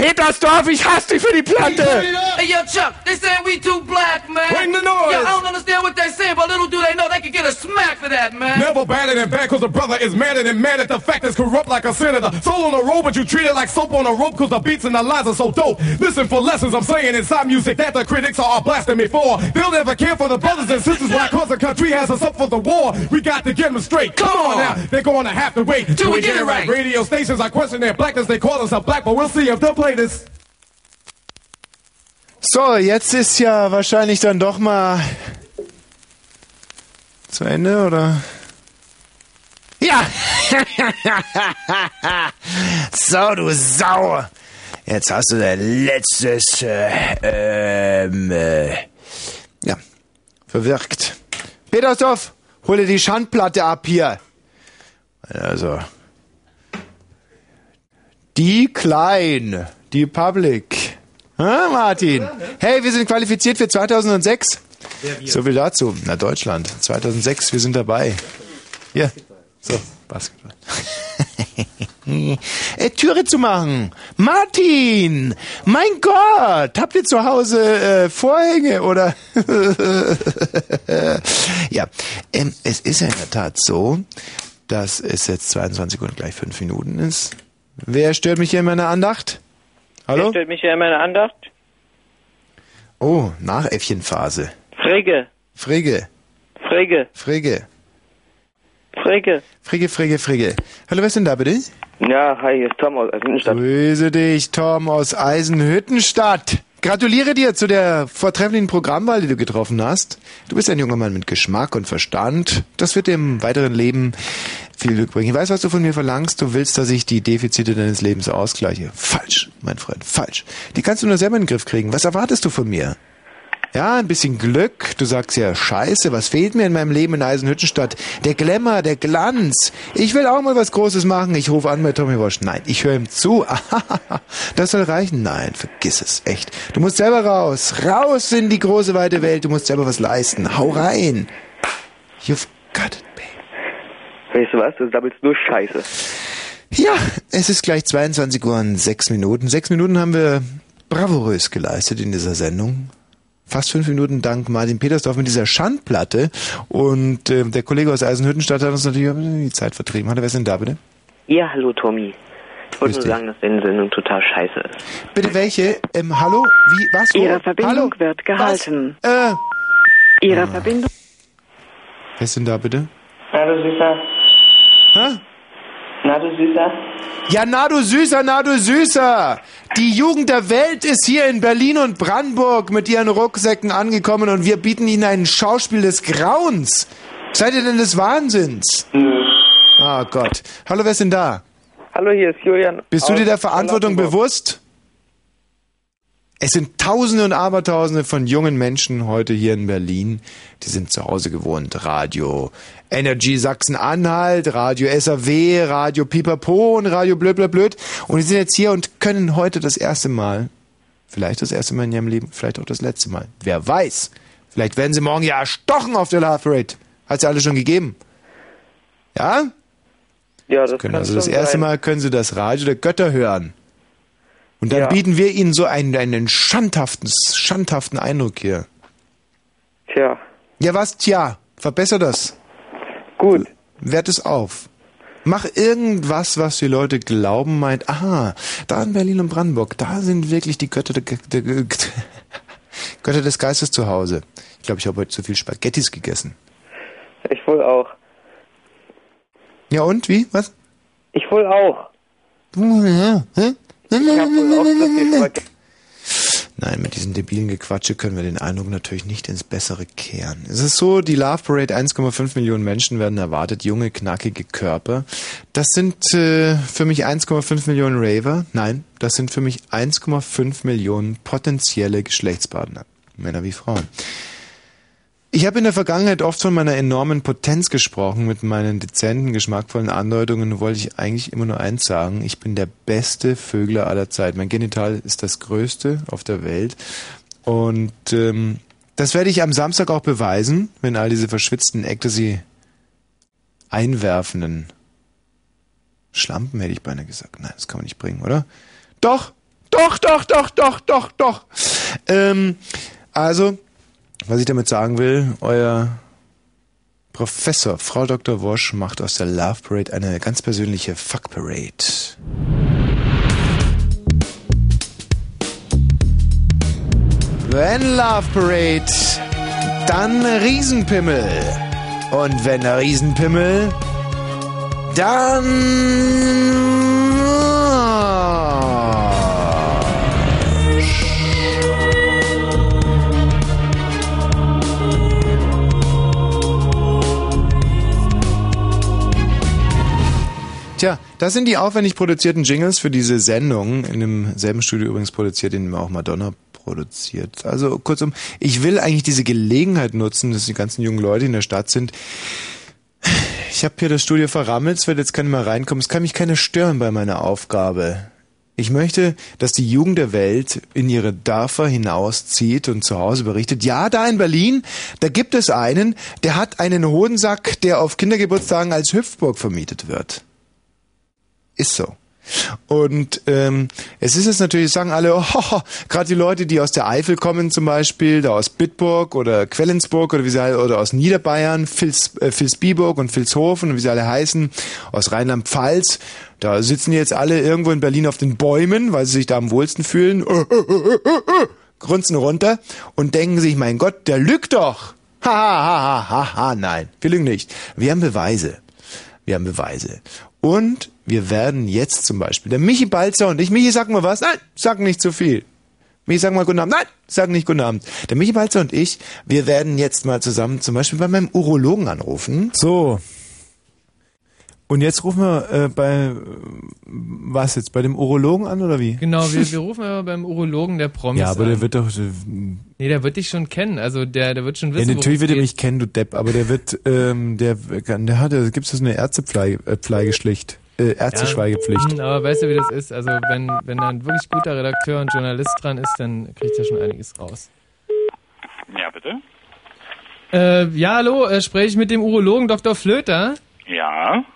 Petersdorf, ich hasse dich für die Plante! Hey, yo, Chuck, they saying we too black, man. Bring the noise! Yo, I don't understand what they saying, but little do they know they can get a smack for that, man. Never badder than bad, cause the brother is madder than mad at the fact is corrupt like a senator. Soul on the road, but you treat it like soap on a rope, cause the beats and the lines are so dope. Listen for lessons I'm saying inside music that the critics are blasting me for. They'll never care for the brothers and sisters why cause the country has us up for the war. We got to get them straight. Come on now, they're gonna have to wait till we get it right. Radio stations are questioning their blackness, they call us a black, but we'll see if they'll play this. So, jetzt ist ja wahrscheinlich dann doch mal zu Ende, oder? Ja! So, du Sau! Jetzt hast du dein letztes, ja, verwirkt. Petersdorf, hol dir die Schandplatte ab hier. Also, die Klein, die Public. Martin. Hey, wir sind qualifiziert für 2006. So viel dazu. Na, Deutschland. 2006, wir sind dabei. Hier. So, Basketball. Türe zu machen. Martin! Mein Gott! Habt ihr zu Hause Vorhänge oder? Ja, es ist ja in der Tat so, dass es jetzt 22 und gleich 5 Minuten ist. Wer stört mich hier in meiner Andacht? Hallo? Wer stellt mich hier in meine Andacht? Oh, Nachäffchenphase. Frigge. Frigge. Frigge. Frigge. Frigge. Frigge, Frigge, Frigge. Hallo, wer ist denn da bitte? Ja, hi, hier ist Tom aus Eisenhüttenstadt. Grüße dich, Tom aus Eisenhüttenstadt. Gratuliere dir zu der vortrefflichen Programmwahl, die du getroffen hast. Du bist ein junger Mann mit Geschmack und Verstand. Das wird dir im weiteren Leben viel Glück bringen. Ich weiß, was du von mir verlangst. Du willst, dass ich die Defizite deines Lebens ausgleiche. Falsch, mein Freund, falsch. Die kannst du nur selber in den Griff kriegen. Was erwartest du von mir? Ja, ein bisschen Glück. Du sagst ja, scheiße, was fehlt mir in meinem Leben in Eisenhüttenstadt? Der Glamour, der Glanz. Ich will auch mal was Großes machen. Ich rufe an bei Tommy Walsh. Nein, ich höre ihm zu. Das soll reichen. Nein, vergiss es. Echt. Du musst selber raus. Raus in die große, weite Welt. Du musst selber was leisten. Hau rein. You've got it, babe. Weißt du was? Du sammelst nur Scheiße. Ja, es ist gleich 22 Uhr und 6 Minuten. 6 Minuten haben wir bravourös geleistet in dieser Sendung. Fast 5 Minuten dank Martin Petersdorf mit dieser Schandplatte. Und der Kollege aus Eisenhüttenstadt hat uns natürlich die Zeit vertrieben. Wer ist denn da, bitte? Ja, hallo Tommy. Ich wollte nur sagen, dass deine Sendung total scheiße ist. Bitte welche? Hallo? Wie? Was? Wo? Ihre Verbindung hallo? wird gehalten. Ihre Verbindung... Wer ist denn da, bitte? Na du Süßer. Hä? Na du Süßer. Ja, na du Süßer, na du Süßer. Die Jugend der Welt ist hier in Berlin und Brandenburg mit ihren Rucksäcken angekommen und wir bieten ihnen ein Schauspiel des Grauens. Seid ihr denn des Wahnsinns? Ah Gott. Hallo, wer ist denn da? Hallo, hier ist Julian. Bist du dir der Verantwortung bewusst? Es sind Tausende und Abertausende von jungen Menschen heute hier in Berlin, die sind zu Hause gewohnt. Radio Energy Sachsen-Anhalt, Radio SAW, Radio Pipapo und Radio blöd, blöd, blöd. Und die sind jetzt hier und können heute das erste Mal, vielleicht das erste Mal in ihrem Leben, vielleicht auch das letzte Mal. Wer weiß. Vielleicht werden sie morgen ja erstochen auf der Love Parade. Hat's ja alle schon gegeben. Ja? Ja, das können also das erste Mal können sie das Radio der Götter hören. Und dann bieten wir ihnen so einen schandhaften Eindruck hier. Tja. Ja, was? Tja. Verbessere das. Gut. Wert es auf. Mach irgendwas, was die Leute glauben, meint, aha, da in Berlin und Brandenburg, da sind wirklich die Götter Götter des Geistes zu Hause. Ich glaube, ich habe heute zu viel Spaghettis gegessen. Ich wohl auch. Ja und? Wie? Was? Ich wohl auch. Nein, mit diesem debilen Gequatsche können wir den Eindruck natürlich nicht ins Bessere kehren. Es ist so, die Love Parade, 1,5 Millionen Menschen werden erwartet, junge, knackige Körper. Das sind für mich 1,5 Millionen Raver. Nein, das sind für mich 1,5 Millionen potenzielle Geschlechtspartner. Männer wie Frauen. Ich habe in der Vergangenheit oft von meiner enormen Potenz gesprochen. Mit meinen dezenten, geschmackvollen Andeutungen wollte ich eigentlich immer nur eins sagen. Ich bin der beste Vögler aller Zeit. Mein Genital ist das größte auf der Welt. Und das werde ich am Samstag auch beweisen, wenn all diese verschwitzten Ecstasy einwerfenden Schlampen, hätte ich beinahe gesagt. Nein, das kann man nicht bringen, oder? Doch, Doch. Also, was ich damit sagen will, euer Professor, Frau Dr. Wosch, macht aus der Love Parade eine ganz persönliche Fuck Parade. Wenn Love Parade, dann Riesenpimmel. Und wenn Riesenpimmel, dann... Tja, das sind die aufwendig produzierten Jingles für diese Sendung. In demselben Studio übrigens produziert, in dem auch Madonna produziert. Also kurzum, ich will eigentlich diese Gelegenheit nutzen, dass die ganzen jungen Leute in der Stadt sind. Ich habe hier das Studio verrammelt, es wird jetzt keiner mehr reinkommen. Es kann mich keiner stören bei meiner Aufgabe. Ich möchte, dass die Jugend der Welt in ihre Dörfer hinauszieht und zu Hause berichtet. Ja, da in Berlin, da gibt es einen, der hat einen Hodensack, der auf Kindergeburtstagen als Hüpfburg vermietet wird. Ist so. Und es ist jetzt natürlich, sagen alle, gerade die Leute, die aus der Eifel kommen zum Beispiel, da aus Bitburg oder Quellensburg oder wie sie alle, oder aus Niederbayern, Vilsbiburg und Vilshofen und wie sie alle heißen, aus Rheinland-Pfalz, da sitzen jetzt alle irgendwo in Berlin auf den Bäumen, weil sie sich da am wohlsten fühlen, grunzen runter und denken sich, mein Gott, der lügt doch. Nein, wir lügen nicht. Wir haben Beweise. Und wir werden jetzt zum Beispiel, der Michi Balzer und ich, Michi, sag mal was? Nein, sag nicht zu viel. Michi, sag mal guten Abend. Nein, sag nicht guten Abend. Der Michi Balzer und ich, wir werden jetzt mal zusammen zum Beispiel bei meinem Urologen anrufen. So. Und jetzt rufen wir bei dem Urologen an oder wie? Genau, wir rufen aber beim Urologen der Promis an. Ja, aber der wird doch... Nee, der wird dich schon kennen, also der wird schon wissen, ja, natürlich wird er mich kennen, du Depp, aber der wird, gibt's das eine Ärzteschweigepflicht. Ärzteschweigepflicht. Ja, aber weißt du, wie das ist? Also wenn da ein wirklich guter Redakteur und Journalist dran ist, dann kriegt er schon einiges raus. Ja, bitte? Ja, hallo, spreche ich mit dem Urologen Dr. Flöter? Ja.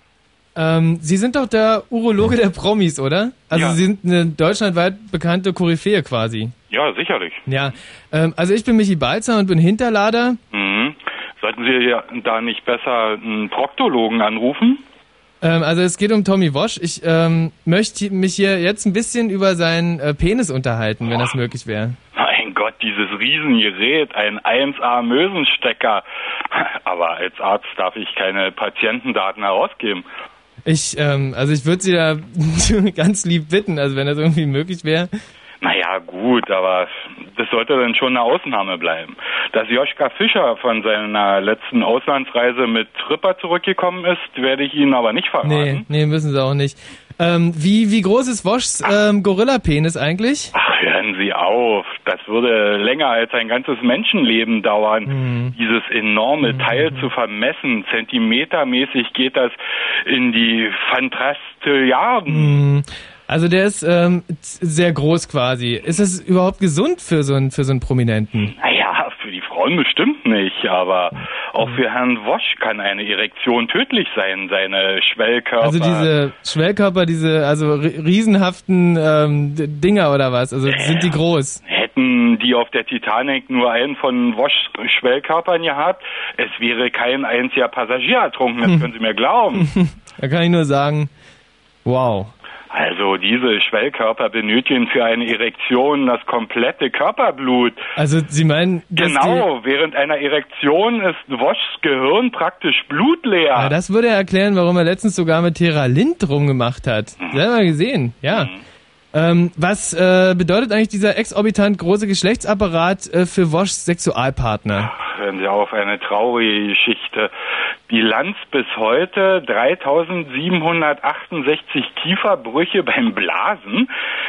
Sie sind doch der Urologe der Promis, oder? Also ja. Sie sind eine deutschlandweit bekannte Koryphäe quasi. Ja, sicherlich. Ja, also ich bin Michi Balzer und bin Hinterlader. Mhm. Sollten Sie da nicht besser einen Proktologen anrufen? Also es geht um Tommy Wosch. Ich möchte mich hier jetzt ein bisschen über seinen Penis unterhalten, wenn das möglich wäre. Mein Gott, dieses Riesengerät, ein 1A-Mösenstecker. Aber als Arzt darf ich keine Patientendaten herausgeben. Ich würde Sie da ganz lieb bitten, also wenn das irgendwie möglich wäre. Naja, gut, aber das sollte dann schon eine Ausnahme bleiben. Dass Joschka Fischer von seiner letzten Auslandsreise mit Tripper zurückgekommen ist, werde ich Ihnen aber nicht verraten. Nee, müssen Sie auch nicht. Wie groß ist Woschs Gorilla-Penis eigentlich? Ach, hören Sie auf. Das würde länger als ein ganzes Menschenleben dauern, dieses enorme Teil zu vermessen. Zentimetermäßig geht das in die Fantastilliarden. Also der ist sehr groß quasi. Ist es überhaupt gesund für so einen Prominenten? Naja, für die Frauen bestimmt nicht, aber auch für Herrn Wosch kann eine Erektion tödlich sein, seine Schwellkörper. Also diese Schwellkörper, diese riesenhaften Dinger oder was? Also sind die groß? Hätten die auf der Titanic nur einen von Woschs Schwellkörpern gehabt, es wäre kein einziger Passagier ertrunken, das können Sie mir glauben. Da kann ich nur sagen, wow. Also diese Schwellkörper benötigen für eine Erektion das komplette Körperblut. Also Sie meinen... Genau, während einer Erektion ist Woschs Gehirn praktisch blutleer. Ja, das würde erklären, warum er letztens sogar mit Tera Lind rumgemacht hat. Selber gesehen, ja. Was bedeutet eigentlich dieser exorbitant große Geschlechtsapparat für Woschs Sexualpartner? Hören Sie auf, eine traurige Geschichte. Bilanz bis heute 3.768 Kieferbrüche beim Blasen,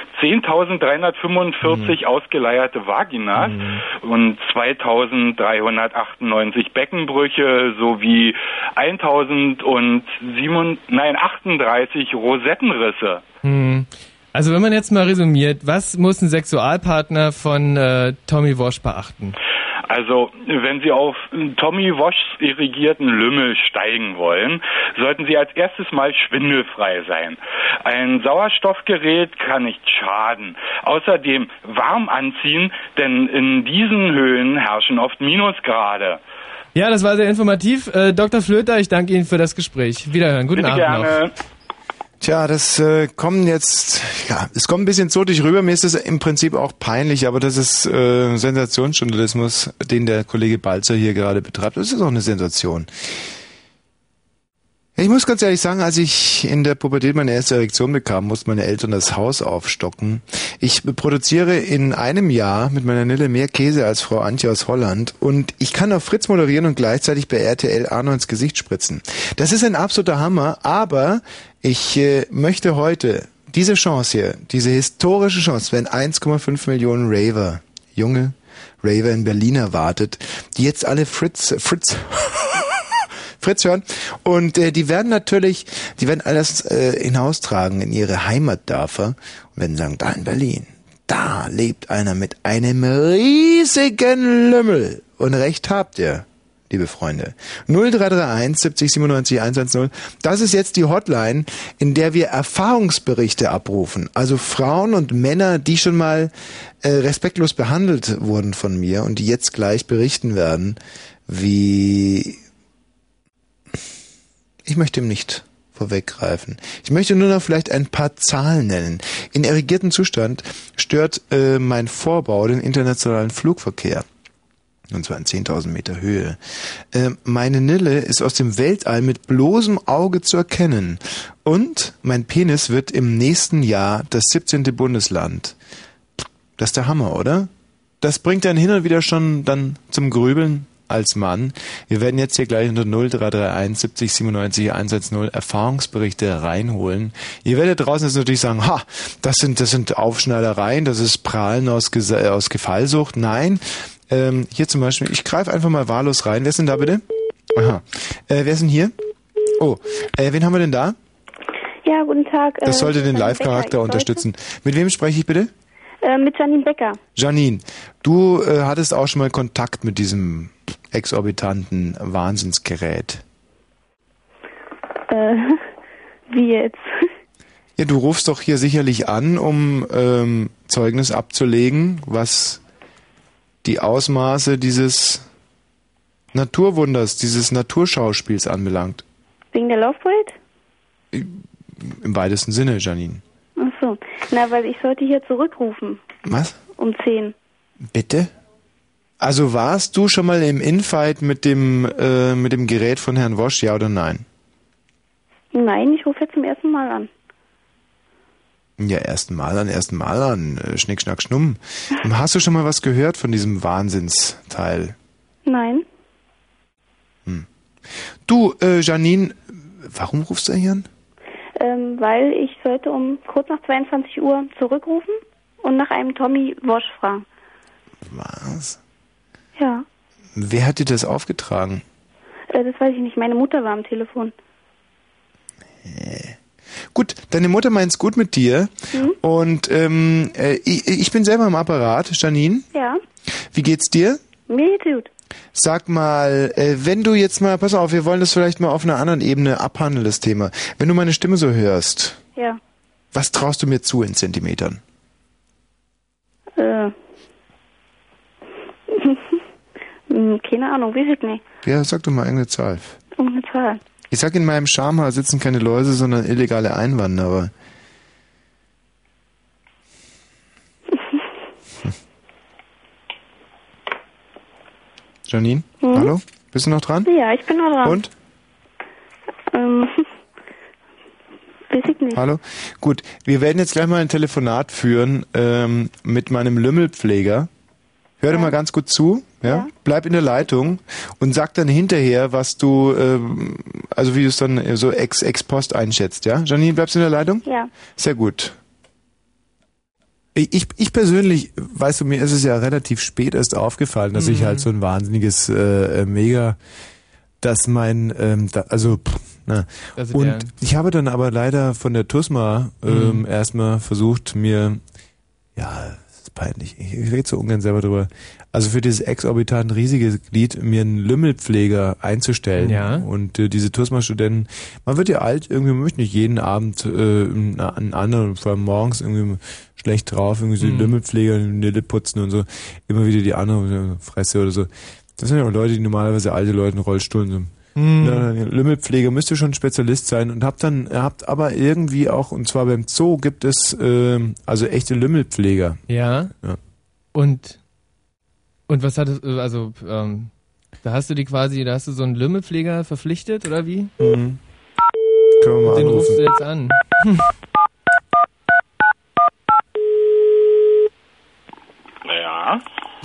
10.345 ausgeleierte Vaginas und 2.398 Beckenbrüche sowie 1.038 Rosettenrisse. Also wenn man jetzt mal resümiert, was muss ein Sexualpartner von Tommy Wosch beachten? Also, wenn Sie auf Tommy Walshs irrigierten Lümmel steigen wollen, sollten Sie als erstes mal schwindelfrei sein. Ein Sauerstoffgerät kann nicht schaden. Außerdem warm anziehen, denn in diesen Höhen herrschen oft Minusgrade. Ja, das war sehr informativ. Dr. Flöter, ich danke Ihnen für das Gespräch. Wiederhören. Guten Abend gerne. noch. Tja, das kommen jetzt, ja, es kommt ein bisschen zotig rüber. Mir ist das im Prinzip auch peinlich, aber das ist Sensationsjournalismus, den der Kollege Balzer hier gerade betreibt. Das ist auch eine Sensation. Ich muss ganz ehrlich sagen, als ich in der Pubertät meine erste Erektion bekam, mussten meine Eltern das Haus aufstocken. Ich produziere in einem Jahr mit meiner Nille mehr Käse als Frau Antje aus Holland und ich kann auf Fritz moderieren und gleichzeitig bei RTL Arno ins Gesicht spritzen. Das ist ein absoluter Hammer, aber ich möchte heute diese Chance hier, diese historische Chance, wenn 1,5 Millionen Raver, junge Raver in Berlin erwartet, die jetzt alle Fritz hören und die werden alles hinaustragen in ihre Heimatdörfer und werden sagen, da in Berlin, da lebt einer mit einem riesigen Lümmel. Und recht habt ihr, liebe Freunde. 0331 70 97 110. Das ist jetzt die Hotline, in der wir Erfahrungsberichte abrufen. Also Frauen und Männer, die schon mal respektlos behandelt wurden von mir und die jetzt gleich berichten werden, wie... Ich möchte ihm nicht vorweggreifen. Ich möchte nur noch vielleicht ein paar Zahlen nennen. In irrigiertem Zustand stört mein Vorbau den internationalen Flugverkehr. Und zwar in 10.000 Meter Höhe. Meine Nille ist aus dem Weltall mit bloßem Auge zu erkennen. Und mein Penis wird im nächsten Jahr das 17. Bundesland. Das ist der Hammer, oder? Das bringt dann hin und wieder schon dann zum Grübeln als Mann. Wir werden jetzt hier gleich unter 0331 70 97 110 Erfahrungsberichte reinholen. Ihr werdet draußen jetzt natürlich sagen, das sind Aufschneidereien, das ist Prahlen aus Gefallsucht. Nein, hier zum Beispiel, ich greife einfach mal wahllos rein. Wer ist denn da bitte? Aha. Wer ist denn hier? Oh, wen haben wir denn da? Ja, guten Tag. Das sollte den Live-Charakter unterstützen. Mit wem spreche ich bitte? Mit Janine Becker. Janine, du hattest auch schon mal Kontakt mit diesem exorbitanten Wahnsinnsgerät. Wie jetzt? Ja, du rufst doch hier sicherlich an, um Zeugnis abzulegen, was die Ausmaße dieses Naturwunders, dieses Naturschauspiels anbelangt. Wegen der Laufpoet? Im weitesten Sinne, Janine. Ach so. Na, weil ich sollte hier zurückrufen. Was? Um 10. Bitte? Also warst du schon mal im Infight mit dem Gerät von Herrn Wosch, ja oder nein? Nein, ich rufe jetzt zum ersten Mal an. Ja, ersten Mal an. Schnick, schnack, schnumm. Hast du schon mal was gehört von diesem Wahnsinnsteil? Nein. Du, Janine, warum rufst du hier an? Weil ich sollte kurz nach 22 Uhr zurückrufen und nach einem Tommy Wosch fragen. Was? Ja. Wer hat dir das aufgetragen? Das weiß ich nicht. Meine Mutter war am Telefon. Gut, deine Mutter meint's gut mit dir. Und ich bin selber im Apparat, Janine. Ja. Wie geht's dir? Mir geht's gut. Sag mal, wenn du jetzt mal, pass auf, wir wollen das vielleicht mal auf einer anderen Ebene abhandeln, das Thema. Wenn du meine Stimme so hörst, ja. Was traust du mir zu in Zentimetern? Keine Ahnung, weiß ich nicht. Ja, sag doch mal irgendeine Zahl. Irgendeine Zahl. Ich sag, in meinem Schamhaar sitzen keine Läuse, sondern illegale Einwanderer. Janine? Hallo? Bist du noch dran? Ja, ich bin noch dran. Und? Weiß ich nicht. Hallo? Gut, wir werden jetzt gleich mal ein Telefonat führen mit meinem Lümmelpfleger. Hör dir mal ganz gut zu, ja? Bleib in der Leitung und sag dann hinterher, was du, also wie du es dann so ex post einschätzt, ja? Janine, bleibst du in der Leitung? Ja. Sehr gut. Ich persönlich, weißt du, mir ist es ja relativ spät erst aufgefallen, dass ich halt so ein wahnsinniges Mega, dass mein, und ich habe dann aber leider von der TUSMA erstmal versucht, mir, ja, peinlich. Ich rede so ungern selber drüber. Also für dieses exorbitant riesige Glied mir einen Lümmelpfleger einzustellen. Ja. Und diese Tourismusstudenten, man wird ja alt, irgendwie, man möchte nicht jeden Abend einen anderen, vor allem morgens irgendwie schlecht drauf, irgendwie so Lümmelpfleger, Nille putzen und so, immer wieder die andere Fresse oder so. Das sind ja auch Leute, die normalerweise alte Leute in Rollstuhlen sind. Ja, Lümmelpfleger müsste schon Spezialist sein und habt aber irgendwie auch, und zwar beim Zoo gibt es also echte Lümmelpfleger. Ja. Und was hat es, also da hast du so einen Lümmelpfleger verpflichtet oder wie? Mhm. Können wir mal Den anrufen. rufst du jetzt an. Ja.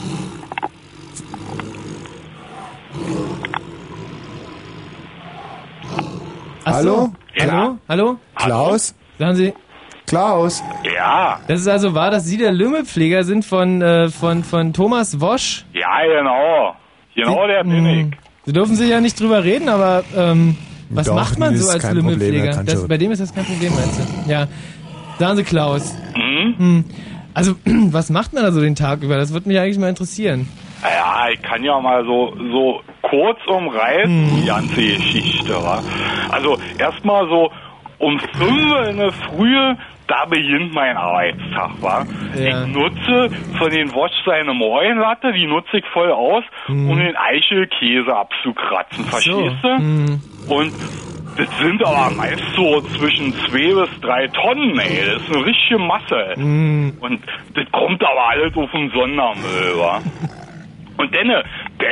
Hallo? Ja. Hallo? Klaus? Sagen Sie, Klaus? Ja. das ist also wahr, dass Sie der Lümmelpfleger sind von Thomas Wosch? Ja, genau. Genau der bin ich. Sie dürfen sich ja nicht drüber reden, aber was Doch, macht man das so ist als kein Problem, Lümmelpfleger? er kann schon. Bei dem ist das kein Problem, meinst du? Ja. Sagen Sie, Klaus. Hm? Also, was macht man da so den Tag über? Das würde mich eigentlich mal interessieren. Ja, ich kann ja mal so kurz umreißen, die ganze Geschichte, wa? Also, erstmal so um 5 in der Früh, da beginnt mein Arbeitstag, wa? Ja. Ich nutze von den Wosch seine Morgenlatte, die nutze ich voll aus, um den Eichelkäse abzukratzen, verstehst du? Und das sind aber meist so zwischen 2 bis 3 Tonnen, ey. Das ist eine richtige Masse. Und das kommt aber alles auf den Sondermüll, wa? Und denne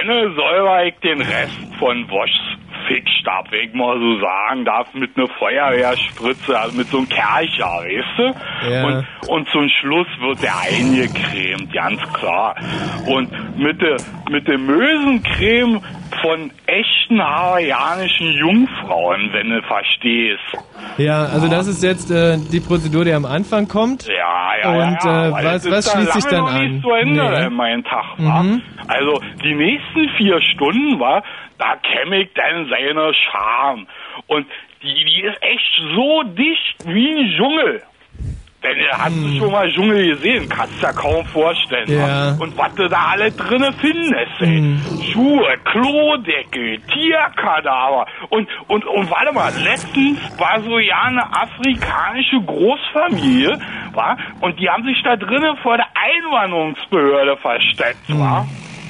säuber ich den Rest von Woschs Fickstab, wenn ich mal so sagen darf, mit einer Feuerwehrspritze, also mit so einem Kercher, weißt du? Ja. Und zum Schluss wird der eingecremt, ganz klar. Und mit der Mösencreme von echten hawaiianischen Jungfrauen, wenn du verstehst. Ja, also das ist jetzt die Prozedur, die am Anfang kommt. Ja. Und weil was das ist schließt sich dann lange noch an? nicht zu Ende in meinem Tag, wa? Also die nächsten 4 Stunden, wa, da kämme ich dann seine Scham. Und die ist echt so dicht wie ein Dschungel. Denn hast du schon mal Dschungel gesehen, kannst du ja kaum vorstellen. Ja. Und was du da alle drinne findest, ey. Schuhe, Klodeckel, Tierkadaver. Und warte mal, letztens war so ja eine afrikanische Großfamilie, wa? Und die haben sich da drinnen vor der Einwanderungsbehörde versteckt, wa?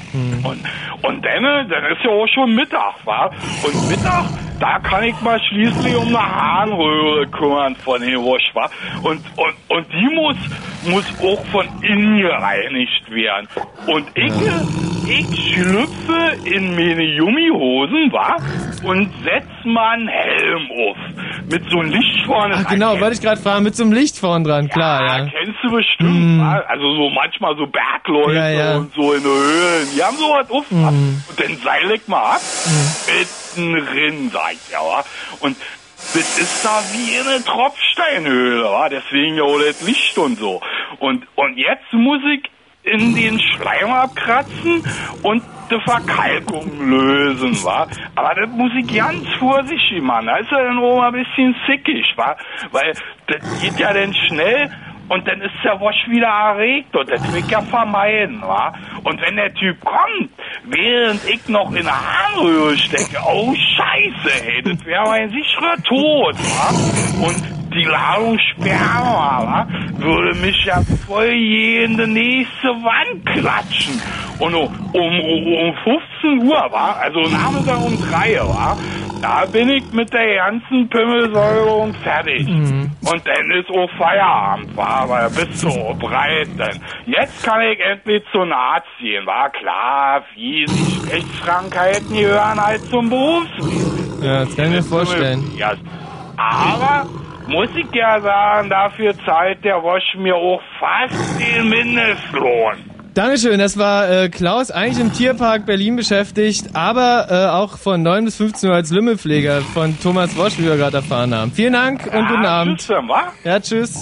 Und dann ist ja auch schon Mittag, wa? Und Mittag, da kann ich mal schließlich um eine Harnröhre kümmern von den Wosch, wa? Und die muss auch von innen gereinigt werden. Und ich schlüpfe in meine Yummi-Hosen, wa? Und setz mal einen Helm auf. Mit so einem Licht vorne dran. Ach genau, wollte ich gerade fragen, mit so einem Licht vorn dran, klar, ja. Kennst du bestimmt, wa? Also so manchmal so Bergleute und so in den Höhlen. Die haben sowas auf, wa? Und dann seil ich mal ab. Mittendrin, sag ich ja, wa? Und das ist da wie eine Tropfsteinhöhle, wa? Deswegen ja auch das Licht und so. Und jetzt muss ich in den Schleim abkratzen und die Verkalkung lösen, wa? Aber das muss ich ganz vorsichtig machen. Da ist ja dann auch mal ein bisschen sickig, wa? Weil das geht ja dann schnell und dann ist der Wosch wieder erregt und das will ich ja vermeiden, wa? Und wenn der Typ kommt, während ich noch in der Harnröhre stecke, oh Scheiße, ey, das wäre mein sicherer Tod, wa? Und die Ladung Sperma, wa, würde mich ja voll in die nächste Wand klatschen. Und um 15 Uhr, wa, also Nachmittag um 3, wa, da bin ich mit der ganzen Pimmelsäuberung fertig. Und dann ist auch Feierabend, wa, aber da bist du auch breit dann. Jetzt kann ich endlich zum Arzt gehen, war klar, wie sich Rechtskrankheiten gehören halt zum Berufsleben. Ja, das kann ich mir vorstellen. Ja, aber muss ich ja sagen, dafür zahlt der Wosch mir auch fast den Mindestlohn. Dankeschön, das war Klaus, eigentlich im Tierpark Berlin beschäftigt, aber auch von 9 bis 15 Uhr als Lümmelpfleger von Thomas Wosch, wie wir gerade erfahren haben. Vielen Dank und guten Abend. Tschüss, dann, wa? Ja, tschüss.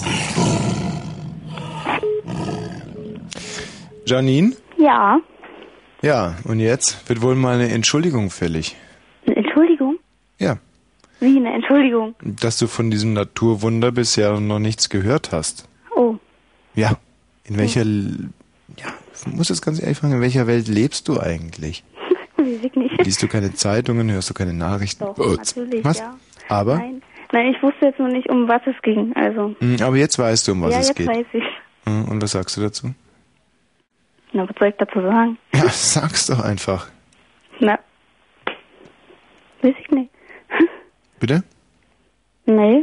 Janine? Ja. Ja, und jetzt wird wohl mal eine Entschuldigung fällig. Eine Entschuldigung? Ja. Wie eine Entschuldigung? Dass du von diesem Naturwunder bisher noch nichts gehört hast. Oh. Ja. In welcher, ich muss jetzt ganz ehrlich fragen, in welcher Welt lebst du eigentlich? Weiß ich nicht. Liest du keine Zeitungen, hörst du keine Nachrichten? Doch, natürlich, was? ja. Aber? Nein, ich wusste jetzt noch nicht, um was es ging, also. Aber jetzt weißt du, um was es geht. Ja, jetzt weiß ich. Und was sagst du dazu? Na, was soll ich dazu sagen? Ja, sag's doch einfach. Na, weiß ich nicht. Bitte? Nee.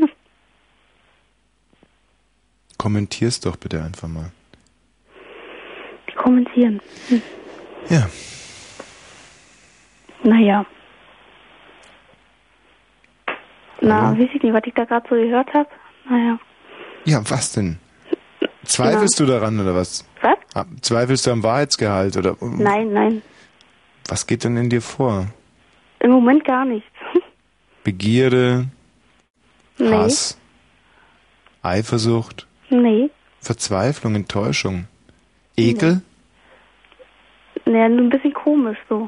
Kommentier's doch bitte einfach mal. Kommentieren. Ja. Naja. Weiß ich nicht, was ich da gerade so gehört habe. Naja. Ja, was denn? Zweifelst du daran oder was? Was? Zweifelst du am Wahrheitsgehalt oder? Nein. Was geht denn in dir vor? Im Moment gar nichts. Begierde? Nee. Hass? Eifersucht? Nee. Verzweiflung, Enttäuschung? Ekel? Naja, nur ein bisschen komisch so.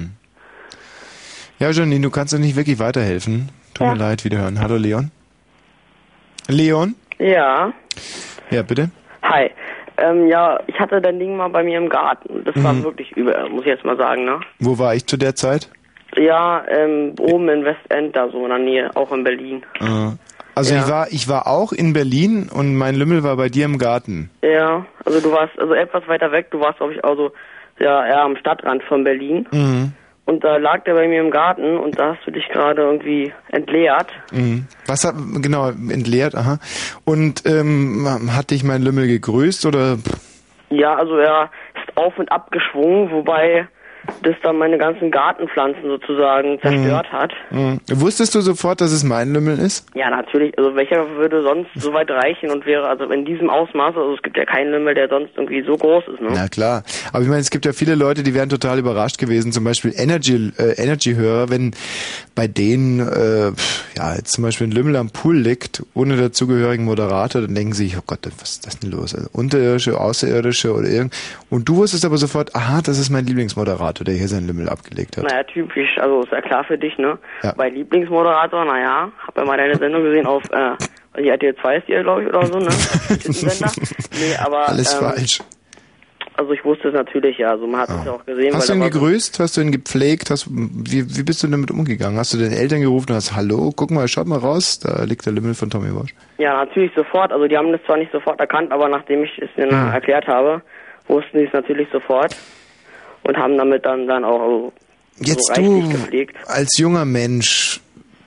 Ja, Janine, du kannst doch nicht wirklich weiterhelfen. Tut mir leid, wiederhören. Hallo, Leon. Leon? Ja. Ja, bitte? Hi. Ja, ich hatte dein Ding mal bei mir im Garten. Das war wirklich übel, muss ich jetzt mal sagen, ne? Wo war ich zu der Zeit? Ja, oben in Westend, da so in der Nähe, auch in Berlin. Also ich war auch in Berlin und mein Lümmel war bei dir im Garten. Ja, also du warst also etwas weiter weg, du warst, glaube ich, also ja, am Stadtrand von Berlin. Und da lag der bei mir im Garten und da hast du dich gerade irgendwie entleert. Was hat, genau, entleert, aha. Und hat dich mein Lümmel gegrüßt oder? Ja, also er ist auf und ab geschwungen, wobei das dann meine ganzen Gartenpflanzen sozusagen zerstört hat. Wusstest du sofort, dass es mein Lümmel ist? Ja, natürlich. Also welcher würde sonst so weit reichen und wäre also in diesem Ausmaß, also es gibt ja keinen Lümmel, der sonst irgendwie so groß ist, ne? Na klar. Aber ich meine, es gibt ja viele Leute, die wären total überrascht gewesen, zum Beispiel Energy-Hörer, wenn bei denen, jetzt zum Beispiel ein Lümmel am Pool liegt, ohne dazugehörigen Moderator, dann denken sie sich, oh Gott, was ist das denn los? Also unterirdische, außerirdische oder irgend. Und du wusstest aber sofort, aha, das ist mein Lieblingsmoderator, der hier seinen Lümmel abgelegt hat. Naja, typisch, also ist ja klar für dich, ne? Ja. Bei Lieblingsmoderator, naja, hab ja mal deine Sendung gesehen auf, die RTL 2 ist die, glaube ich, oder so, ne? Sender. Nee, aber, alles falsch. Also ich wusste es natürlich, ja, also man hat es ja auch gesehen. Hast du ihn gegrüßt? Hast du ihn gepflegt? Wie bist du damit umgegangen? Hast du deine Eltern gerufen und hast, hallo, guck mal, schaut mal raus, da liegt der Lümmel von Tommy Walsh. Ja, natürlich sofort, also die haben das zwar nicht sofort erkannt, aber nachdem ich es ihnen erklärt habe, wussten sie es natürlich sofort. Und haben damit dann auch jetzt so reichlich du gepflegt. Als junger Mensch,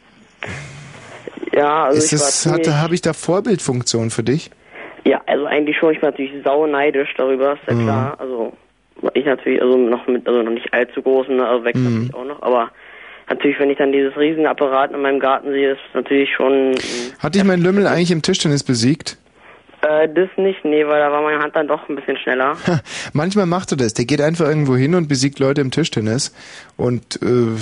ja, also habe ich da Vorbildfunktion für dich? Ja, also eigentlich schon. Ich bin natürlich sau neidisch darüber, ist ja klar. Also ich natürlich, also noch nicht allzu groß, ne, also wächst natürlich auch noch, aber natürlich, wenn ich dann dieses Riesenapparat in meinem Garten sehe, ist natürlich schon. Hat dich mein Lümmel eigentlich im Tischtennis besiegt? Das nicht, nee, weil da war meine Hand dann doch ein bisschen schneller. Manchmal macht er das. Der geht einfach irgendwo hin und besiegt Leute im Tischtennis. Und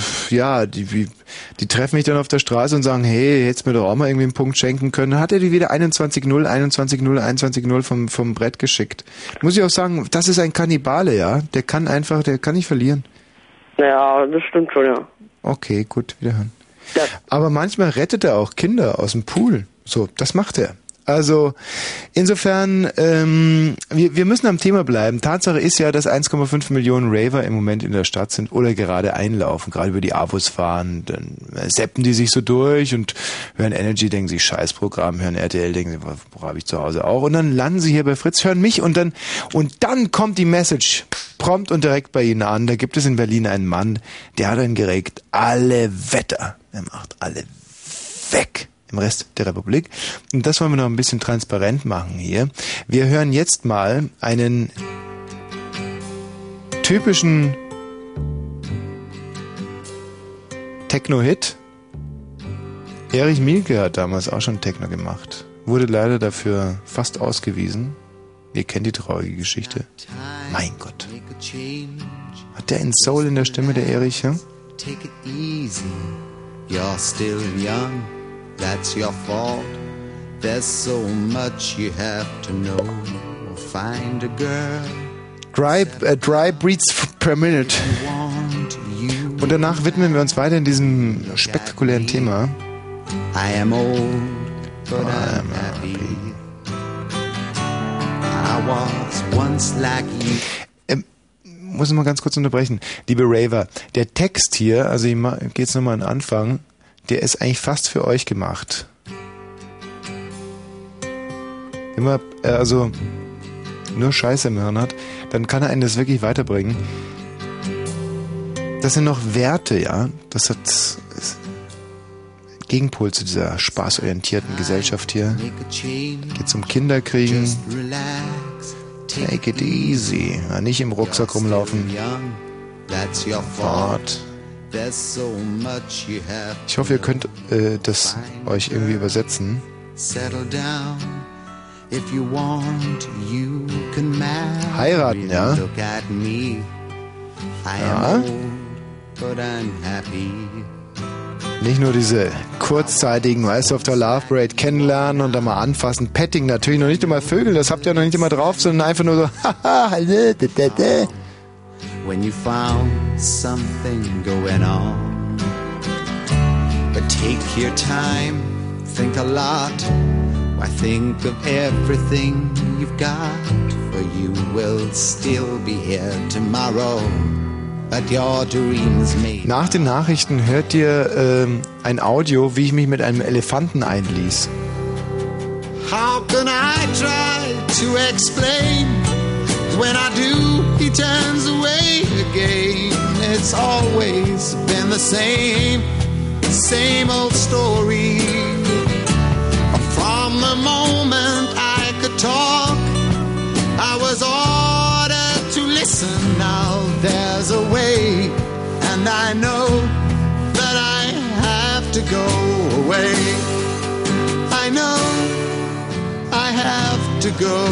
die treffen mich dann auf der Straße und sagen, hey, hättest mir doch auch mal irgendwie einen Punkt schenken können. Dann hat er die wieder 21-0, 21-0, 21-0 vom Brett geschickt. Muss ich auch sagen, das ist ein Kannibale, ja. Der kann nicht verlieren. Ja, das stimmt schon, ja. Okay, gut, wiederhören. Ja. Aber manchmal rettet er auch Kinder aus dem Pool. So, das macht er. Also insofern, wir müssen am Thema bleiben. Tatsache ist ja, dass 1,5 Millionen Raver im Moment in der Stadt sind oder gerade einlaufen, gerade über die AWOS fahren. Dann seppen die sich so durch und hören Energy, denken sie, Scheißprogramm, hören RTL, denken sie, wo habe ich zu Hause auch. Und dann landen sie hier bei Fritz, hören mich und dann kommt die Message prompt und direkt bei ihnen an. Da gibt es in Berlin einen Mann, der hat ein Gerät, alle Wetter. Er macht alle weg. Im Rest der Republik. Und das wollen wir noch ein bisschen transparent machen hier. Wir hören jetzt mal einen typischen Techno-Hit. Erich Mielke hat damals auch schon Techno gemacht. Wurde leider dafür fast ausgewiesen. Ihr kennt die traurige Geschichte. Mein Gott. Hat der einen Soul in der Stimme, der Erich? Ja? Take it easy. You're still young. That's your fault. There's so much you have to know. Find a girl. Dry breaths per minute. Und danach widmen wir uns weiter in diesem spektakulären Thema. I am old, but I'm happy. I was once like you. Muss ich mal ganz kurz unterbrechen. Liebe Raver, der Text hier, also ich gehe jetzt nochmal an den Anfang, der ist eigentlich fast für euch gemacht. Immer, also nur Scheiße im Hirn hat, dann kann er einen das wirklich weiterbringen. Das sind noch Werte, ja. Das hat Gegenpol zu dieser spaßorientierten Gesellschaft hier. Geht's um Kinderkriegen. Take it easy. Ja, nicht im Rucksack rumlaufen. Fort. Ich hoffe, ihr könnt das euch irgendwie übersetzen. Heiraten, ja? Ja. Nicht nur diese kurzzeitigen, weißt du, auf der Love Parade kennenlernen und dann mal anfassen. Petting natürlich, noch nicht immer Vögel, das habt ihr noch nicht immer drauf, sondern einfach nur so, haha, when you found something going on. But take your time, think a lot. Why think of everything you've got? For you will still be here tomorrow. But your dreams made. Nach den Nachrichten hört ihr ein Audio, wie ich mich mit einem Elefanten einließ. How can I try to explain? When I do, he turns away again. It's always been the same old story. From the moment I could talk, I was ordered to listen. Now there's a way, and I know that I have to go away. I know I have to go.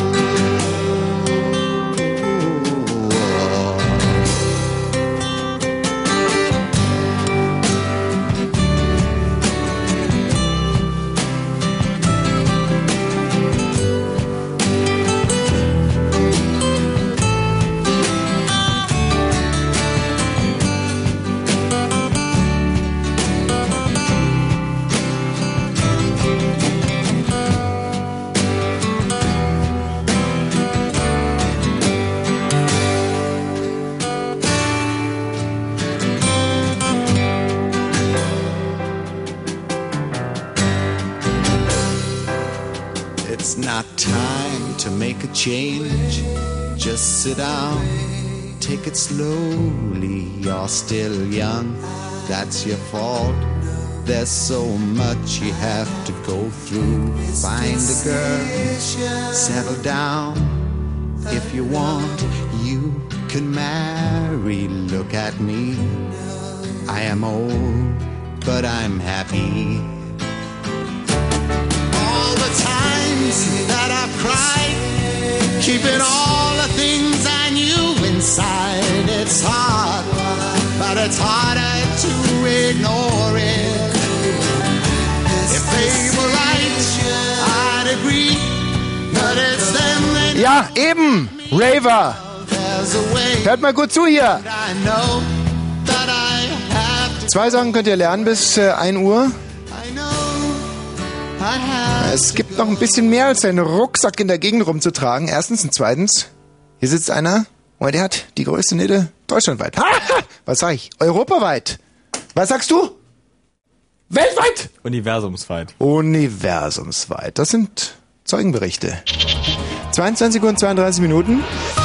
Not time to make a change. Just sit down, take it slowly. You're still young, that's your fault. There's so much you have to go through. Find a girl, settle down. If you want, you can marry. Look at me, I am old, but I'm happy. That I've cried, keeping all the things I knew inside. It's hard, but it's harder to ignore it. If they were right, I'd agree, but it's them that ja, eben, Raver. Hört mal gut zu hier. 2 Sachen könnt ihr lernen bis 1 Uhr. Es gibt noch ein bisschen mehr als einen Rucksack in der Gegend rumzutragen. Erstens und zweitens, hier sitzt einer, und der hat die größte Niete deutschlandweit. Was sag ich? Europaweit. Was sagst du? Weltweit? Universumsweit. Universumsweit. Das sind Zeugenberichte. 22 und 32 Minuten.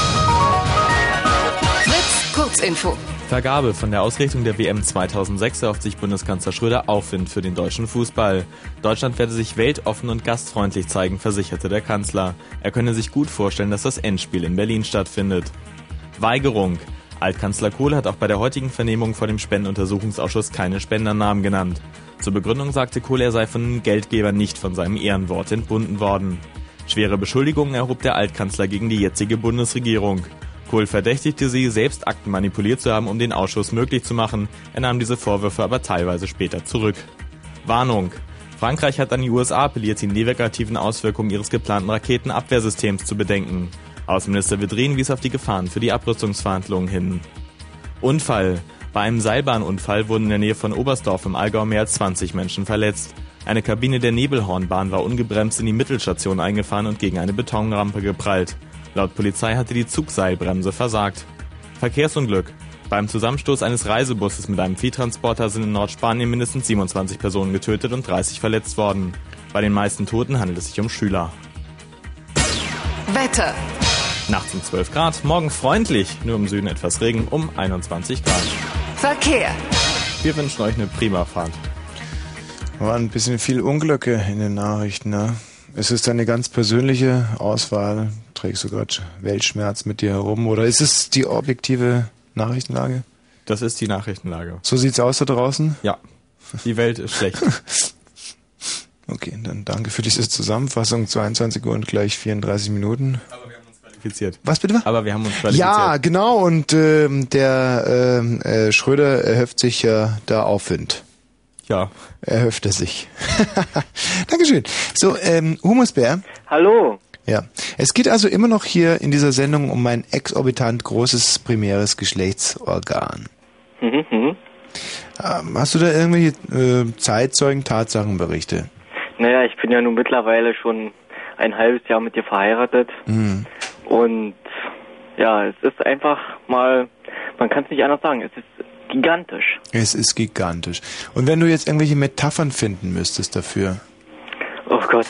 Fritz, Kurzinfo. Vergabe. Von der Ausrichtung der WM 2006 erhofft sich Bundeskanzler Schröder Aufwind für den deutschen Fußball. Deutschland werde sich weltoffen und gastfreundlich zeigen, versicherte der Kanzler. Er könne sich gut vorstellen, dass das Endspiel in Berlin stattfindet. Weigerung. Altkanzler Kohl hat auch bei der heutigen Vernehmung vor dem Spendenuntersuchungsausschuss keine Spendernamen genannt. Zur Begründung sagte Kohl, er sei von den Geldgebern nicht von seinem Ehrenwort entbunden worden. Schwere Beschuldigungen erhob der Altkanzler gegen die jetzige Bundesregierung. Kohl verdächtigte sie, selbst Akten manipuliert zu haben, um den Ausschuss möglich zu machen. Er nahm diese Vorwürfe aber teilweise später zurück. Warnung. Frankreich hat an die USA appelliert, die negativen Auswirkungen ihres geplanten Raketenabwehrsystems zu bedenken. Außenminister Vedrin wies auf die Gefahren für die Abrüstungsverhandlungen hin. Unfall. Bei einem Seilbahnunfall wurden in der Nähe von Oberstdorf im Allgäu mehr als 20 Menschen verletzt. Eine Kabine der Nebelhornbahn war ungebremst in die Mittelstation eingefahren und gegen eine Betonrampe geprallt. Laut Polizei hatte die Zugseilbremse versagt. Verkehrsunglück. Beim Zusammenstoß eines Reisebusses mit einem Viehtransporter sind in Nordspanien mindestens 27 Personen getötet und 30 verletzt worden. Bei den meisten Toten handelt es sich um Schüler. Wetter. Nachts um 12 Grad, morgen freundlich, nur im Süden etwas Regen, um 21 Grad. Verkehr. Wir wünschen euch eine prima Fahrt. War ein bisschen viel Unglücke in den Nachrichten, ne? Ist es deine ganz persönliche Auswahl? Trägst du gerade Weltschmerz mit dir herum? Oder ist es die objektive Nachrichtenlage? Das ist die Nachrichtenlage. So sieht's aus da draußen? Ja. Die Welt ist schlecht. Okay, dann danke für diese Zusammenfassung. 22 Uhr und gleich 34 Minuten. Aber wir haben uns qualifiziert. Was bitte? Aber wir haben uns qualifiziert. Ja, genau. Und der Schröder erhofft sich ja da Aufwind. Ja. Erhofft er sich. Dankeschön. So, Humusbär. Hallo. Ja. Es geht also immer noch hier in dieser Sendung um mein exorbitant großes primäres Geschlechtsorgan. Hast du da irgendwelche Zeitzeugen, Tatsachenberichte? Naja, ich bin ja nun mittlerweile schon ein halbes Jahr mit dir verheiratet. Und ja, es ist einfach mal, man kann es nicht anders sagen, es ist gigantisch. Es ist gigantisch. Und wenn du jetzt irgendwelche Metaphern finden müsstest dafür? Oh Gott.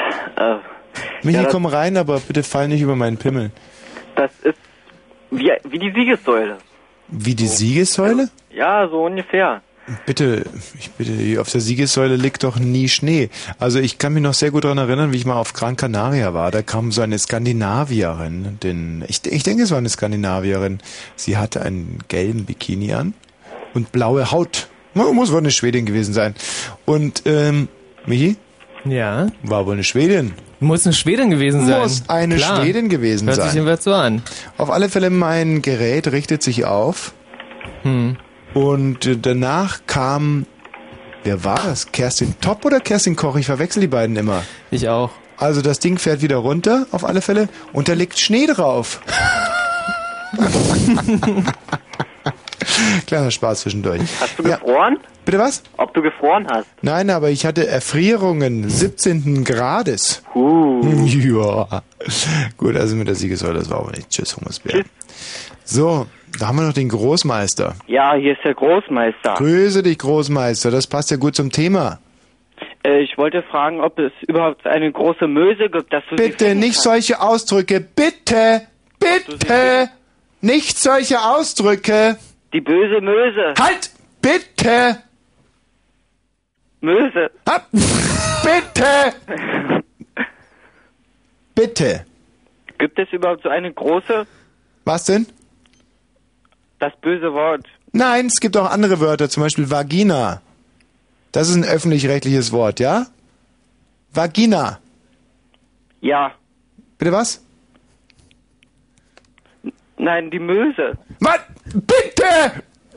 Michi, ja, komm rein, aber bitte fall nicht über meinen Pimmel. Das ist wie die Siegessäule. Wie die Siegessäule? Ja, so ungefähr. Bitte, auf der Siegessäule liegt doch nie Schnee. Also ich kann mich noch sehr gut daran erinnern, wie ich mal auf Gran Canaria war. Da kam so eine Skandinavierin, ich denke, es war eine Skandinavierin. Sie hatte einen gelben Bikini an und blaue Haut. Muss wohl eine Schwedin gewesen sein. Und, Michi? Ja? War wohl eine Schwedin. Muss eine Schwedin gewesen sein. Muss eine Klar. Schwedin gewesen sein. Hört sich jedenfalls so an. Auf alle Fälle, mein Gerät richtet sich auf. Und danach kam, wer war das? Kerstin Topp oder Kerstin Koch? Ich verwechsel die beiden immer. Ich auch. Also das Ding fährt wieder runter, auf alle Fälle, und da liegt Schnee drauf. Kleiner Spaß zwischendurch. Hast du gefroren? Bitte was? Ob du gefroren hast? Nein, aber ich hatte Erfrierungen 17. Grades. Ja. Gut, also mit der Siegessäule, das war aber nicht. Tschüss, Humusbär. So, da haben wir noch den Großmeister. Ja, hier ist der Großmeister. Grüße dich, Großmeister. Das passt ja gut zum Thema. Ich wollte fragen, ob es überhaupt eine große Möse gibt, dass du Bitte, nicht solche Ausdrücke. Bitte, bitte, nicht solche Ausdrücke. Die böse Möse. Halt, bitte. Möse. Bitte. Bitte. Gibt es überhaupt so eine große? Was denn? Das böse Wort. Nein, es gibt auch andere Wörter, zum Beispiel Vagina. Das ist ein öffentlich-rechtliches Wort, ja? Vagina. Ja. Bitte was? Nein, die Möse. Was? Bitte!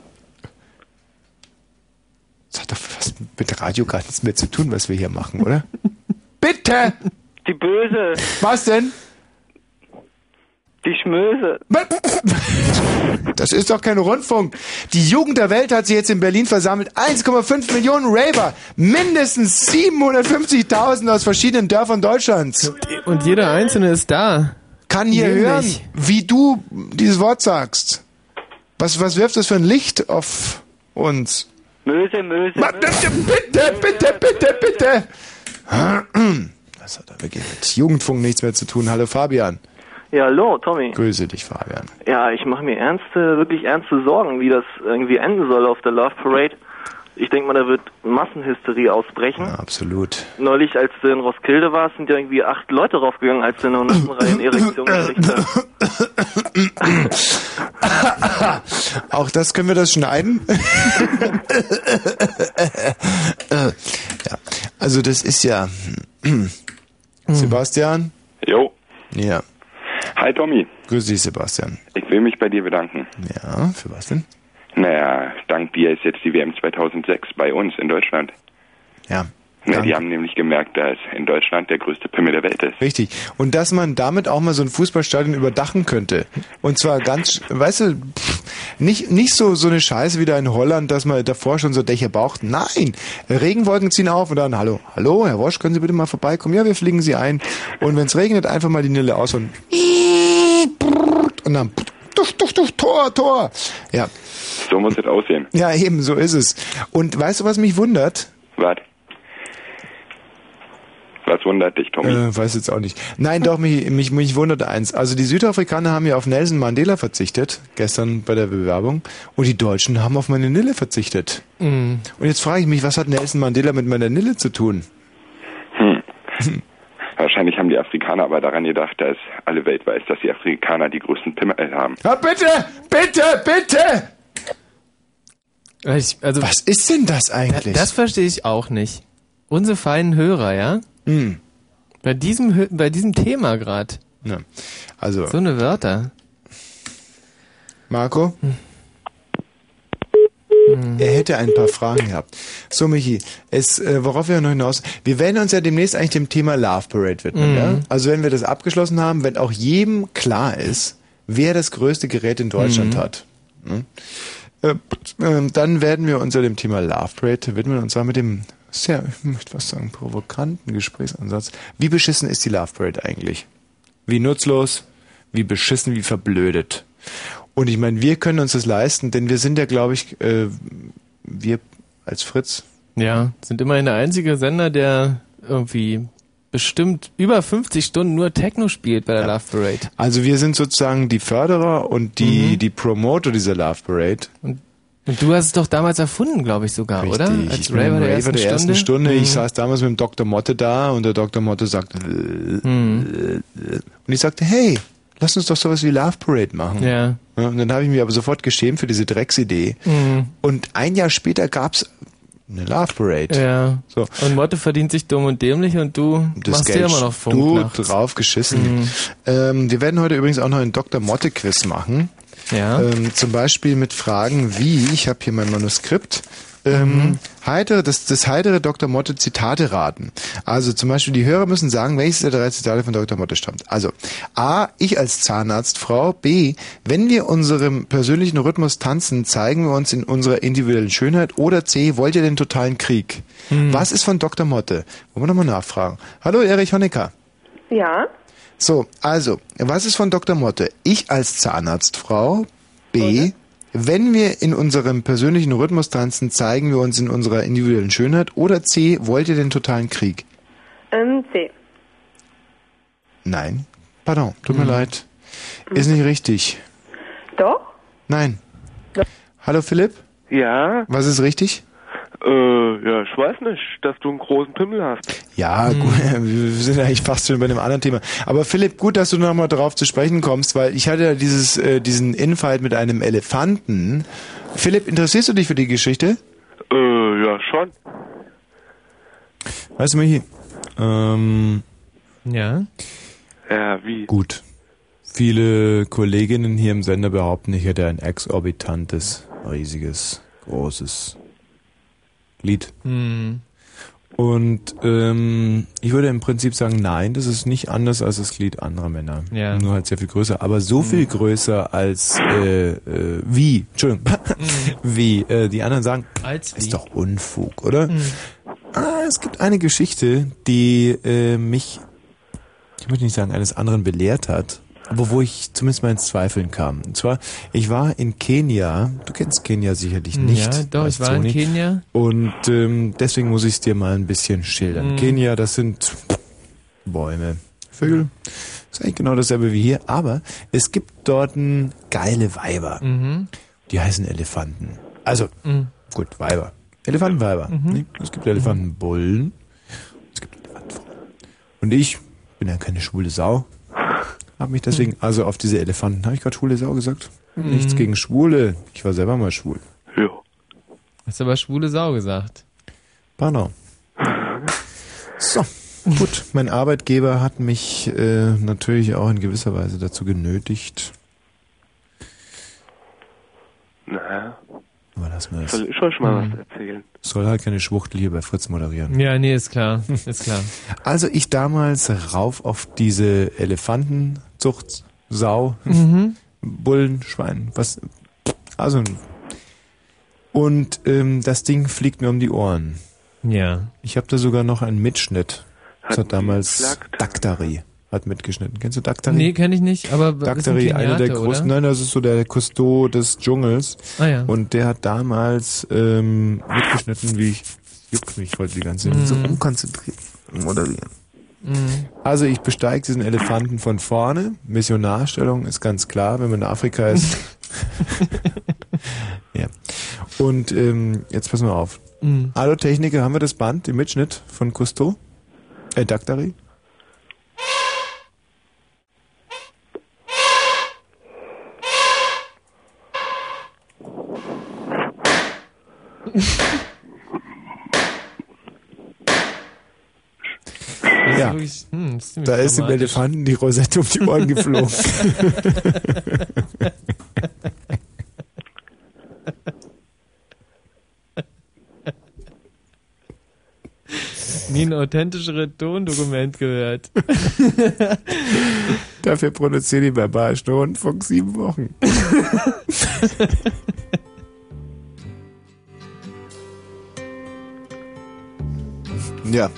Das hat doch was mit Radio gar nichts mehr zu tun, was wir hier machen, oder? Bitte! Die Böse. Was denn? Die Schmöse. Das ist doch kein Rundfunk. Die Jugend der Welt hat sich jetzt in Berlin versammelt. 1,5 Millionen Raver. Mindestens 750.000 aus verschiedenen Dörfern Deutschlands. Und jeder Einzelne ist da. Kann hier hören, wie du dieses Wort sagst. Was wirft das für ein Licht auf uns? Möse, Möse. Bitte, bitte, bitte, bitte. Das hat aber mit Jugendfunk nichts mehr zu tun. Hallo Fabian. Ja, hallo, Tommy. Grüße dich, Fabian. Ja, ich mache mir wirklich ernste Sorgen, wie das irgendwie enden soll auf der Love Parade. Ich denke mal, da wird Massenhysterie ausbrechen. Ja, absolut. Neulich, als du in Roskilde warst, sind ja irgendwie 8 Leute draufgegangen, als du in der nächsten Reihe eine Erektion gekriegt hast. Auch das können wir das schneiden? Ja, also das ist ja... Sebastian? Jo. Ja. Hi Tommy. Grüß dich, Sebastian. Ich will mich bei dir bedanken. Ja, für was denn? Naja, dank dir ist jetzt die WM 2006 bei uns in Deutschland. Ja. Ja, die haben nämlich gemerkt, dass in Deutschland der größte Pimmel der Welt ist. Richtig. Und dass man damit auch mal so ein Fußballstadion überdachen könnte. Und zwar ganz, weißt du, nicht so eine Scheiße wie da in Holland, dass man davor schon so Dächer braucht. Nein! Regenwolken ziehen auf und dann, hallo, Herr Wosch, können Sie bitte mal vorbeikommen? Ja, wir fliegen Sie ein. Und wenn es regnet, einfach mal die Nille aus und und dann Tor. Ja. So muss es aussehen. Ja, eben, so ist es. Und weißt du, was mich wundert? Was wundert dich, Tommy? Weiß jetzt auch nicht. Nein, doch, mich wundert eins. Also die Südafrikaner haben ja auf Nelson Mandela verzichtet, gestern bei der Bewerbung, und die Deutschen haben auf meine Nille verzichtet. Und jetzt frage ich mich, was hat Nelson Mandela mit meiner Nille zu tun? Wahrscheinlich haben die Afrikaner aber daran gedacht, dass alle Welt weiß, dass die Afrikaner die größten Pimmel haben. Ja, bitte! Was ist denn das eigentlich? Das verstehe ich auch nicht. Unsere feinen Hörer, ja? Bei diesem Thema gerade. Ja. Also. So eine Wörter. Marco? Er hätte ein paar Fragen gehabt. So, Michi, worauf wir noch hinaus... Wir werden uns ja demnächst eigentlich dem Thema Love Parade widmen, ja? Also wenn wir das abgeschlossen haben, wenn auch jedem klar ist, wer das größte Gerät in Deutschland hat, dann werden wir uns ja dem Thema Love Parade widmen, und zwar mit dem sehr, ich möchte was sagen, provokanten Gesprächsansatz. Wie beschissen ist die Love Parade eigentlich? Wie nutzlos, wie beschissen, wie verblödet. Und ich meine, wir können uns das leisten, denn wir sind ja, glaube ich, wir als Fritz. Ja, sind immerhin der einzige Sender, der irgendwie bestimmt über 50 Stunden nur Techno spielt bei der Love Parade. Also wir sind sozusagen die Förderer und die Promoter dieser Love Parade. Und du hast es doch damals erfunden, glaube ich sogar, richtig, oder? Als Raver der ersten Stunde. Ich saß damals mit dem Dr. Motte da und der Dr. Motte sagte und ich sagte, hey, lass uns doch sowas wie Love Parade machen. Ja. Und dann habe ich mich aber sofort geschämt für diese Drecksidee. Und ein Jahr später gab's eine Love Parade. Ja. So. Und Motte verdient sich dumm und dämlich und du machst dir immer noch Funk du nachts. Drauf geschissen. Wir werden heute übrigens auch noch einen Dr. Motte Quiz machen. Ja. Zum Beispiel mit Fragen wie, ich habe hier mein Manuskript, das heitere Dr. Motte Zitate raten. Also zum Beispiel, die Hörer müssen sagen, welches der 3 Zitate von Dr. Motte stammt. Also A, ich als Zahnarztfrau. B, wenn wir unserem persönlichen Rhythmus tanzen, zeigen wir uns in unserer individuellen Schönheit. Oder C, wollt ihr den totalen Krieg? Was ist von Dr. Motte? Wollen wir nochmal nachfragen. Hallo, Erich Honecker. Ja. So, also, was ist von Dr. Motte? Ich als Zahnarztfrau. B, wenn wir in unserem persönlichen Rhythmus tanzen, zeigen wir uns in unserer individuellen Schönheit. Oder C, wollt ihr den totalen Krieg? C. Nein. Pardon, tut mir leid. Ist nicht richtig. Doch? Nein. Doch. Hallo Philipp? Ja? Was ist richtig? Ja, ich weiß nicht, dass du einen großen Pimmel hast. Ja, gut, wir sind eigentlich fast schon bei einem anderen Thema. Aber Philipp, gut, dass du nochmal drauf zu sprechen kommst, weil ich hatte ja diesen Infight mit einem Elefanten. Philipp, interessierst du dich für die Geschichte? Ja, schon. Weißt du, Michi? Ja? Ja, wie? Gut. Viele Kolleginnen hier im Sender behaupten, ich hätte ein exorbitantes, riesiges, großes Glied. Und ich würde im Prinzip sagen, nein, das ist nicht anders als das Glied anderer Männer. Ja. Nur halt sehr viel größer, aber so viel größer als wie die anderen sagen, als ist doch Unfug, oder? Es gibt eine Geschichte, die mich, ich möchte nicht sagen, eines anderen belehrt hat, aber wo ich zumindest mal ins Zweifeln kam. Und zwar, ich war in Kenia, du kennst Kenia sicherlich nicht. Ja, doch, ich war in Kenia. Und deswegen muss ich es dir mal ein bisschen schildern. Kenia, das sind Bäume, Vögel. Ist eigentlich genau dasselbe wie hier, aber es gibt dort geile Weiber. Die heißen Elefanten. Also, gut, Weiber. Elefantenweiber. Es gibt Elefantenbullen. Es gibt Elefantenfrauen. Und ich bin ja keine schwule Sau. Hab mich deswegen, also auf diese Elefanten, habe ich gerade schwule Sau gesagt? Nichts gegen Schwule. Ich war selber mal schwul. Ja. Hast du aber schwule Sau gesagt. Pardon. So, gut. Mein Arbeitgeber hat mich natürlich auch in gewisser Weise dazu genötigt. Naja. Aber lass mir das. Soll ich euch mal was erzählen? Soll halt keine Schwuchtel hier bei Fritz moderieren. Ja, nee, ist klar. Ist klar. Also ich damals rauf auf diese Elefantenzucht, Sau, Bullen, Schwein, was, also, und das Ding fliegt mir um die Ohren. Ja. Ich habe da sogar noch einen Mitschnitt. Das hat damals Daktari. hat mitgeschnitten. Kennst du Daktari? Nee, kenne ich nicht, aber Daktari, einer der großen, nein, das ist so der Cousteau des Dschungels. Ah, ja. Und der hat damals mitgeschnitten, wie ich juckt mich heute die ganze Zeit so unkonzentriert moderieren. Also ich besteige diesen Elefanten von vorne. Missionarstellung ist ganz klar, wenn man in Afrika ist. Ja. Und jetzt passen wir auf. Hallo Techniker, haben wir das Band, den Mitschnitt von Cousteau? Daktari? Ja, wirklich, da ist dem Elefanten die Rosette um die Ohren geflogen. Nie ein authentischeres Tondokument gehört. Dafür produzieren die Barbarischen Rundfunk 7 Wochen. Ja.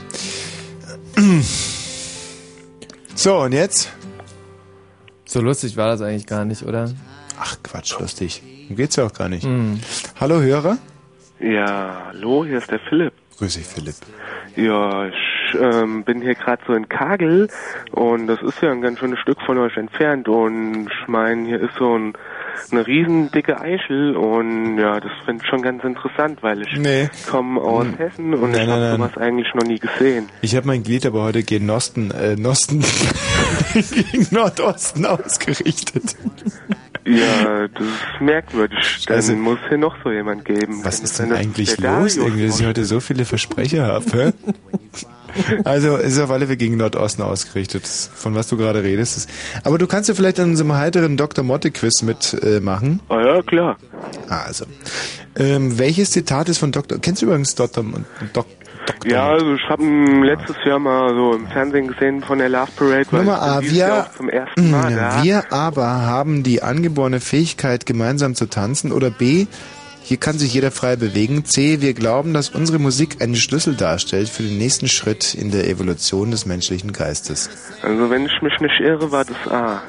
So, und jetzt? So lustig war das eigentlich gar nicht, oder? Ach, Quatsch, lustig. Geht's ja auch gar nicht. Hallo, Hörer? Ja, hallo, hier ist der Philipp. Grüß dich, Philipp. Ja, ich bin hier gerade so in Kagel und das ist ja ein ganz schönes Stück von euch entfernt und ich meine, hier ist so eine riesen dicke Eichel und ja, das finde ich schon ganz interessant, weil ich komme aus Hessen und ich habe sowas eigentlich noch nie gesehen. Ich habe mein Glied aber heute gegen Nosten gegen Nordosten ausgerichtet. Ja, das ist merkwürdig. Dann muss hier noch so jemand geben. Was ist denn eigentlich los, irgendwie, dass ich heute so viele Versprecher habe? Also, es ist auf alle Fälle gegen Nordosten ausgerichtet, von was du gerade redest. Aber du kannst ja vielleicht an so einem heiteren Dr. Motte-Quiz mitmachen. Ah ja, klar. Also, welches Zitat ist von Dr. Kennst du übrigens Dr. Ja, also ich habe letztes Jahr mal so im Fernsehen gesehen von der Love Parade, weil Nummer A, zum ersten Mal da. Wir aber haben die angeborene Fähigkeit, gemeinsam zu tanzen. Oder B, hier kann sich jeder frei bewegen. C, wir glauben, dass unsere Musik einen Schlüssel darstellt für den nächsten Schritt in der Evolution des menschlichen Geistes. Also wenn ich mich nicht irre, war das A.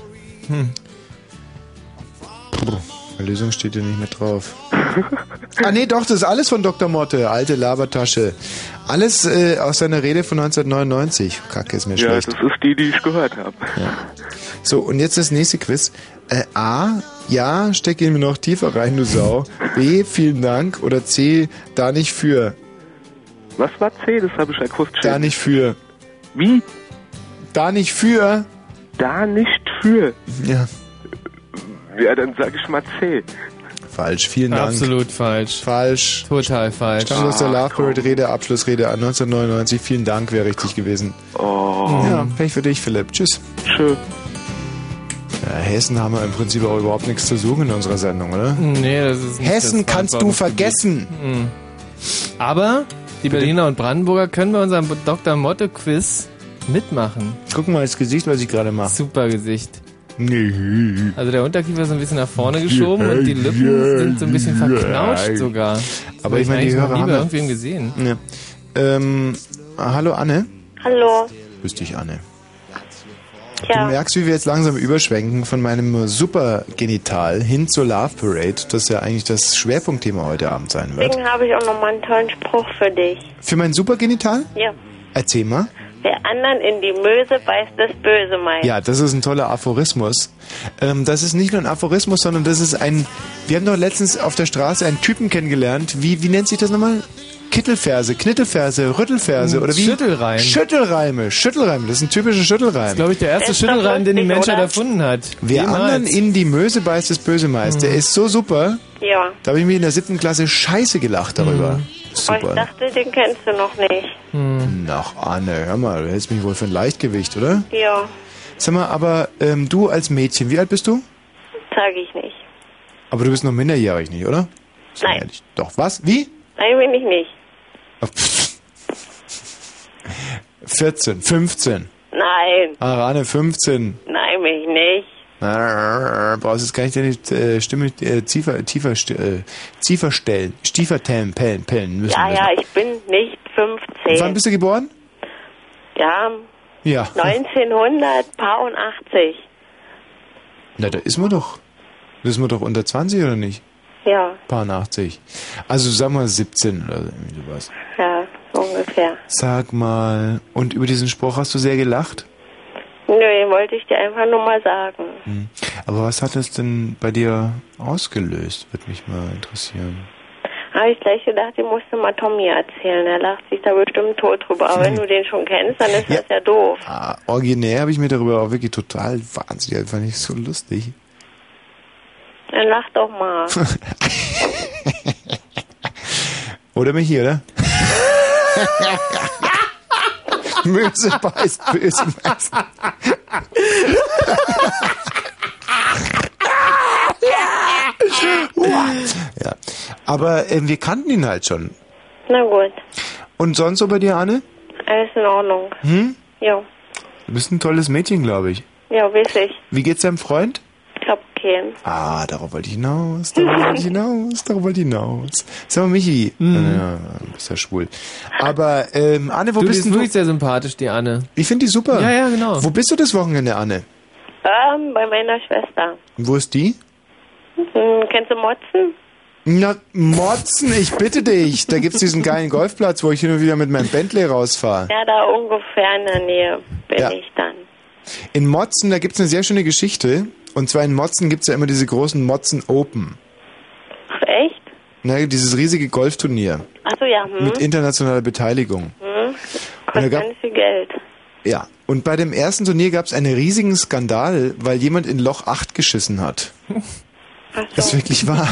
Die Lösung steht hier nicht mehr drauf. Ah nee, doch, das ist alles von Dr. Motte, alte Labertasche. Alles aus seiner Rede von 1999. Kacke, ist mir schlecht. Ja, das ist die ich gehört habe. Ja. So, und jetzt das nächste Quiz. A, ja, steck ihn mir noch tiefer rein, du Sau. B, vielen Dank. Oder C, da nicht für. Was war C? Das habe ich akustisch. Da nicht für. Wie? Da nicht für. Da nicht für. Ja. Ja, dann sag ich mal C. Falsch, vielen Dank. Absolut falsch. Falsch. Total falsch. Stammt aus der Love Parade Rede, Abschlussrede an 1999. Vielen Dank, wäre richtig gewesen. Oh. Ja, Pech für dich, Philipp. Tschüss. Tschüss. Ja, Hessen haben wir im Prinzip auch überhaupt nichts zu suchen in unserer Sendung, oder? Nee, das ist nicht. Hessen kannst du vergessen. Aber die Berliner und Brandenburger können bei unserem Dr. Motte-Quiz mitmachen. Guck mal das Gesicht, was ich gerade mache. Super Gesicht. Also der Unterkiefer ist ein bisschen nach vorne geschoben und die Lippen sind so ein bisschen verknauscht sogar. Aber ich meine, die Hörer haben irgendwen gesehen. Ja. Hallo Anne. Hallo. Grüß dich, Anne. Ja. Du merkst, wie wir jetzt langsam überschwenken von meinem Supergenital hin zur Love Parade, das ja eigentlich das Schwerpunktthema heute Abend sein wird. Deswegen habe ich auch nochmal einen tollen Spruch für dich. Für mein Supergenital? Ja. Erzähl mal. Wer anderen in die Möse beißt, das Böse meint. Ja, das ist ein toller Aphorismus. Das ist nicht nur ein Aphorismus, sondern das ist ein... Wir haben doch letztens auf der Straße einen Typen kennengelernt. Wie nennt sich das nochmal? Kittelverse, Knittelverse, Rüttelverse oder wie? Schüttelreim. Schüttelreime. Das ist ein typischer Schüttelreim. Das ist, glaube ich, der erste Schüttelreim, den die Menschheit erfunden hat. Wer anderen in die Möse beißt, das Böse meist. Der ist so super. Ja. Da habe ich mir in der 7. Klasse scheiße gelacht darüber. Super. Aber ich dachte, den kennst du noch nicht. Ach, Anne, hör mal, du hältst mich wohl für ein Leichtgewicht, oder? Ja. Sag mal, aber du als Mädchen, wie alt bist du? Sag ich nicht. Aber du bist noch minderjährig nicht, oder? Nein. Ehrlich. Doch, was? Wie? Nein, bin ich nicht. 14, 15. Nein. Arane, 15. Nein, bin ich nicht. Brauchst jetzt gar nicht deine Stimme tiefer stellen. Pellen müssen. Ja, ich bin nicht 15. Wann bist du geboren? Ja, Ja. 1980. Na, da ist man doch. Da ist man doch unter 20 oder nicht? Ja. Paar 80. Also sagen wir 17 oder irgendwie sowas. Ja, so ungefähr. Sag mal, und über diesen Spruch hast du sehr gelacht? Nö, den wollte ich dir einfach nur mal sagen. Aber was hat das denn bei dir ausgelöst? Würde mich mal interessieren. Habe ich gleich gedacht, den musst du mal Tommy erzählen. Er lacht sich da bestimmt tot drüber. Aber wenn du den schon kennst, dann ist das ja doof. Originär habe ich mir darüber auch wirklich total wahnsinnig, einfach nicht so lustig. Dann lach doch mal. Oder Michi, oder? Böse beißt, böse beißt. Ja. Aber wir kannten ihn halt schon. Na gut. Und sonst so bei dir, Anne? Alles in Ordnung. Ja. Du bist ein tolles Mädchen, glaube ich. Ja, weiß ich. Wie geht's deinem Freund? Ich hab keinen. Darauf wollte ich hinaus, darauf wollte ich hinaus. Sag mal, Michi. Ja, du bist ja schwul. Aber, Anne, wo bist du? Du bist sehr sympathisch, die Anne. Ich finde die super. Ja, ja, genau. Wo bist du das Wochenende, Anne? Bei meiner Schwester. Wo ist die? Kennst du Motzen? Na, Motzen, ich bitte dich. Da gibt's diesen geilen Golfplatz, wo ich hin und wieder mit meinem Bentley rausfahre. Ja, da ungefähr in der Nähe bin ich dann. In Motzen, da gibt's eine sehr schöne Geschichte. Und zwar in Motzen gibt's ja immer diese großen Motzen Open. Ach, echt? Na, dieses riesige Golfturnier. Ach so, ja. Mit internationaler Beteiligung. Kostet ganz viel Geld. Ja, und bei dem ersten Turnier gab's einen riesigen Skandal, weil jemand in Loch 8 geschissen hat. Ach so. Das ist wirklich wahr.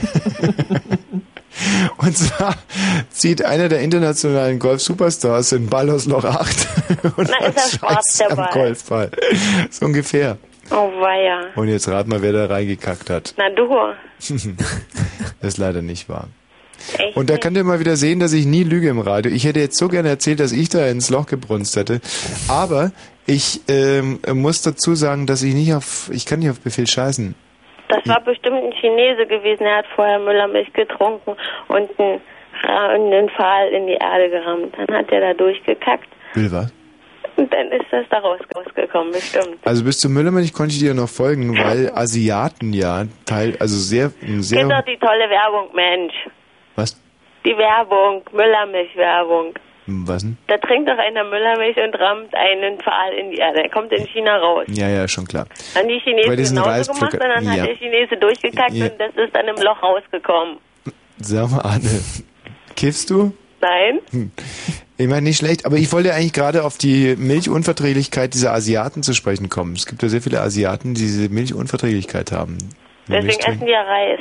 Und zwar zieht einer der internationalen Golf-Superstars den Ball aus Loch 8 und Na, ist er schwarz, der Ball. am Golfball. So ungefähr. Oh, weia. Und jetzt rat mal, wer da reingekackt hat. Na, du. Das ist leider nicht wahr. Echt Und da nicht? könnt ihr mal wieder sehen, dass ich nie lüge im Radio. Ich hätte jetzt so gerne erzählt, dass ich da ins Loch gebrunst hätte. Aber ich muss dazu sagen, dass ich kann nicht auf Befehl scheißen. Das war bestimmt ein Chinese gewesen. Er hat vorher Müllermilch getrunken und einen Pfahl in die Erde gerammt. Dann hat er da durchgekackt. Will was? Und dann ist das da rausgekommen, bestimmt. Also bis zum Müllermilch konnte ich dir noch folgen, weil Asiaten sehr Kennt doch die tolle Werbung, Mensch. Was? Die Werbung, Müllermilch-Werbung. Was denn? Da trinkt doch einer Müllermilch und rammt einen Pfahl in die Erde. Er kommt in China raus. Ja, schon klar. Dann die Bei Chinesen diesen genauso gemacht und dann hat der Chinese durchgekackt und das ist dann im Loch rausgekommen. Sag mal, Anne, kiffst du? Nein? Ich meine, nicht schlecht, aber ich wollte eigentlich gerade auf die Milchunverträglichkeit dieser Asiaten zu sprechen kommen. Es gibt ja sehr viele Asiaten, die diese Milchunverträglichkeit haben. Deswegen essen die ja Reis.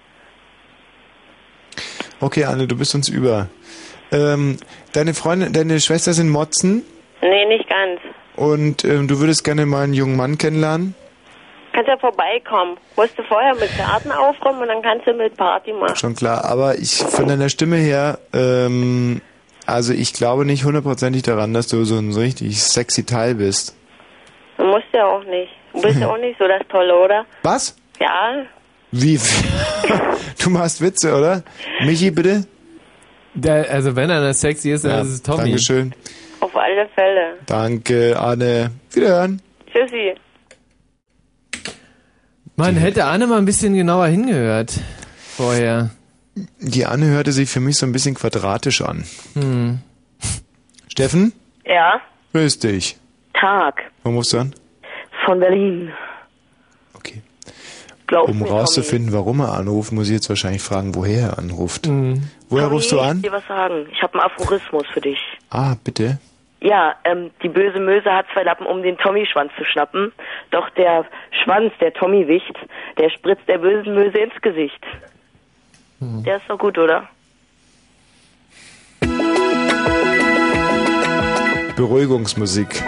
Okay, Anne, du bist uns über. Deine Schwester sind Motzen? Nee, nicht ganz. Und du würdest gerne mal einen jungen Mann kennenlernen? Kannst ja vorbeikommen. Musst du vorher mit Garten aufräumen und dann kannst du mit Party machen. Schon klar, aber von deiner Stimme her, also ich glaube nicht hundertprozentig daran, dass du so ein richtig sexy Teil bist. Du musst ja auch nicht. Du bist ja auch nicht so das Tolle, oder? Was? Ja. Wie? Du machst Witze, oder? Michi, bitte? Also wenn einer sexy ist, dann ist es Tommy. Dankeschön. Auf alle Fälle. Danke, Anne. Wiederhören. Tschüssi. Man hätte Anne mal ein bisschen genauer hingehört vorher. Die Anne hörte sich für mich so ein bisschen quadratisch an. Steffen? Ja? Grüß dich. Tag. Wo rufst du an? Von Berlin. Okay. Glaubst Um mir, rauszufinden, warum er anruft, muss ich jetzt wahrscheinlich fragen, woher er anruft. Woher Tommy, rufst du an? Ich will dir was sagen. Ich habe einen Aphorismus für dich. Ah, bitte. Ja, die böse Möse hat 2 Lappen, um den Tommy-Schwanz zu schnappen. Doch der Schwanz, der Tommy wicht, der spritzt der bösen Möse ins Gesicht. Der ist doch gut, oder? Beruhigungsmusik.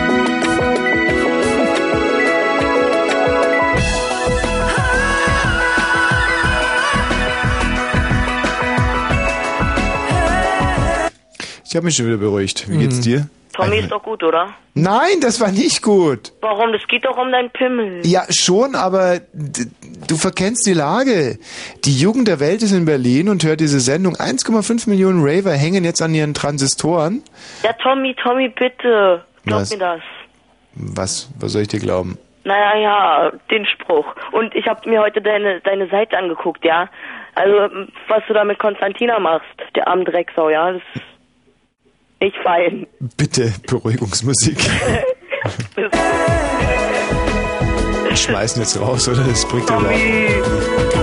Ich habe mich schon wieder beruhigt. Wie geht's dir? Tommy ist doch gut, oder? Nein, das war nicht gut. Warum? Das geht doch um deinen Pimmel. Ja, schon, aber du verkennst die Lage. Die Jugend der Welt ist in Berlin und hört diese Sendung. 1,5 Millionen Raver hängen jetzt an ihren Transistoren. Ja, Tommy, bitte. Glaub mir das. Was soll ich dir glauben? Naja, ja, den Spruch. Und ich habe mir heute deine Seite angeguckt, ja. Also, was du da mit Konstantina machst, der armen Drecksau, ja, das ist nicht fein. Bitte, Beruhigungsmusik. Schmeißen jetzt raus, oder? Das bringt dir überhaupt.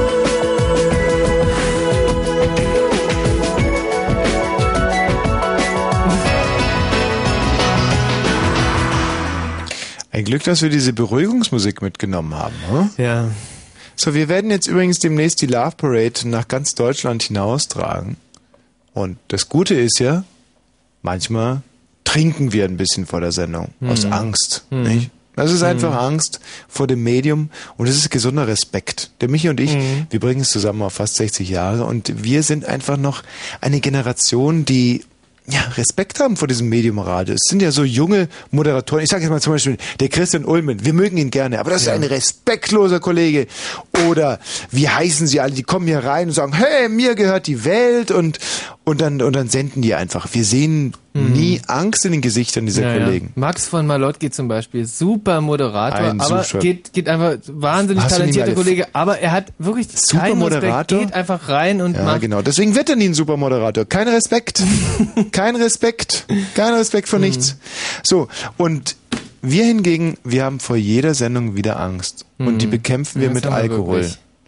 Ein Glück, dass wir diese Beruhigungsmusik mitgenommen haben, hm? Ja. So, wir werden jetzt übrigens demnächst die Love Parade nach ganz Deutschland hinaustragen. Und das Gute ist ja, manchmal trinken wir ein bisschen vor der Sendung. Aus Angst, nicht? Das ist einfach Angst vor dem Medium und es ist gesunder Respekt. Der Michi und ich, wir bringen es zusammen auf fast 60 Jahre und wir sind einfach noch eine Generation, die Respekt haben vor diesem Medium-Radio. Es sind ja so junge Moderatoren. Ich sage jetzt mal zum Beispiel, der Christian Ullmann. Wir mögen ihn gerne, aber das ist ein respektloser Kollege. Oder wie heißen sie alle? Die kommen hier rein und sagen, hey, mir gehört die Welt und dann senden die einfach. Wir sehen nie Angst in den Gesichtern dieser Kollegen. Ja. Max von Malotki zum Beispiel, super Moderator, aber geht einfach wahnsinnig talentierter Kollege, aber er hat wirklich keinen Respekt, geht einfach rein und macht. Ja, genau. Deswegen wird er nie ein super Moderator. Kein Respekt. Kein Respekt vor nichts. So, und wir hingegen, wir haben vor jeder Sendung wieder Angst. Und die bekämpfen wir mit Alkohol.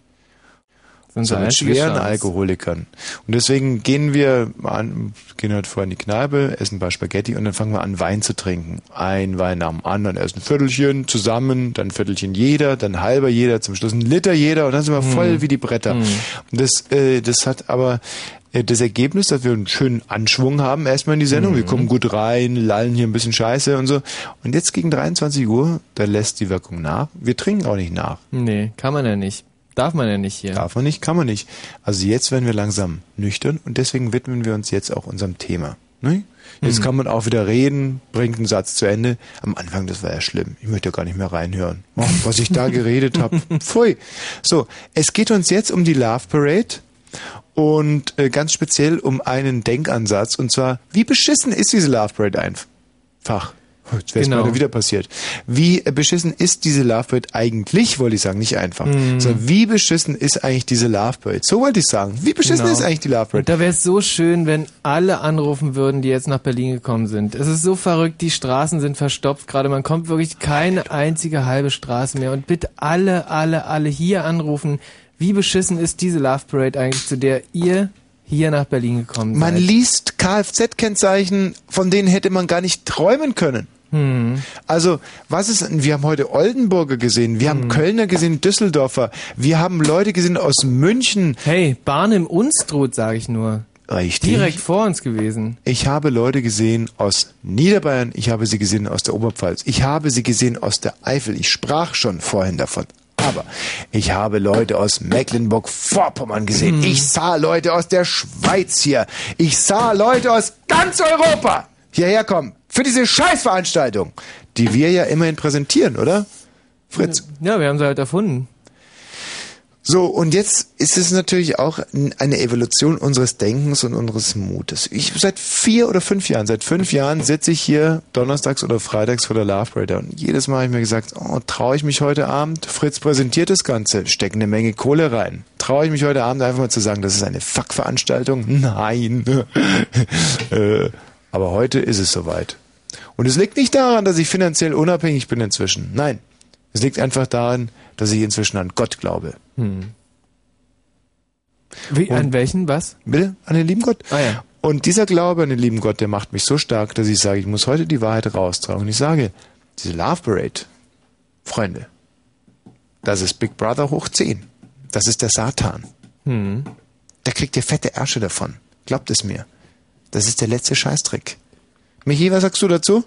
So mit schweren Alkoholikern. Und deswegen gehen wir halt vorher in die Kneipe, essen ein paar Spaghetti und dann fangen wir an, Wein zu trinken. Ein Wein nach dem anderen, erst ein Viertelchen zusammen, dann ein Viertelchen jeder, dann halber jeder, zum Schluss ein Liter jeder und dann sind wir voll wie die Bretter. Und das hat aber das Ergebnis, dass wir einen schönen Anschwung haben, erstmal in die Sendung. Wir kommen gut rein, lallen hier ein bisschen Scheiße und so. Und jetzt gegen 23 Uhr, da lässt die Wirkung nach. Wir trinken auch nicht nach. Nee, kann man ja nicht. Darf man ja nicht hier. Darf man nicht, kann man nicht. Also jetzt werden wir langsam nüchtern und deswegen widmen wir uns jetzt auch unserem Thema. Ne? Jetzt kann man auch wieder reden, bringt einen Satz zu Ende. Am Anfang, das war ja schlimm. Ich möchte ja gar nicht mehr reinhören. Oh, was ich da geredet habe. Pfui. So, es geht uns jetzt um die Love Parade und ganz speziell um einen Denkansatz. Und zwar, wie beschissen ist diese Love Parade einfach? Jetzt wäre es mal wieder passiert. Wie beschissen ist diese Love Parade eigentlich, wollte ich sagen, nicht einfach. Sondern wie beschissen ist eigentlich diese Love Parade? So wollte ich sagen. Wie beschissen ist eigentlich die Love Parade? Und da wäre es so schön, wenn alle anrufen würden, die jetzt nach Berlin gekommen sind. Es ist so verrückt, die Straßen sind verstopft gerade. Man kommt wirklich keine einzige halbe Straße mehr. Und bitte alle hier anrufen. Wie beschissen ist diese Love Parade eigentlich, zu der ihr hier nach Berlin gekommen seid? Man liest Kfz-Kennzeichen, von denen hätte man gar nicht träumen können. Also, wir haben heute Oldenburger gesehen, wir haben Kölner gesehen, Düsseldorfer, wir haben Leute gesehen aus München. Hey, Bahn im Unstrut, sage ich nur. Richtig. Direkt vor uns gewesen. Ich habe Leute gesehen aus Niederbayern, ich habe sie gesehen aus der Oberpfalz, ich habe sie gesehen aus der Eifel, ich sprach schon vorhin davon. Aber ich habe Leute aus Mecklenburg-Vorpommern gesehen, ich sah Leute aus der Schweiz hier, ich sah Leute aus ganz Europa hierher kommen. Für diese Scheißveranstaltung, die wir ja immerhin präsentieren, oder? Fritz? Ja, wir haben sie halt erfunden. So, und jetzt ist es natürlich auch eine Evolution unseres Denkens und unseres Mutes. Seit 4 oder 5 Jahren sitze ich hier donnerstags oder freitags vor der Love Parade und jedes Mal habe ich mir gesagt, traue ich mich heute Abend? Fritz präsentiert das Ganze, steckt eine Menge Kohle rein. Traue ich mich heute Abend einfach mal zu sagen, das ist eine Fuck-Veranstaltung? Nein. Aber heute ist es soweit. Und es liegt nicht daran, dass ich finanziell unabhängig bin inzwischen. Nein, es liegt einfach daran, dass ich inzwischen an Gott glaube. An welchen, was? Bitte? An den lieben Gott. Ah ja. Und dieser Glaube an den lieben Gott, der macht mich so stark, dass ich sage, ich muss heute die Wahrheit raustragen. Und ich sage, diese Love Parade, Freunde, das ist Big Brother hoch 10. Das ist der Satan. Da kriegt ihr fette Ärsche davon. Glaubt es mir. Das ist der letzte Scheißtrick. Michi, was sagst du dazu?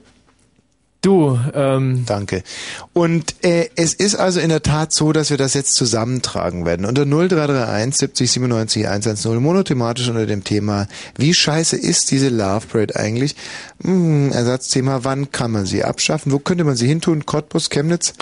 Danke. Und es ist also in der Tat so, dass wir das jetzt zusammentragen werden. Unter 0331 70 97 110 monothematisch unter dem Thema, wie scheiße ist diese Love Parade eigentlich? Ersatzthema, wann kann man sie abschaffen? Wo könnte man sie hintun? Cottbus, Chemnitz?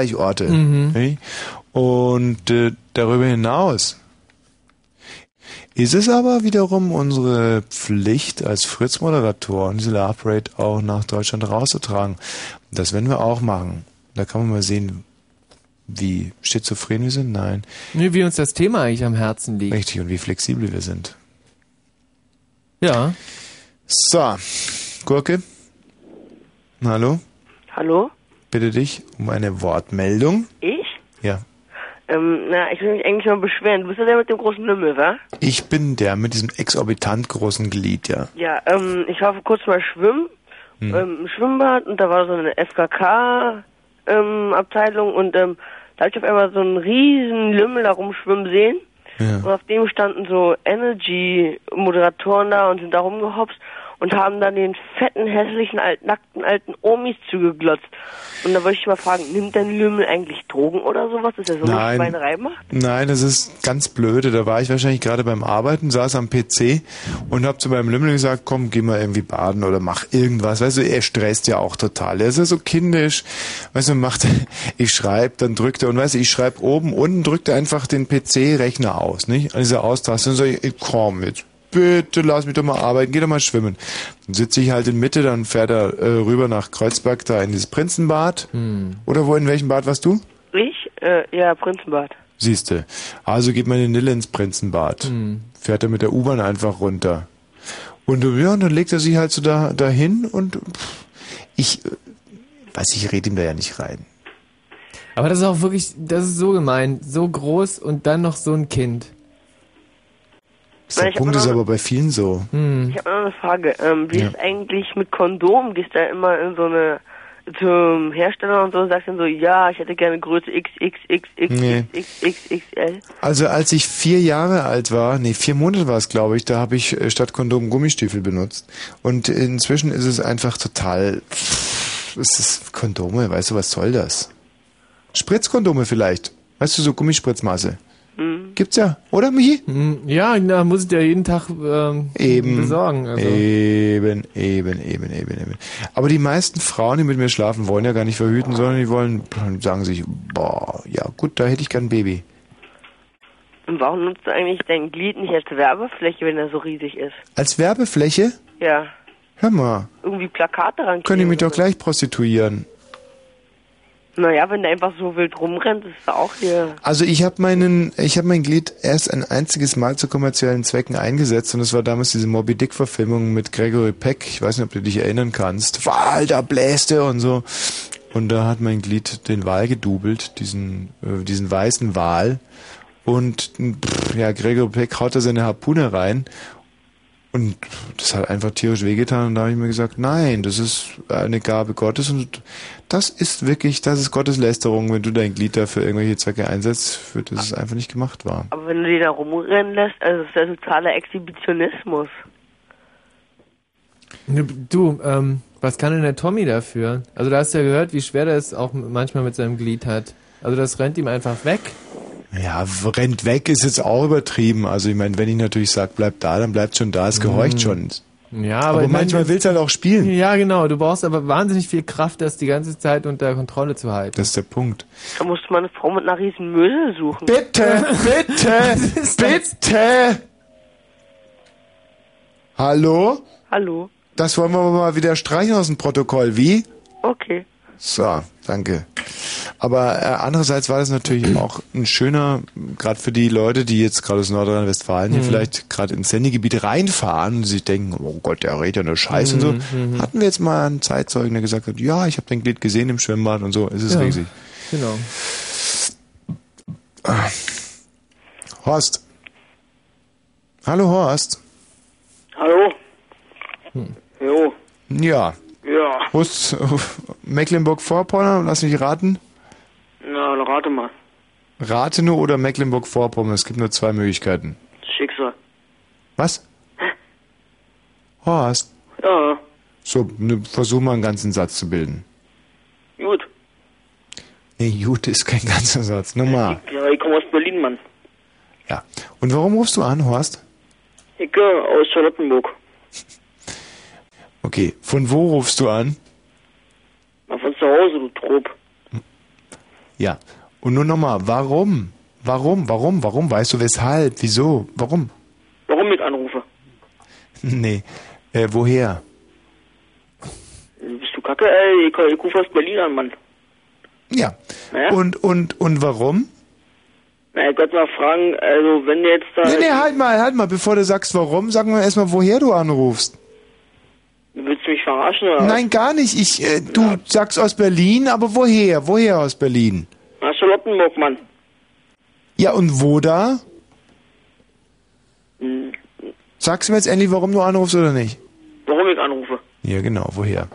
Ausweichorte. Und darüber hinaus ist es aber wiederum unsere Pflicht als Fritz-Moderatoren, diese Love Parade auch nach Deutschland rauszutragen. Das werden wir auch machen. Da kann man mal sehen, wie schizophren wir sind. Nein. Nee, wie uns das Thema eigentlich am Herzen liegt. Richtig, und wie flexibel wir sind. Ja. So, Gurke. Hallo? Hallo? Bitte dich um eine Wortmeldung. Ich? Ja. Ich will mich eigentlich mal beschweren. Du bist ja der mit dem großen Lümmel, wa? Ich bin der mit diesem exorbitant großen Glied, ja. Ja, ich war vor kurzem mal schwimmen, im Schwimmbad, und da war so eine FKK-Abteilung, und da hab ich auf einmal so einen riesen Lümmel da rumschwimmen sehen. Ja. Und auf dem standen so Energy-Moderatoren da und sind da rumgehopst und haben dann den fetten, hässlichen, nackten alten Omis zugeglotzt. Und da wollte ich mal fragen, nimmt dein Lümmel eigentlich Drogen oder sowas, dass er so eine Schweinerei macht? Nein, das ist ganz blöde. Da war ich wahrscheinlich gerade beim Arbeiten, saß am PC und hab zu meinem Lümmel gesagt, komm, geh mal irgendwie baden oder mach irgendwas. Weißt du, er stresst ja auch total. Er ist ja so kindisch. Weißt du, ich schreibe, dann drückt er, und weißt du, ich schreibe oben, unten drückt er einfach den PC-Rechner aus, nicht? An dieser Austaste. Und so, komm jetzt. Bitte lass mich doch mal arbeiten, geh doch mal schwimmen. Dann sitze ich halt in Mitte, dann fährt er rüber nach Kreuzberg, da in dieses Prinzenbad. Oder in welchem Bad warst du? Ich? Ja, Prinzenbad. Siehste. Also geht meine Nille ins Prinzenbad. Fährt er mit der U-Bahn einfach runter. Und ja, dann legt er sich halt so dahin und ich rede ihm da ja nicht rein. Aber das ist auch wirklich, das ist so gemein. So groß und dann noch so ein Kind. Der Punkt ist aber bei vielen so. Ich habe noch eine Frage. Wie ist eigentlich mit Kondom? Gehst du da immer in so eine zum Hersteller und so, sagst dann so, ja, ich hätte gerne Größe XXXXXXXL. Also als ich 4 Jahre alt war, 4 Monate war es, glaube ich, da habe ich statt Kondom Gummistiefel benutzt. Und inzwischen ist es einfach total, es ist Kondome, weißt du, was soll das? Spritzkondome vielleicht. Weißt du, so Gummispritzmaße. Gibt's ja, oder Michi? Ja, da muss ich ja jeden Tag besorgen. Also. Eben. Aber die meisten Frauen, die mit mir schlafen, wollen ja gar nicht verhüten, sondern die sagen sich, boah, ja gut, da hätte ich gern ein Baby. Und warum nutzt du eigentlich dein Glied nicht als Werbefläche, wenn er so riesig ist? Als Werbefläche? Ja. Hör mal. Irgendwie Plakate rankleben. Können die mich doch gleich prostituieren. Naja, wenn der einfach so wild rumrennt, ist es auch hier... Also ich habe mein Glied erst ein einziges Mal zu kommerziellen Zwecken eingesetzt, und das war damals diese Moby Dick Verfilmung mit Gregory Peck. Ich weiß nicht, ob du dich erinnern kannst. Wal, da bläst er und so. Und da hat mein Glied den Wal gedoubelt, diesen weißen Wal. Und Gregory Peck haut da seine Harpune rein. Und das hat einfach tierisch wehgetan, und da habe ich mir gesagt, nein, das ist eine Gabe Gottes, und das ist Gotteslästerung, wenn du dein Glied da für irgendwelche Zwecke einsetzt, für das es einfach nicht gemacht war. Aber wenn du die da rumrennen lässt, also das ist ja totaler Exhibitionismus. Du, was kann denn der Tommy dafür? Also da hast du ja gehört, wie schwer der es auch manchmal mit seinem Glied hat. Also das rennt ihm einfach weg. Ja, rennt weg ist jetzt auch übertrieben. Also ich meine, wenn ich natürlich sage, bleib da, dann bleibt schon da, es gehorcht schon. Ja, aber manchmal willst du halt auch spielen. Ja, genau. Du brauchst aber wahnsinnig viel Kraft, das die ganze Zeit unter Kontrolle zu halten. Das ist der Punkt. Da musst du mal eine Frau mit einer riesen Möse suchen. Bitte! Hallo? Hallo? Das wollen wir mal wieder streichen aus dem Protokoll. Wie? Okay. So, danke. Aber andererseits war das natürlich auch ein schöner, gerade für die Leute, die jetzt gerade aus Nordrhein-Westfalen hier vielleicht gerade ins Sendegebiet reinfahren und sich denken, oh Gott, der redet ja nur Scheiße und so. Hatten wir jetzt mal einen Zeitzeugen, der gesagt hat, ja, ich habe dein Glied gesehen im Schwimmbad und so. Es ist riesig. Genau. Horst. Hallo Horst. Hallo? Jo. Ja. Ja. Wo ist Mecklenburg-Vorpommern? Lass mich raten. Na, dann rate mal. Rathenow oder Mecklenburg-Vorpommern? Es gibt nur 2 Möglichkeiten. Schicksal. Was? Horst. Ja. So, versuch mal einen ganzen Satz zu bilden. Gut. Nee, gut ist kein ganzer Satz. Nochmal. Ja, ich komme aus Berlin, Mann. Ja. Und warum rufst du an, Horst? Ich aus Charlottenburg. Okay. Von wo rufst du an? Na, von zu Hause, du Trop. Ja. Und nur nochmal, warum? Warum? Weißt du weshalb? Wieso? Warum? Warum Nee. Woher? Bist du kacke, ey? Ich rufe aus Berlin an, Mann. Ja. Naja? Und warum? Na, ich wollte mal fragen, also wenn du jetzt da... Nee, halt mal, bevor du sagst warum, sag mal erstmal, woher du anrufst. Willst du mich verarschen, oder? Nein, gar nicht. Du sagst aus Berlin, aber woher? Woher aus Berlin? Na, Charlottenburg, Mann. Ja, und wo da? Hm. Sagst du mir jetzt endlich, warum du anrufst oder nicht? Warum ich anrufe? Ja, genau, woher?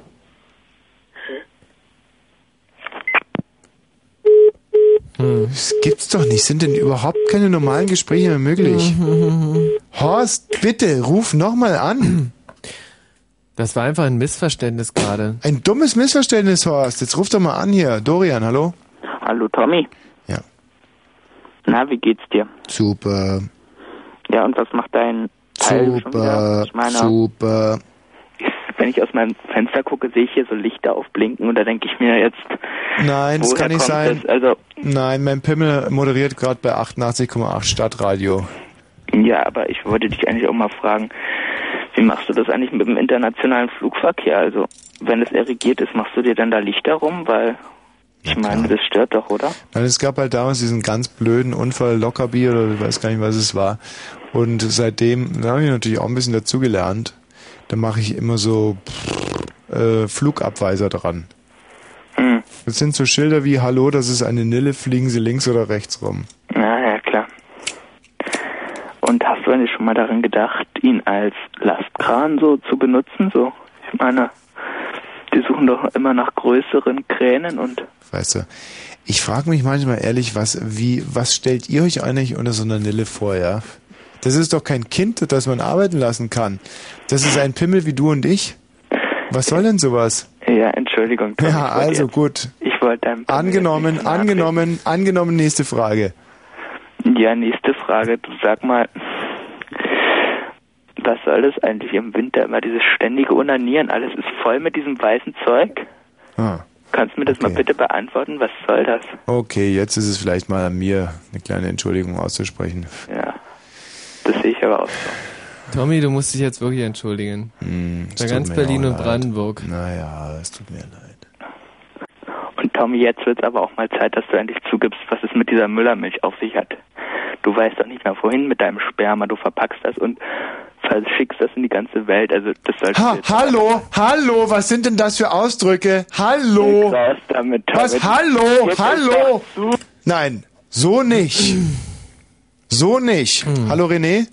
Das gibt's doch nicht. Sind denn überhaupt keine normalen Gespräche mehr möglich? Horst, bitte, ruf nochmal an. Das war einfach ein Missverständnis gerade. Ein dummes Missverständnis, Horst. Jetzt ruf doch mal an hier. Dorian, hallo? Hallo, Tommy. Ja. Na, wie geht's dir? Super. Ja, und was macht dein Teil schon wieder? Ich meine, Super. wenn ich aus meinem Fenster gucke, sehe ich hier so Lichter aufblinken und da denke ich mir jetzt... Nein, das kann nicht sein. Das? Also, nein, mein Pimmel moderiert gerade bei 88,8 Stadtradio. Ja, aber ich wollte dich eigentlich auch mal fragen, wie machst du das eigentlich mit dem internationalen Flugverkehr? Also, wenn es irrigiert ist, machst du dir dann da Lichter rum? Weil, ich meine, das stört doch, oder? Nein, es gab halt damals diesen ganz blöden Unfall, Lockerbie oder ich weiß gar nicht, was es war. Und seitdem, da habe ich natürlich auch ein bisschen dazugelernt. Da mache ich immer so Flugabweiser dran. Das sind so Schilder wie, hallo, das ist eine Nille, fliegen Sie links oder rechts rum. Ja, klar. Und hast du eigentlich schon mal daran gedacht, ihn als Lastkran so zu benutzen? So, ich meine, die suchen doch immer nach größeren Kränen und... Weißt du, ich frage mich manchmal ehrlich, was stellt ihr euch eigentlich unter so einer Nille vor, ja? Das ist doch kein Kind, das man arbeiten lassen kann. Das ist ein Pimmel wie du und ich. Was soll denn sowas? Ja, Entschuldigung. Tom, ja, also gut. Ich wollte deinem Angenommen, nächste Frage. Ja, nächste Frage. Du sag mal, was soll das eigentlich im Winter? Immer dieses ständige Unanieren. Alles ist voll mit diesem weißen Zeug. Kannst du mir das mal bitte beantworten? Was soll das? Okay, jetzt ist es vielleicht mal an mir, eine kleine Entschuldigung auszusprechen. Ja, das sehe ich aber auch so. Tommy, du musst dich jetzt wirklich entschuldigen. Bei ganz Berlin und Brandenburg. Naja, es tut mir leid. Und Tommy, jetzt wird es aber auch mal Zeit, dass du endlich zugibst, was es mit dieser Müllermilch auf sich hat. Du weißt doch nicht mehr wohin mit deinem Sperma, du verpackst das und verschickst das in die ganze Welt. Also das sollte Hallo, was sind denn das für Ausdrücke? Hallo! Damit, was? Hallo! Nein, so nicht. So nicht. Hallo René?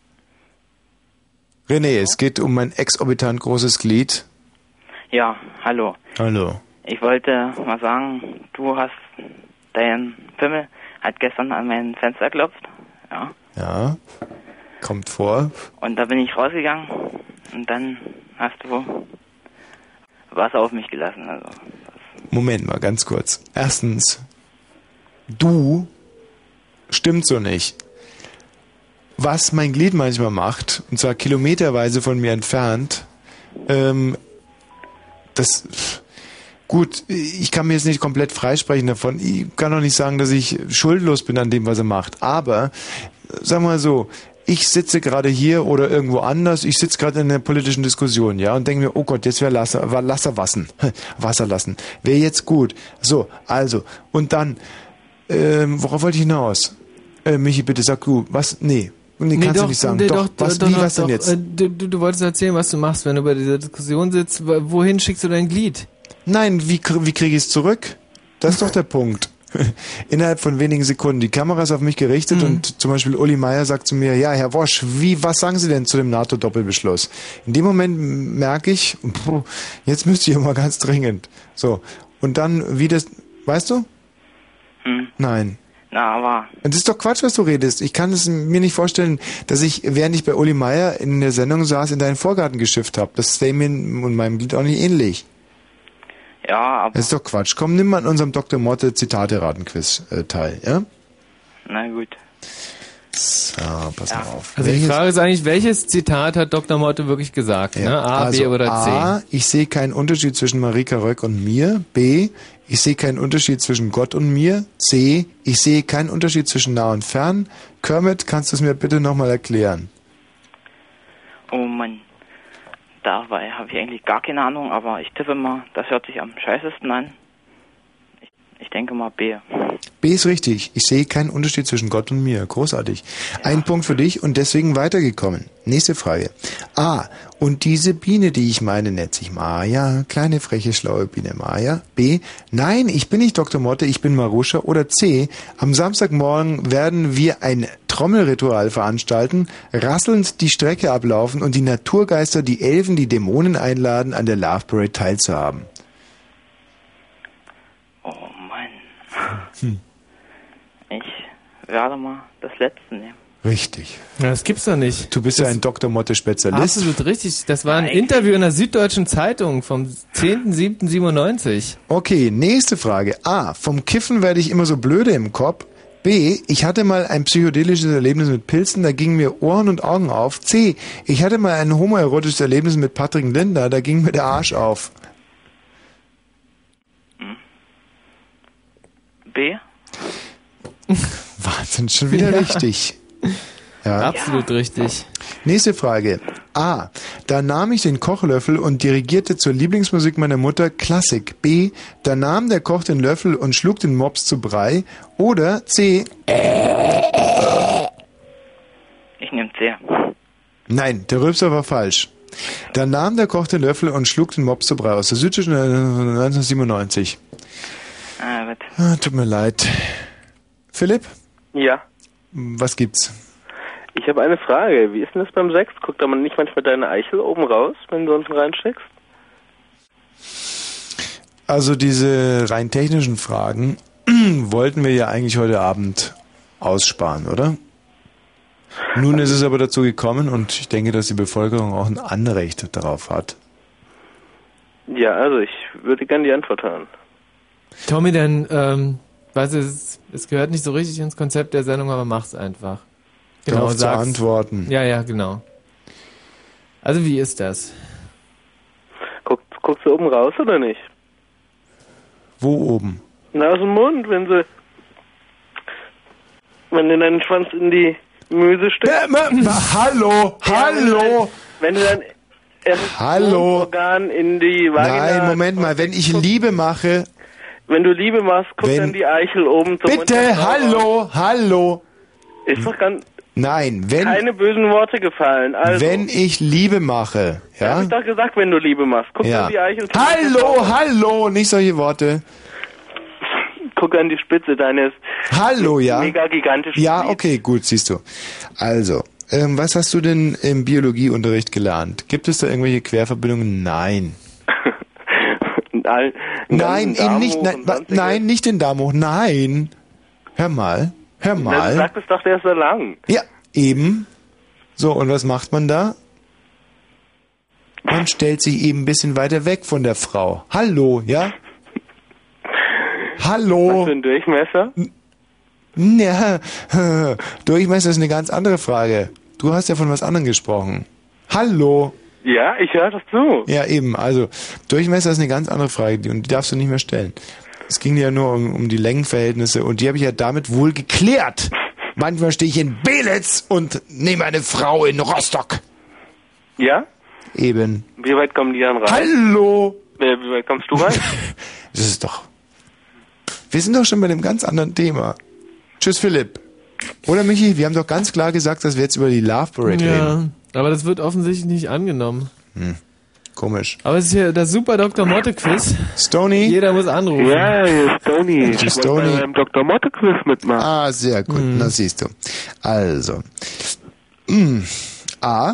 René, es geht um mein exorbitant großes Glied. Ja, hallo. Hallo. Ich wollte mal sagen, dein Pimmel hat gestern an mein Fenster geklopft. Ja. Ja, kommt vor. Und da bin ich rausgegangen und dann hast du Wasser auf mich gelassen. Also. Moment mal, ganz kurz. Erstens, du stimmt so nicht. Was mein Glied manchmal macht, und zwar kilometerweise von mir entfernt, gut, ich kann mir jetzt nicht komplett freisprechen davon. Ich kann auch nicht sagen, dass ich schuldlos bin an dem, was er macht. Aber, sagen wir mal so, ich sitze gerade hier oder irgendwo anders, ich sitze gerade in einer politischen Diskussion, ja, und denke mir, oh Gott, jetzt wäre Wasser lassen. Wäre jetzt gut. So, also, und dann, worauf wollte ich hinaus? Michi, bitte sag du, was? Nee, kannst du nicht sagen. Was denn jetzt? Du wolltest erzählen, was du machst, wenn du bei dieser Diskussion sitzt. Wohin schickst du dein Glied? Nein, wie kriege ich es zurück? Das ist doch der Punkt. Innerhalb von wenigen Sekunden. Die Kamera ist auf mich gerichtet und zum Beispiel Uli Meier sagt zu mir, ja, Herr Wosch, was sagen Sie denn zu dem NATO-Doppelbeschluss? In dem Moment merke ich, jetzt müsste ich mal ganz dringend. So, und dann, wie das, weißt du? Nein. Na, aber... Das ist doch Quatsch, was du redest. Ich kann es mir nicht vorstellen, dass ich, während ich bei Uli Meier in der Sendung saß, in deinen Vorgarten geschifft habe. Das ist mir und meinem Glied auch nicht ähnlich. Ja, aber... Das ist doch Quatsch. Komm, nimm mal an unserem Dr. Motte Zitate-Raten-Quiz teil, ja? Na gut. So, pass mal auf. Also die Frage ist eigentlich, welches Zitat hat Dr. Motte wirklich gesagt? Ja. Ne? A, also B oder C? A, ich sehe keinen Unterschied zwischen Marika Röck und mir. B, ich sehe keinen Unterschied zwischen Gott und mir. C, ich sehe keinen Unterschied zwischen nah und fern. Kermit, kannst du es mir bitte nochmal erklären? Oh Mann. dabei habe ich eigentlich gar keine Ahnung, aber ich tippe mal, das hört sich am scheißesten an. Ich denke mal B. B ist richtig. Ich sehe keinen Unterschied zwischen Gott und mir. Großartig. Ein Punkt für dich und deswegen weitergekommen. Nächste Frage. A. Und diese Biene, die ich meine, nennt sich Maja. Kleine, freche, schlaue Biene Maja. B. Nein, ich bin nicht Dr. Motte, ich bin Maruscha. Oder C. Am Samstagmorgen werden wir ein Trommelritual veranstalten, rasselnd die Strecke ablaufen und die Naturgeister, die Elfen, die Dämonen einladen, an der Love Parade teilzuhaben. Ich werde mal das letzte nehmen. Richtig. Ja, das gibt's doch nicht. Du bist ja ein Dr. Motte-Spezialist. Absolut richtig. Das war ein Interview in der Süddeutschen Zeitung vom 10.07.97. Okay, nächste Frage. A. Vom Kiffen werde ich immer so blöde im Kopf. B. Ich hatte mal ein psychedelisches Erlebnis mit Pilzen, da gingen mir Ohren und Augen auf. C. Ich hatte mal ein homoerotisches Erlebnis mit Patrick Lindner, da ging mir der Arsch auf. B. Wahnsinn, schon wieder richtig. Ja. Absolut richtig. Nächste Frage. A. Da nahm ich den Kochlöffel und dirigierte zur Lieblingsmusik meiner Mutter Klassik. B. Da nahm der Koch den Löffel und schlug den Mops zu Brei. Oder C. Ich nehme C. Nein, der Rülpser war falsch. Da nahm der Koch den Löffel und schlug den Mops zu Brei. Aus der Süddeutschen 1997. Tut mir leid. Philipp? Ja. Was gibt's? Ich habe eine Frage. Wie ist denn das beim Sex? Guckt da man nicht manchmal deine Eichel oben raus, wenn du unten reinsteckst? Also diese rein technischen Fragen wollten wir ja eigentlich heute Abend aussparen, oder? Nun ist es aber dazu gekommen und ich denke, dass die Bevölkerung auch ein Anrecht darauf hat. Ja, also ich würde gerne die Antwort hören. Tommy, dann, weißt du, es gehört nicht so richtig ins Konzept der Sendung, aber mach's einfach. Genau, darauf zu antworten. Ja, genau. Also wie ist das? Guckst du oben raus oder nicht? Wo oben? Na, aus dem Mund, wenn du deinen Schwanz in die Möse steckst. Hallo! Wenn du dein Organ in die Vagina... Nein, Moment mal, wenn ich Liebe mache... Wenn du Liebe machst, guck dann die Eichel oben zum Bitte, hallo! Ist doch ganz... Nein, wenn... Keine bösen Worte gefallen, also... Wenn ich Liebe mache, ja? Hab ich doch gesagt, wenn du Liebe machst. Guck dann die Eichel zum Hallo! Nicht solche Worte. Guck an die Spitze deines... Hallo, ja? Mega gigantischen... Ja, okay, gut, siehst du. Also, was hast du denn im Biologieunterricht gelernt? Gibt es da irgendwelche Querverbindungen? Nein. Nein, eben nicht. Nein, nicht den Daumen hoch. Nein. Hör mal. Du sagtest doch, der ist so lang. Ja, eben. So, und was macht man da? Man stellt sich eben ein bisschen weiter weg von der Frau. Hallo, ja? Hallo. Was für ein Durchmesser? Ja, Durchmesser ist eine ganz andere Frage. Du hast ja von was anderem gesprochen. Hallo. Ja, ich höre das zu. Ja, eben. Also, Durchmesser ist eine ganz andere Frage und die darfst du nicht mehr stellen. Es ging ja nur um die Längenverhältnisse und die habe ich ja damit wohl geklärt. Manchmal stehe ich in Belitz und nehme eine Frau in Rostock. Ja? Eben. Wie weit kommen die dann rein? Hallo! Wie weit kommst du rein? Das ist doch... Wir sind doch schon bei einem ganz anderen Thema. Tschüss, Philipp. Oder, Michi? Wir haben doch ganz klar gesagt, dass wir jetzt über die Love Parade reden. Ja, aber das wird offensichtlich nicht angenommen. Komisch. Aber es ist ja das super Dr. Motte-Quiz. Stony? Jeder muss anrufen. Ja, hier ist Stony. Ich wollte beim Dr. Motte-Quiz mitmachen. Ah, sehr gut. Na, siehst du. Also. A.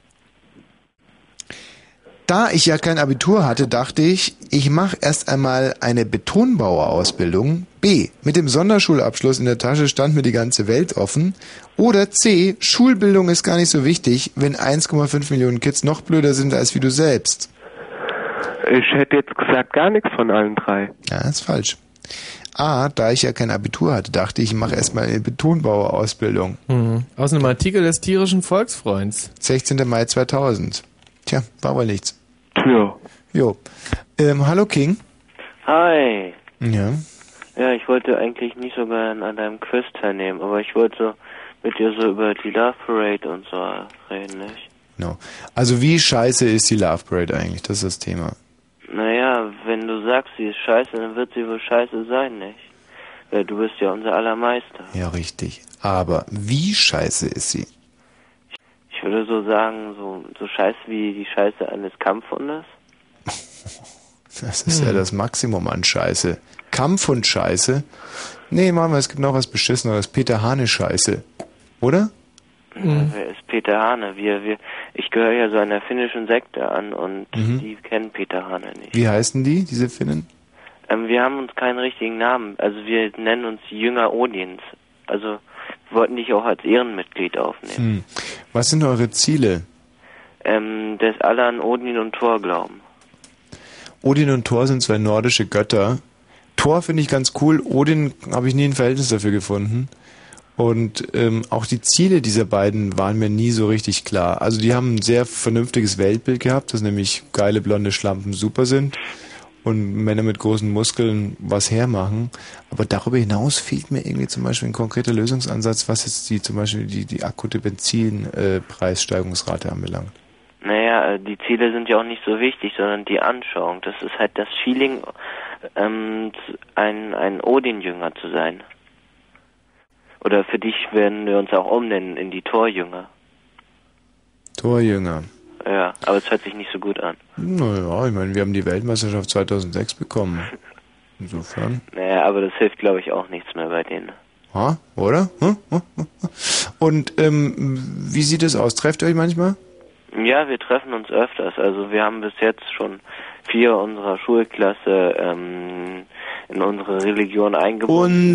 Da ich ja kein Abitur hatte, dachte ich, ich mache erst einmal eine Betonbauerausbildung. B. Mit dem Sonderschulabschluss in der Tasche stand mir die ganze Welt offen. Oder C. Schulbildung ist gar nicht so wichtig, wenn 1,5 Millionen Kids noch blöder sind als wie du selbst. Ich hätte jetzt gesagt, gar nichts von allen drei. Ja, ist falsch. A. Da ich ja kein Abitur hatte, dachte ich, ich mache erst mal eine Betonbauerausbildung. Aus einem Artikel des tierischen Volksfreunds. 16. Mai 2000. Tja, war wohl nichts. Ja. Jo. Hallo King. Hi. Ja. Ja, ich wollte eigentlich nicht so gern an deinem Quiz teilnehmen, aber ich wollte so mit dir so über die Love Parade und so reden, nicht? Genau. Also wie scheiße ist die Love Parade eigentlich? Das ist das Thema. Naja, wenn du sagst, sie ist scheiße, dann wird sie wohl scheiße sein, nicht? Weil du bist ja unser aller Meister. Ja, richtig. Aber wie scheiße ist sie? Ich würde so sagen, so scheiße wie die Scheiße eines Kampfhundes. Das ist ja das Maximum an Scheiße. Kampfhund-Scheiße? Nee, Mama, es gibt noch was Beschisseneres. Peter Hane-Scheiße. Oder? Wer ist Peter Hane? Ich gehöre ja so einer finnischen Sekte an und die kennen Peter Hane nicht. Wie heißen die, diese Finnen? Wir haben uns keinen richtigen Namen. Also wir nennen uns Jünger Odins. Also wir wollten dich auch als Ehrenmitglied aufnehmen. Was sind eure Ziele? Dass alle an Odin und Thor glauben. Odin und Thor sind zwei nordische Götter. Thor finde ich ganz cool. Odin habe ich nie ein Verhältnis dafür gefunden. Und auch die Ziele dieser beiden waren mir nie so richtig klar. Also die haben ein sehr vernünftiges Weltbild gehabt, dass nämlich geile blonde Schlampen super sind und Männer mit großen Muskeln was hermachen. Aber darüber hinaus fehlt mir irgendwie zum Beispiel ein konkreter Lösungsansatz, was jetzt zum Beispiel die akute Benzinpreissteigerungsrate anbelangt. Naja, die Ziele sind ja auch nicht so wichtig, sondern die Anschauung. Das ist halt das Feeling, ein Odin-Jünger zu sein. Oder für dich werden wir uns auch umnennen in die Torjünger. Torjünger. Ja, aber es hört sich nicht so gut an. Naja, ich meine, wir haben die Weltmeisterschaft 2006 bekommen. Insofern. Naja, aber das hilft, glaube ich, auch nichts mehr bei denen. Ha, oder? Und wie sieht es aus? Trefft ihr euch manchmal? Ja, wir treffen uns öfters. Also wir haben bis jetzt schon 4 unserer Schulklasse in unsere Religion eingebunden.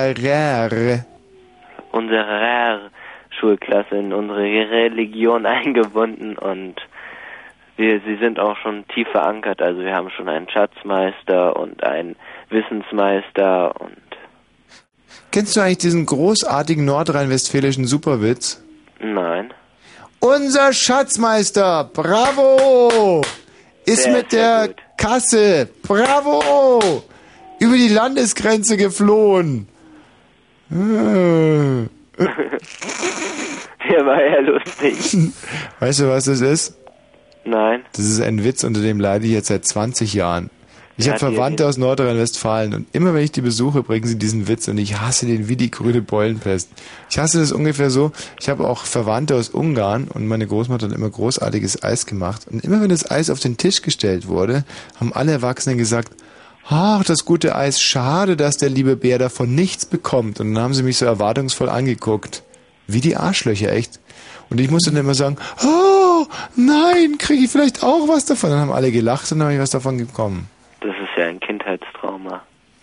Unsere Schulklasse in unsere Religion eingebunden und sie sind auch schon tief verankert. Also wir haben schon einen Schatzmeister und einen Wissensmeister und... Kennst du eigentlich diesen großartigen nordrhein-westfälischen Superwitz? Nein. Unser Schatzmeister, bravo! Ist mit der Kasse, bravo! Über die Landesgrenze geflohen. Der war ja lustig. Weißt du, was das ist? Nein. Das ist ein Witz, unter dem leide ich jetzt seit 20 Jahren. Ich habe Verwandte aus Nordrhein-Westfalen und immer wenn ich die besuche, bringen sie diesen Witz und ich hasse den wie die grüne Beulenpest. Ich hasse das ungefähr so, ich habe auch Verwandte aus Ungarn und meine Großmutter hat immer großartiges Eis gemacht und immer wenn das Eis auf den Tisch gestellt wurde, haben alle Erwachsenen gesagt, ach, das gute Eis, schade, dass der liebe Bär davon nichts bekommt. Und dann haben sie mich so erwartungsvoll angeguckt. Wie die Arschlöcher, echt. Und ich musste dann immer sagen, oh, nein, kriege ich vielleicht auch was davon? Dann haben alle gelacht und dann habe ich was davon bekommen. Das ist ja ein Kindheitstrauma.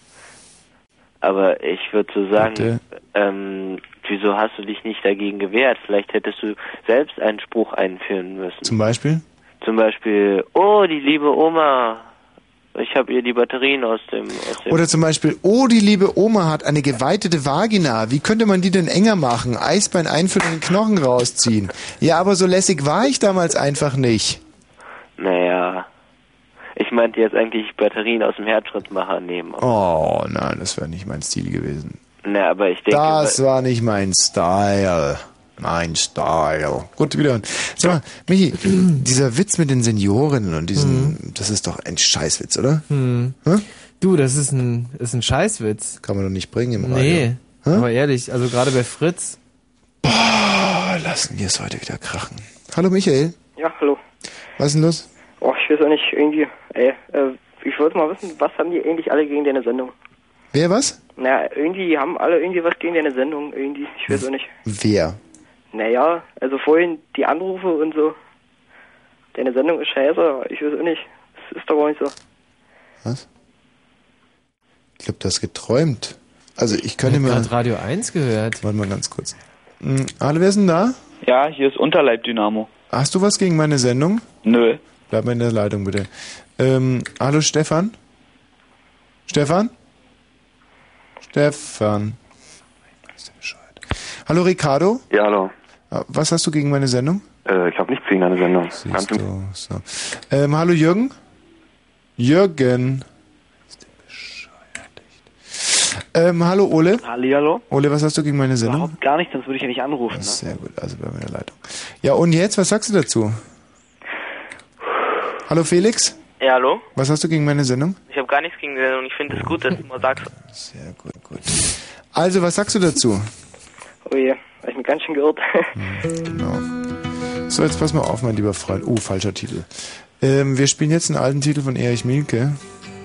Aber ich würde so sagen, wieso hast du dich nicht dagegen gewehrt? Vielleicht hättest du selbst einen Spruch einführen müssen. Zum Beispiel? Zum Beispiel, oh, die liebe Oma, ich habe ihr die Batterien aus dem... Oder zum Beispiel, oh, die liebe Oma hat eine geweitete Vagina. Wie könnte man die denn enger machen? Eisbein einführen und den Knochen rausziehen. Ja, aber so lässig war ich damals einfach nicht. Naja, ich meinte jetzt eigentlich Batterien aus dem Herzschrittmacher nehmen. Oh, nein, das wäre nicht mein Stil gewesen. Na, aber ich denke... Das war nicht mein Style. Mein Style. Gut, wieder. Sag mal, Michi, dieser Witz mit den Seniorinnen und diesen, das ist doch ein Scheißwitz, oder? Du, das ist ein Scheißwitz. Kann man doch nicht bringen im Radio. Nee, aber ehrlich, also gerade bei Fritz. Boah, lassen wir es heute wieder krachen. Hallo Michael. Ja, hallo. Was ist denn los? Oh, ich weiß auch nicht, irgendwie, ich wollte mal wissen, was haben die eigentlich alle gegen deine Sendung? Wer was? Na, irgendwie haben alle irgendwie was gegen deine Sendung, irgendwie, ich weiß auch nicht. Wer? Naja, also vorhin die Anrufe und so. Deine Sendung ist scheiße, ich weiß auch nicht. Das ist doch auch nicht so. Was? Ich glaube, du hast geträumt. Also ich könnte mal... gerade Radio 1 gehört. Warte mal ganz kurz. Hallo, wer ist denn da? Ja, hier ist Unterleib-Dynamo. Hast du was gegen meine Sendung? Nö. Bleib mal in der Leitung, bitte. Hallo, Stefan? Stefan? Stefan. Hallo, Ricardo? Ja, hallo. Was hast du gegen meine Sendung? Ich habe nichts gegen deine Sendung. Siehst du, so. Hallo, Jürgen? Jürgen. Hallo Ole. Hallihallo. Ole, was hast du gegen meine Sendung? Überhaupt gar nicht, sonst würde ich ja nicht anrufen. Ne? Sehr gut, also bei meiner Leitung. Ja, und jetzt, was sagst du dazu? Hallo Felix. Ja, hallo? Was hast du gegen meine Sendung? Ich habe gar nichts gegen die Sendung. Ich finde es gut, dass du mal sagst. Sehr gut, gut. Also, was sagst du dazu? Oh je, hab ich mich ganz schön geirrt. Genau. So, jetzt pass mal auf, mein lieber Freund. Oh, falscher Titel. Wir spielen jetzt einen alten Titel von Erich Mielke.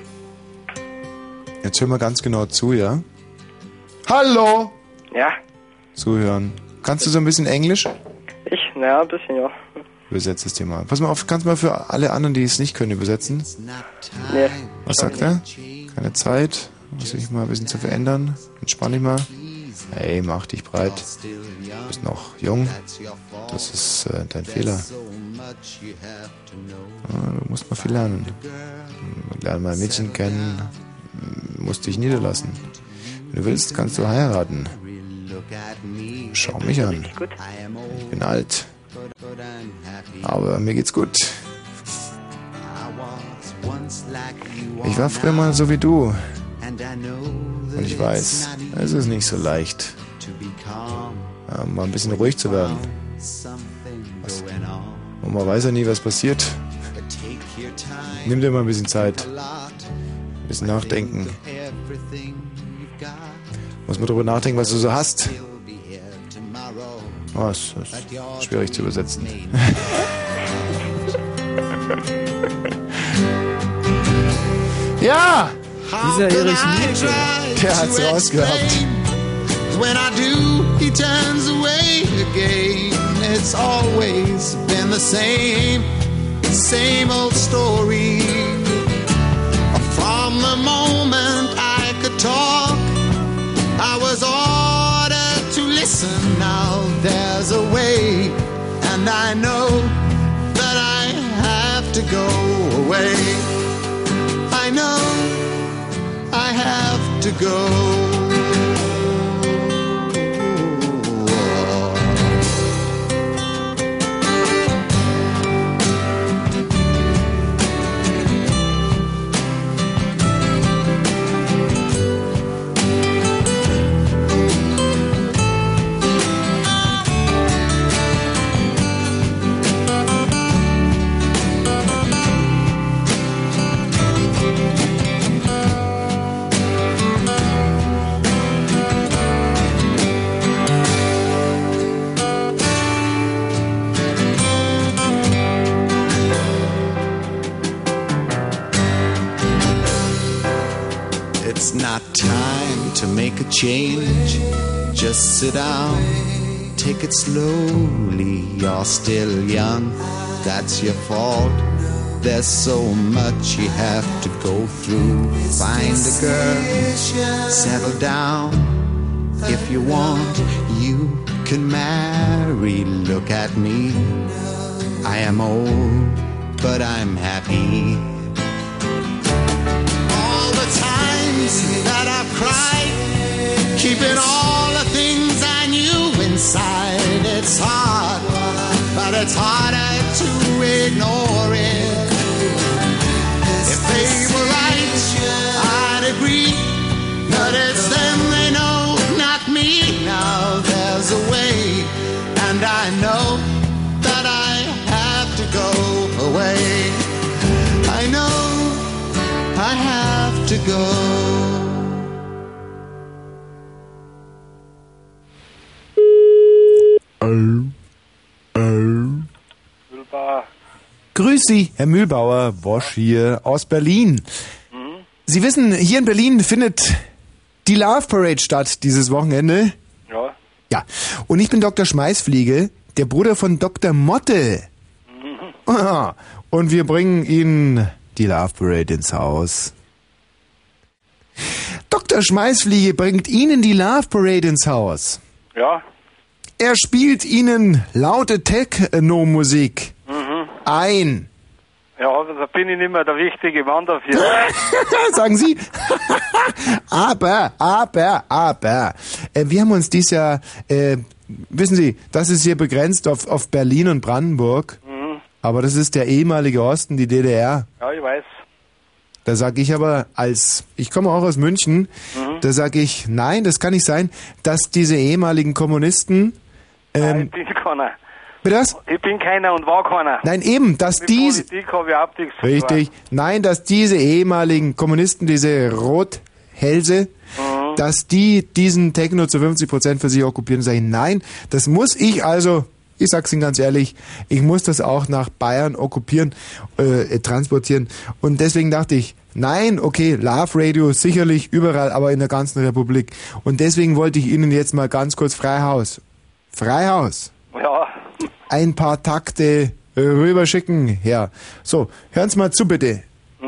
Jetzt hör mal ganz genau zu, ja? Hallo! Ja? Zuhören. Kannst du so ein bisschen Englisch? Ich? Naja, ein bisschen, ja. Übersetz es dir mal. Pass mal auf, kannst du mal für alle anderen, die es nicht können, übersetzen? Nee. Was sagt er? Keine Zeit. Muss ich mal ein bisschen zu verändern. Entspann dich mal. Hey, mach dich breit. Du bist noch jung. Das ist dein Fehler. Du musst mal viel lernen. Lern mal ein Mädchen kennen. Musst dich niederlassen. Wenn du willst, kannst du heiraten. Schau mich an. Ich bin alt. Aber mir geht's gut. Ich war früher mal so wie du. Und ich weiß, es ist nicht so leicht, mal ein bisschen ruhig zu werden. Und man weiß ja nie, was passiert. Nimm dir mal ein bisschen Zeit. Ein bisschen nachdenken. Muss man drüber nachdenken, was du so hast. Oh, das ist schwierig zu übersetzen. Ja! Dieser Erich Mielke, der hat's rausgehabt. When I do, he turns away again. It's always been the same old story. From the moment I could talk, I was ordered to listen. Now there's a way, and I know that I have to go away. I know I have to go. It's not time to make a change. Just sit down, take it slowly. You're still young, that's your fault. There's so much you have to go through. Find a girl, settle down. If you want, you can marry. Look at me, I am old, but I'm happy. That I've cried, keeping all the things I knew inside. It's hard, but it's harder to ignore it. If they were right, I'd agree, but it's them they know, not me. Now there's a way, and I know that I have to go away. I know I have to go. Grüß Sie, Herr Mühlbauer, Wosch hier aus Berlin. Sie wissen, hier in Berlin findet die Love Parade statt dieses Wochenende. Ja. Ja, und ich bin Dr. Schmeißfliege, der Bruder von Dr. Motte. Ah, und wir bringen Ihnen die Love Parade ins Haus. Dr. Schmeißfliege bringt Ihnen die Love Parade ins Haus. Ja. Er spielt Ihnen laute Techno-Musik ein. Ja, da bin ich nicht mehr der richtige Mann dafür. Sagen Sie? aber. Wir haben uns dieses Jahr, wissen Sie, das ist hier begrenzt auf Berlin und Brandenburg. Aber das ist der ehemalige Osten, die DDR. Ja, ich weiß. Da sage ich aber ich komme auch aus München, da sage ich, nein, das kann nicht sein, dass diese ehemaligen Kommunisten... Nein, ich bin keiner. Bitte was? Ich bin keiner und war keiner. Nein, eben, dass diese... Politik habe ich überhaupt nichts zu tun. Richtig. Nein, dass diese ehemaligen Kommunisten, diese Rothälse, dass die diesen Techno zu 50% für sich okkupieren, sage ich, nein, das muss ich also... Ich sag's Ihnen ganz ehrlich, ich muss das auch nach Bayern okkupieren, transportieren. Und deswegen dachte ich, nein, okay, Love Radio sicherlich überall, aber in der ganzen Republik. Und deswegen wollte ich Ihnen jetzt mal ganz kurz Freihaus. Ja. Ein paar Takte rüberschicken, her. So, hören Sie mal zu, bitte.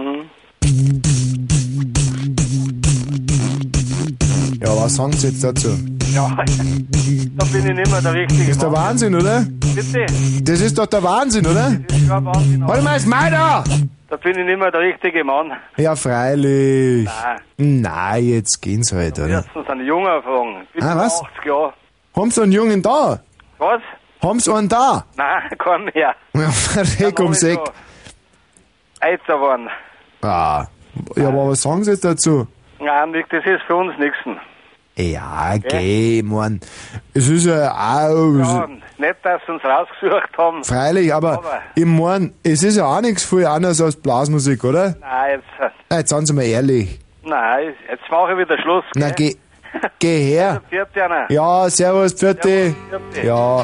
Ja, was sagen Sie jetzt dazu? Ja, da bin ich nicht mehr der Richtige. Das ist der Wahnsinn, oder? Bitte? Das ist doch der Wahnsinn, oder? Das ist kein Wahnsinn. Halt mal das Mai da! Da bin ich nicht mehr der richtige Mann. Ja, freilich. Nein. Nein, jetzt gehen's halt, oder? Jetzt sind Jungen fragen. Ich bin was? 80 Jahre. Haben Sie einen Jungen da? Was? Haben Sie einen da? Nein, kein mehr. Ja, verreck ums Eck. Älter geworden. Ah. Ja, aber was sagen Sie jetzt dazu? Nein, das ist für uns nichts. Ja, geh, Mann. Es ist ja auch... Ja, nicht, dass sie uns rausgesucht haben. Freilich, aber ich mein, es ist ja auch nichts viel anders als Blasmusik, oder? Nein, Jetzt seien Sie mal ehrlich. Nein, jetzt mache ich wieder Schluss. Na, geh her. Ja, servus, Pfiatti. Ja.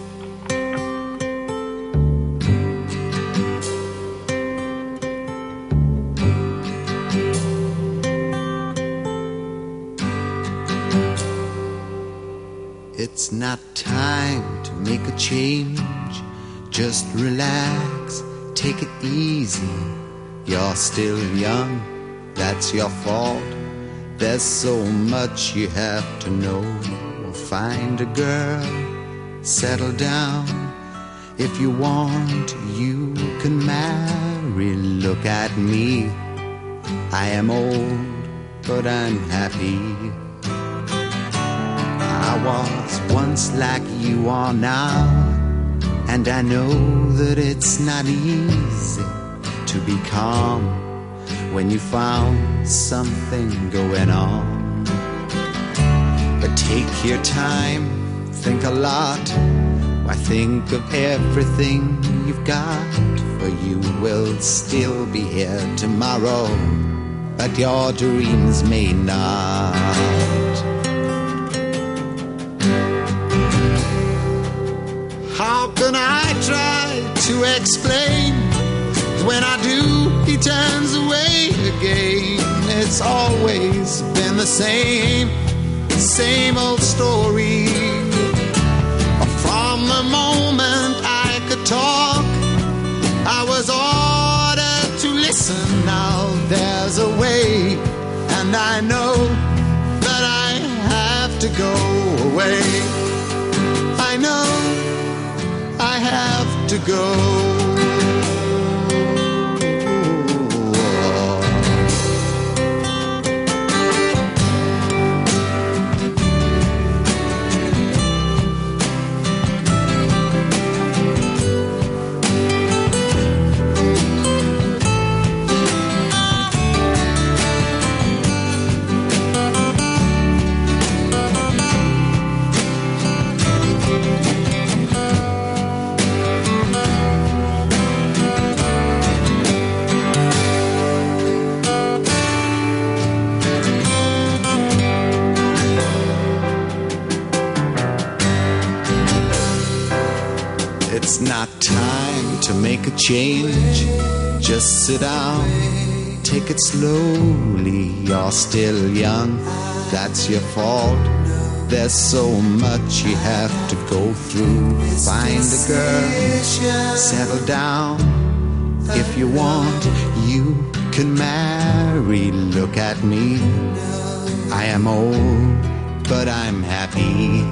It's not time to make a change. Just relax, take it easy. You're still young, that's your fault. There's so much you have to know. Find a girl, settle down. If you want, you can marry. Look at me, I am old, but I'm happy. I was once like you are now, and I know that it's not easy to be calm when you found something going on. But take your time, think a lot. Why, think of everything you've got, for you will still be here tomorrow, but your dreams may not. How can I try to explain? When I do, he turns away again. It's always been the same old story. From the moment I could talk, I was ordered to listen. Now there's a way, and I know that I have to go away. I know I have to go. It's not time to make a change. Just sit down, take it slowly. You're still young, that's your fault. There's so much you have to go through. Find a girl, settle down. If you want, you can marry. Look at me, I am old, but I'm happy.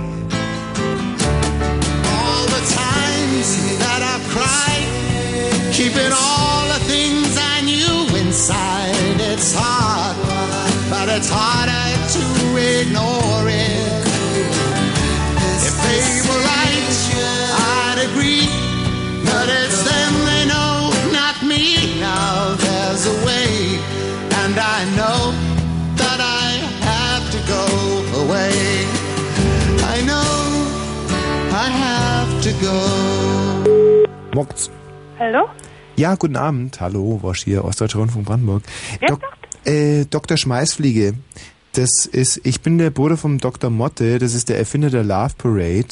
That I've cried, keeping all the things I knew inside. It's hard, but it's harder to ignore it. If they were right, I'd agree, but it's them they know, not me. Now there's a way, go. Mox. Hallo? Ja, guten Abend. Hallo, Wosch hier, Ostdeutscher Rundfunk Brandenburg. Dr. Schmeißfliege. Ich bin der Bruder vom Dr. Motte, das ist der Erfinder der Love Parade.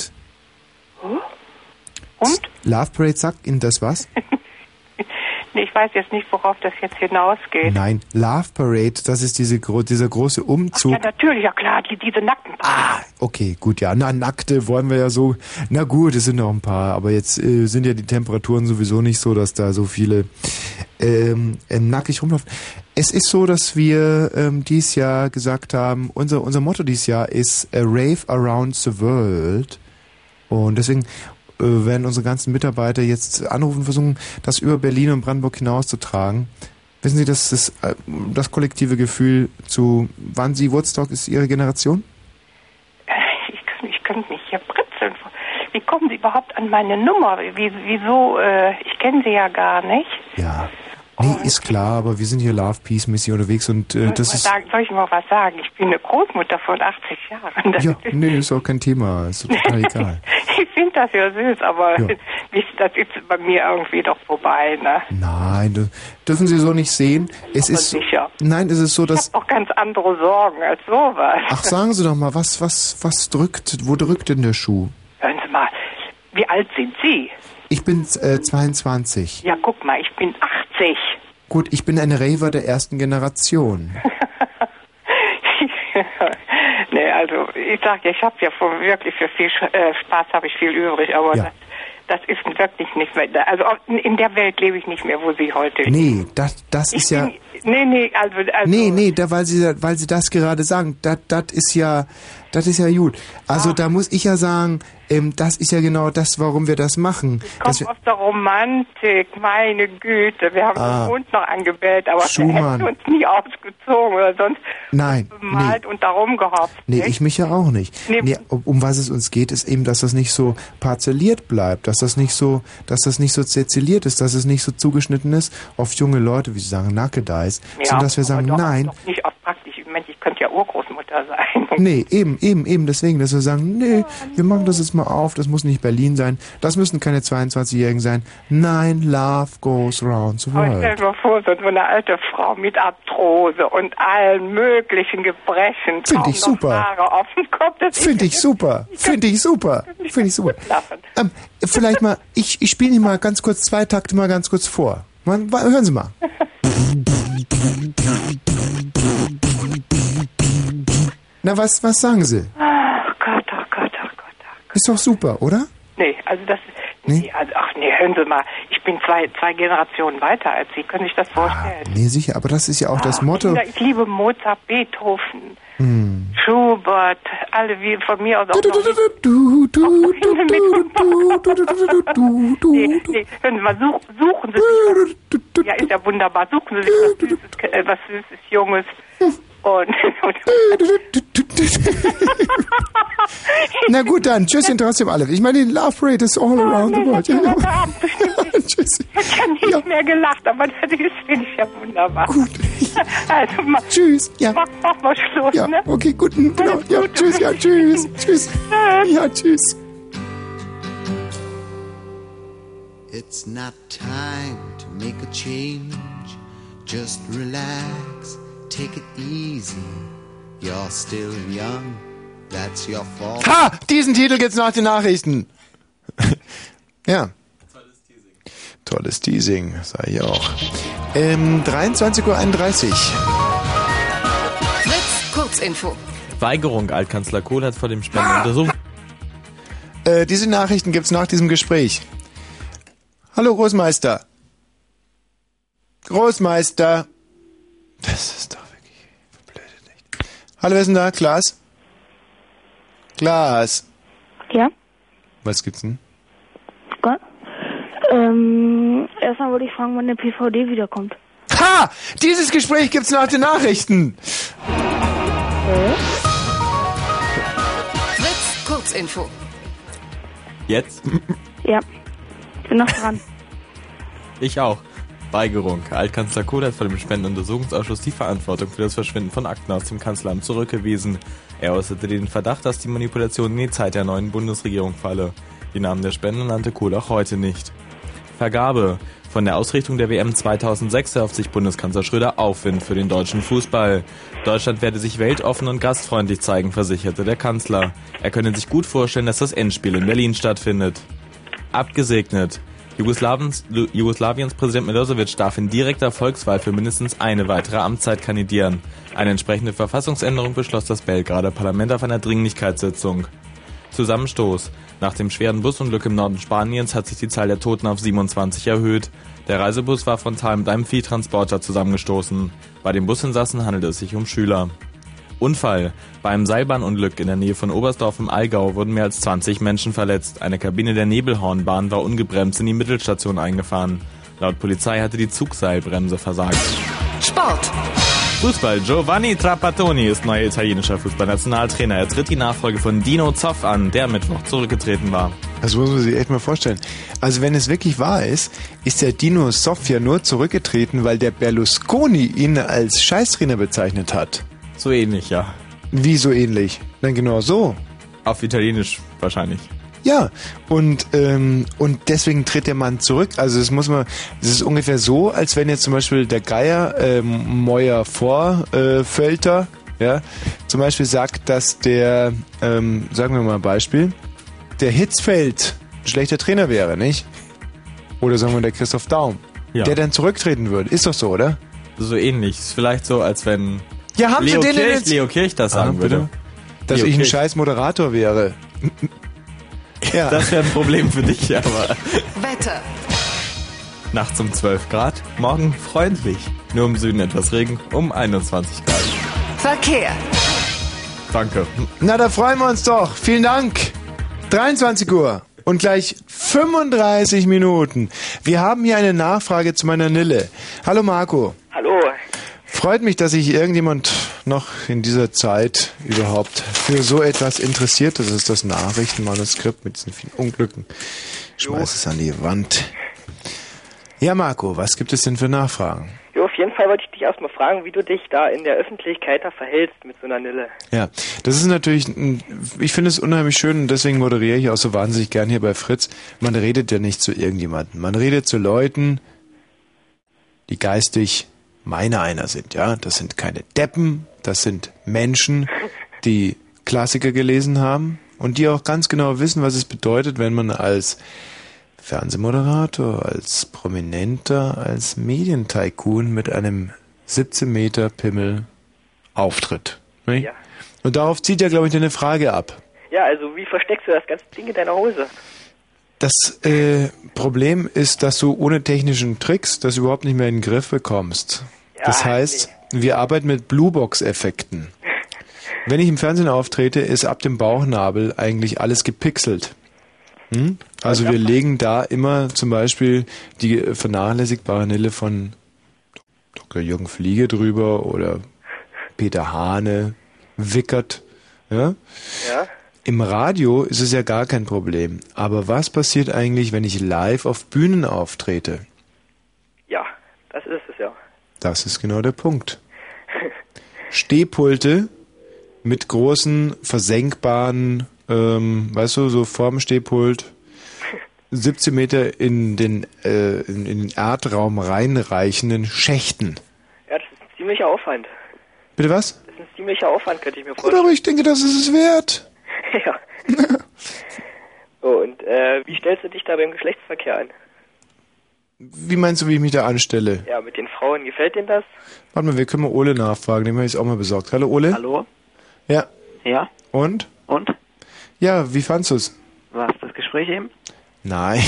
Und? Love Parade, sagt Ihnen das was? Nee, ich weiß jetzt nicht, worauf das jetzt hinausgeht. Nein, Love Parade, das ist dieser große Umzug. Ach ja, natürlich, ja klar, diese nackten Okay, gut, ja, nackte wollen wir ja so. Na gut, es sind noch ein paar, aber jetzt sind ja die Temperaturen sowieso nicht so, dass da so viele nackig rumlaufen. Es ist so, dass wir dieses Jahr gesagt haben, unser Motto dieses Jahr ist A Rave Around the World. Und deswegen werden unsere ganzen Mitarbeiter jetzt anrufen, versuchen, das über Berlin und Brandenburg hinauszutragen. Wissen Sie, dass das kollektive Gefühl zu, wann Sie Woodstock ist Ihre Generation? Ich könnte mich hier britzeln. Wie kommen Sie überhaupt an meine Nummer? Wieso? Ich kenne Sie ja gar nicht. Ja. Nee, ist klar, aber wir sind hier Love Peace-mäßig unterwegs und das ist... Soll ich mal was sagen? Ich bin eine Großmutter von 80 Jahren. Ja, nee, ist auch kein Thema. Ist total egal. Ich finde das ja süß, aber das ist bei mir irgendwie doch vorbei, ne? Nein, das dürfen Sie so nicht sehen. Es ist sicher. Nein, es ist so, dass... Ich habe auch ganz andere Sorgen als sowas. Ach, sagen Sie doch mal, was drückt, wo drückt denn der Schuh? Hören Sie mal, wie alt sind Sie? Ich bin 22. Ja, guck mal, ich bin 80. Gut, ich bin ein Raver der ersten Generation. Nee, also ich sag ja, ich habe ja wirklich für viel Spaß habe ich viel übrig, aber das ist wirklich nicht mehr, also in der Welt lebe ich nicht mehr, wo Sie heute Nee, das ist ja... weil Sie das gerade sagen, das ist ja gut. Also da muss ich ja sagen, das ist ja genau das, warum wir das machen. Ich komme aus der Romantik, meine Güte. Wir haben den Hund noch angebellt, aber wir hätten uns nie ausgezogen oder sonst bemalt und darum gehopft. Nee, ich mich ja auch nicht. Nee, um was es uns geht, ist eben, dass das nicht so parzelliert bleibt, dass das nicht so zeziliert ist, dass es nicht so zugeschnitten ist auf junge Leute, wie Sie sagen, Nackedeis, sondern dass wir sagen, nein. Doch nicht auf praktisch, ich könnte ja Urgroßmutter sein. Nee, eben, deswegen, dass wir sagen, nee, wir machen das jetzt mal auf, das muss nicht Berlin sein, das müssen keine 22-Jährigen sein. Nein, love goes round the world. Stell dir mal vor, so eine alte Frau mit Arthrose und allen möglichen Gebrechen. Finde ich super. Haare auf dem Kopf. Finde ich super. Vielleicht mal, ich spiele Ihnen mal ganz kurz 2 Takte mal ganz kurz vor. Hören Sie mal. Na, was sagen Sie? Oh Gott. Ist doch super, oder? Nee, also das... Nee, hören Sie mal. Ich bin zwei Generationen weiter als Sie. Können Sie sich das vorstellen? Nee, sicher, aber das ist ja auch das Motto. Ich liebe Mozart, Beethoven, Schubert, alle wie von mir aus auch noch Nee, hören Sie mal, suchen Sie sich... Ja, ist ja wunderbar. Suchen Sie sich was Süßes, Junges. Und na gut, dann. Tschüsschen trotzdem alle. Ich meine, die Love Parade is all around the world. Tschüss. Ich habe nicht mehr gelacht, aber das finde ich ja wunderbar. Gut. Also, tschüss. Ja. Mach mal Schluss, ja. Ne? Okay, gut. Genau. Ja, tschüss. Ja, tschüss. Tschüss. Ja, tschüss. It's not time to make a change. Just relax. Take it easy. You're still young. That's your fault. Ha! Diesen Titel gibt's nach den Nachrichten. Ja. Tolles Teasing, sag ich auch. 23:31 Uhr. Fritz, Kurzinfo. Weigerung. Altkanzler Kohl hat vor dem Spenden untersucht. Diese Nachrichten gibt's nach diesem Gespräch. Hallo Großmeister. Großmeister. Das ist doch wirklich verblödet, nicht? Hallo, wer ist denn da? Klaas? Klaas. Ja? Was gibt's denn? Gott. Erstmal wollte ich fragen, wann der PVD wiederkommt. Ha! Dieses Gespräch gibt's nach den Nachrichten. Fritz, Kurzinfo. Jetzt? Ja. Bin noch dran. Ich auch. Weigerung. Altkanzler Kohl hat vor dem Spendenuntersuchungsausschuss die Verantwortung für das Verschwinden von Akten aus dem Kanzleramt zurückgewiesen. Er äußerte den Verdacht, dass die Manipulation in die Zeit der neuen Bundesregierung falle. Die Namen der Spender nannte Kohl auch heute nicht. Vergabe. Von der Ausrichtung der WM 2006 erhofft sich Bundeskanzler Schröder Aufwind für den deutschen Fußball. Deutschland werde sich weltoffen und gastfreundlich zeigen, versicherte der Kanzler. Er könne sich gut vorstellen, dass das Endspiel in Berlin stattfindet. Abgesegnet. Jugoslawiens Präsident Milosevic darf in direkter Volkswahl für mindestens eine weitere Amtszeit kandidieren. Eine entsprechende Verfassungsänderung beschloss das Belgrader Parlament auf einer Dringlichkeitssitzung. Zusammenstoß. Nach dem schweren Busunglück im Norden Spaniens hat sich die Zahl der Toten auf 27 erhöht. Der Reisebus war frontal mit einem Viehtransporter zusammengestoßen. Bei den Businsassen handelte es sich um Schüler. Unfall. Bei einem Seilbahnunglück in der Nähe von Oberstdorf im Allgäu wurden mehr als 20 Menschen verletzt. Eine Kabine der Nebelhornbahn war ungebremst in die Mittelstation eingefahren. Laut Polizei hatte die Zugseilbremse versagt. Sport. Fußball. Giovanni Trapattoni ist neuer italienischer Fußballnationaltrainer. Er tritt die Nachfolge von Dino Zoff an, der am Mittwoch zurückgetreten war. Das muss man sich echt mal vorstellen. Also wenn es wirklich wahr ist, ist der Dino Zoff ja nur zurückgetreten, weil der Berlusconi ihn als Scheißtrainer bezeichnet hat. So ähnlich, ja. Wie so ähnlich? Dann genau so. Auf Italienisch wahrscheinlich. Ja, und deswegen tritt der Mann zurück. Also es ist ungefähr so, als wenn jetzt zum Beispiel der Geier Meuer Vorvölter, ja, zum Beispiel sagt, dass der, sagen wir mal ein Beispiel, der Hitzfeld ein schlechter Trainer wäre, nicht? Oder sagen wir der Christoph Daum, ja, der dann zurücktreten würde. Ist doch so, oder? So ähnlich. Ist vielleicht so, als wenn ja, haben Sie den jetzt? Leo Kirch das sagen würde. Dass ich ein scheiß Moderator wäre. Ja. Das wäre ein Problem für dich, aber... Wetter. Nachts um 12 Grad, morgen freundlich. Nur im Süden etwas Regen, um 21 Grad. Verkehr. Danke. Na, da freuen wir uns doch. Vielen Dank. 23 Uhr und gleich 35 Minuten. Wir haben hier eine Nachfrage zu meiner Nille. Hallo Marco. Hallo. Freut mich, dass sich irgendjemand noch in dieser Zeit überhaupt für so etwas interessiert. Das ist das Nachrichtenmanuskript mit diesen vielen Unglücken. Schmeiß es an die Wand. Ja, Marco, was gibt es denn für Nachfragen? Jo, auf jeden Fall wollte ich dich erstmal fragen, wie du dich da in der Öffentlichkeit da verhältst mit so einer Nille. Ja, das ist natürlich, ich finde es unheimlich schön und deswegen moderiere ich auch so wahnsinnig gern hier bei Fritz. Man redet ja nicht zu irgendjemandem. Man redet zu Leuten, die geistig meine einer sind, ja. Das sind keine Deppen, das sind Menschen, die Klassiker gelesen haben und die auch ganz genau wissen, was es bedeutet, wenn man als Fernsehmoderator, als Prominenter, als Medientycoon mit einem 17 Meter Pimmel auftritt. Nicht? Ja. Und darauf zieht ja, glaube ich, deine Frage ab. Ja, also wie versteckst du das ganze Ding in deiner Hose? Das Problem ist, dass du ohne technischen Tricks das überhaupt nicht mehr in den Griff bekommst. Ja, das heißt, wir arbeiten mit Bluebox-Effekten. Wenn ich im Fernsehen auftrete, ist ab dem Bauchnabel eigentlich alles gepixelt. Also wir legen da immer zum Beispiel die vernachlässigbare Nille von Dr. Jürgen Fliege drüber oder Peter Hane, Wickert. Ja? Ja. Im Radio ist es ja gar kein Problem. Aber was passiert eigentlich, wenn ich live auf Bühnen auftrete? Ja, das ist es ja. Das ist genau der Punkt. Stehpulte mit großen, versenkbaren, weißt du, so vorm Stehpult, 17 Meter in den Erdraum reinreichenden Schächten. Ja, das ist ein ziemlicher Aufwand. Bitte was? Das ist ein ziemlicher Aufwand, könnte ich mir vorstellen. Aber ich denke, das ist es wert. Ja. Oh, und wie stellst du dich da beim Geschlechtsverkehr an? Wie meinst du, wie ich mich da anstelle? Ja, mit den Frauen, gefällt denen das? Warte mal, wir können mal Ole nachfragen, dem habe ich es auch mal besorgt. Hallo Ole? Hallo? Ja. Ja? Und? Und? Ja, wie fandst du es? Was, das Gespräch eben? Nein.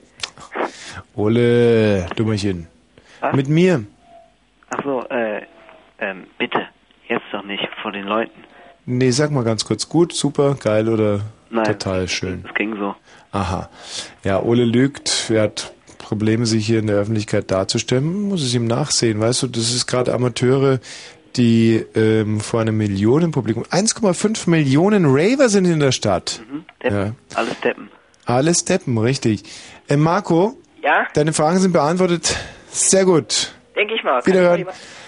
Ole, Dummerchen. Was? Mit mir. Ach so, bitte. Jetzt doch nicht, vor den Leuten. Nee, sag mal ganz kurz. Gut, super, geil oder Nein, total schön? Das ging so. Aha. Ja, Ole lügt. Er hat Probleme, sich hier in der Öffentlichkeit darzustellen. Muss es ihm nachsehen. Weißt du, das ist gerade Amateure, die vor einem Millionenpublikum... 1,5 Millionen Raver sind in der Stadt. Deppen. Ja. Alles Deppen. Alles Deppen, richtig. Marco? Ja? Deine Fragen sind beantwortet. Sehr gut. Denke ich mal. Wiederhören.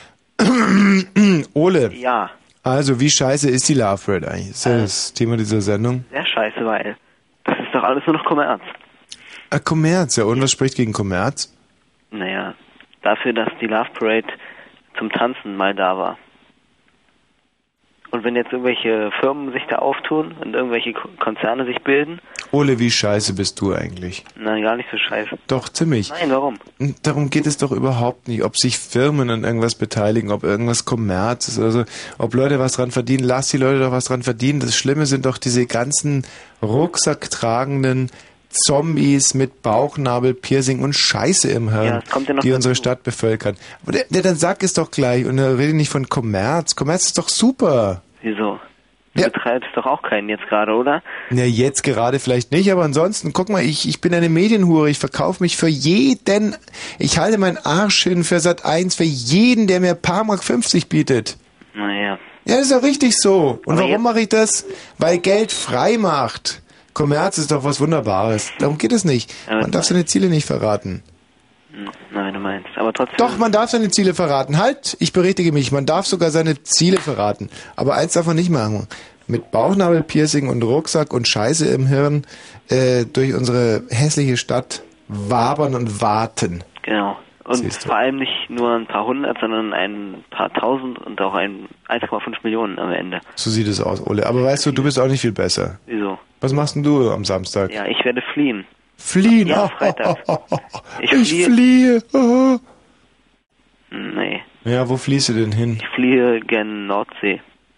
Ole. Ja. Also, wie scheiße ist die Love Parade eigentlich? Ist ja das Thema dieser Sendung? Sehr scheiße, weil das ist doch doch alles nur noch Kommerz. Kommerz, ja, und was spricht gegen Kommerz? Naja, dafür, dass die Love Parade zum Tanzen mal da war. Und wenn jetzt irgendwelche Firmen sich da auftun und irgendwelche Konzerne sich bilden... Ole, wie scheiße bist du eigentlich? Nein, gar nicht so scheiße. Doch, ziemlich. Nein, warum? Darum geht es doch überhaupt nicht, ob sich Firmen an irgendwas beteiligen, ob irgendwas Kommerz ist oder so, ob Leute was dran verdienen. Lass die Leute doch was dran verdienen. Das Schlimme sind doch diese ganzen rucksacktragenden Zombies mit Bauchnabel, Piercing und Scheiße im Hirn, die unsere Stadt bevölkern. Aber dann sag es doch gleich und rede nicht von Kommerz. Kommerz ist doch super. Wieso? Du betreibst doch auch keinen jetzt gerade, oder? Ja, jetzt gerade vielleicht nicht, aber ansonsten, guck mal, ich bin eine Medienhure, ich verkaufe mich für jeden, ich halte meinen Arsch hin für Sat.1, für jeden, der mir Mark 50 bietet. Naja. Ja, das ist doch richtig so. Und warum mache ich das? Weil Geld frei macht. Kommerz ist doch was Wunderbares. Darum geht es nicht. Man darf seine Ziele nicht verraten. Nein, du meinst. Aber trotzdem... Doch, man darf seine Ziele verraten. Halt, ich berichtige mich. Man darf sogar seine Ziele verraten. Aber eins darf man nicht machen. Mit Bauchnabelpiercing und Rucksack und Scheiße im Hirn durch unsere hässliche Stadt wabern und warten. Genau. Und vor allem nicht nur ein paar hundert, sondern ein paar tausend und auch 1,5 Millionen am Ende. So sieht es aus, Ole. Aber weißt du bist auch nicht viel besser. Wieso? Was machst denn du am Samstag? Ja, ich werde fliehen. Fliehen? Ja, Freitag. Ich fliehe. Oh. Nee. Ja, wo fliehst du denn hin? Ich fliehe gen Nordsee.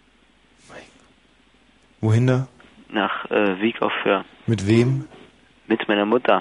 Wohin da? Nach Wieg auf Föhr. Mit wem? Mit meiner Mutter.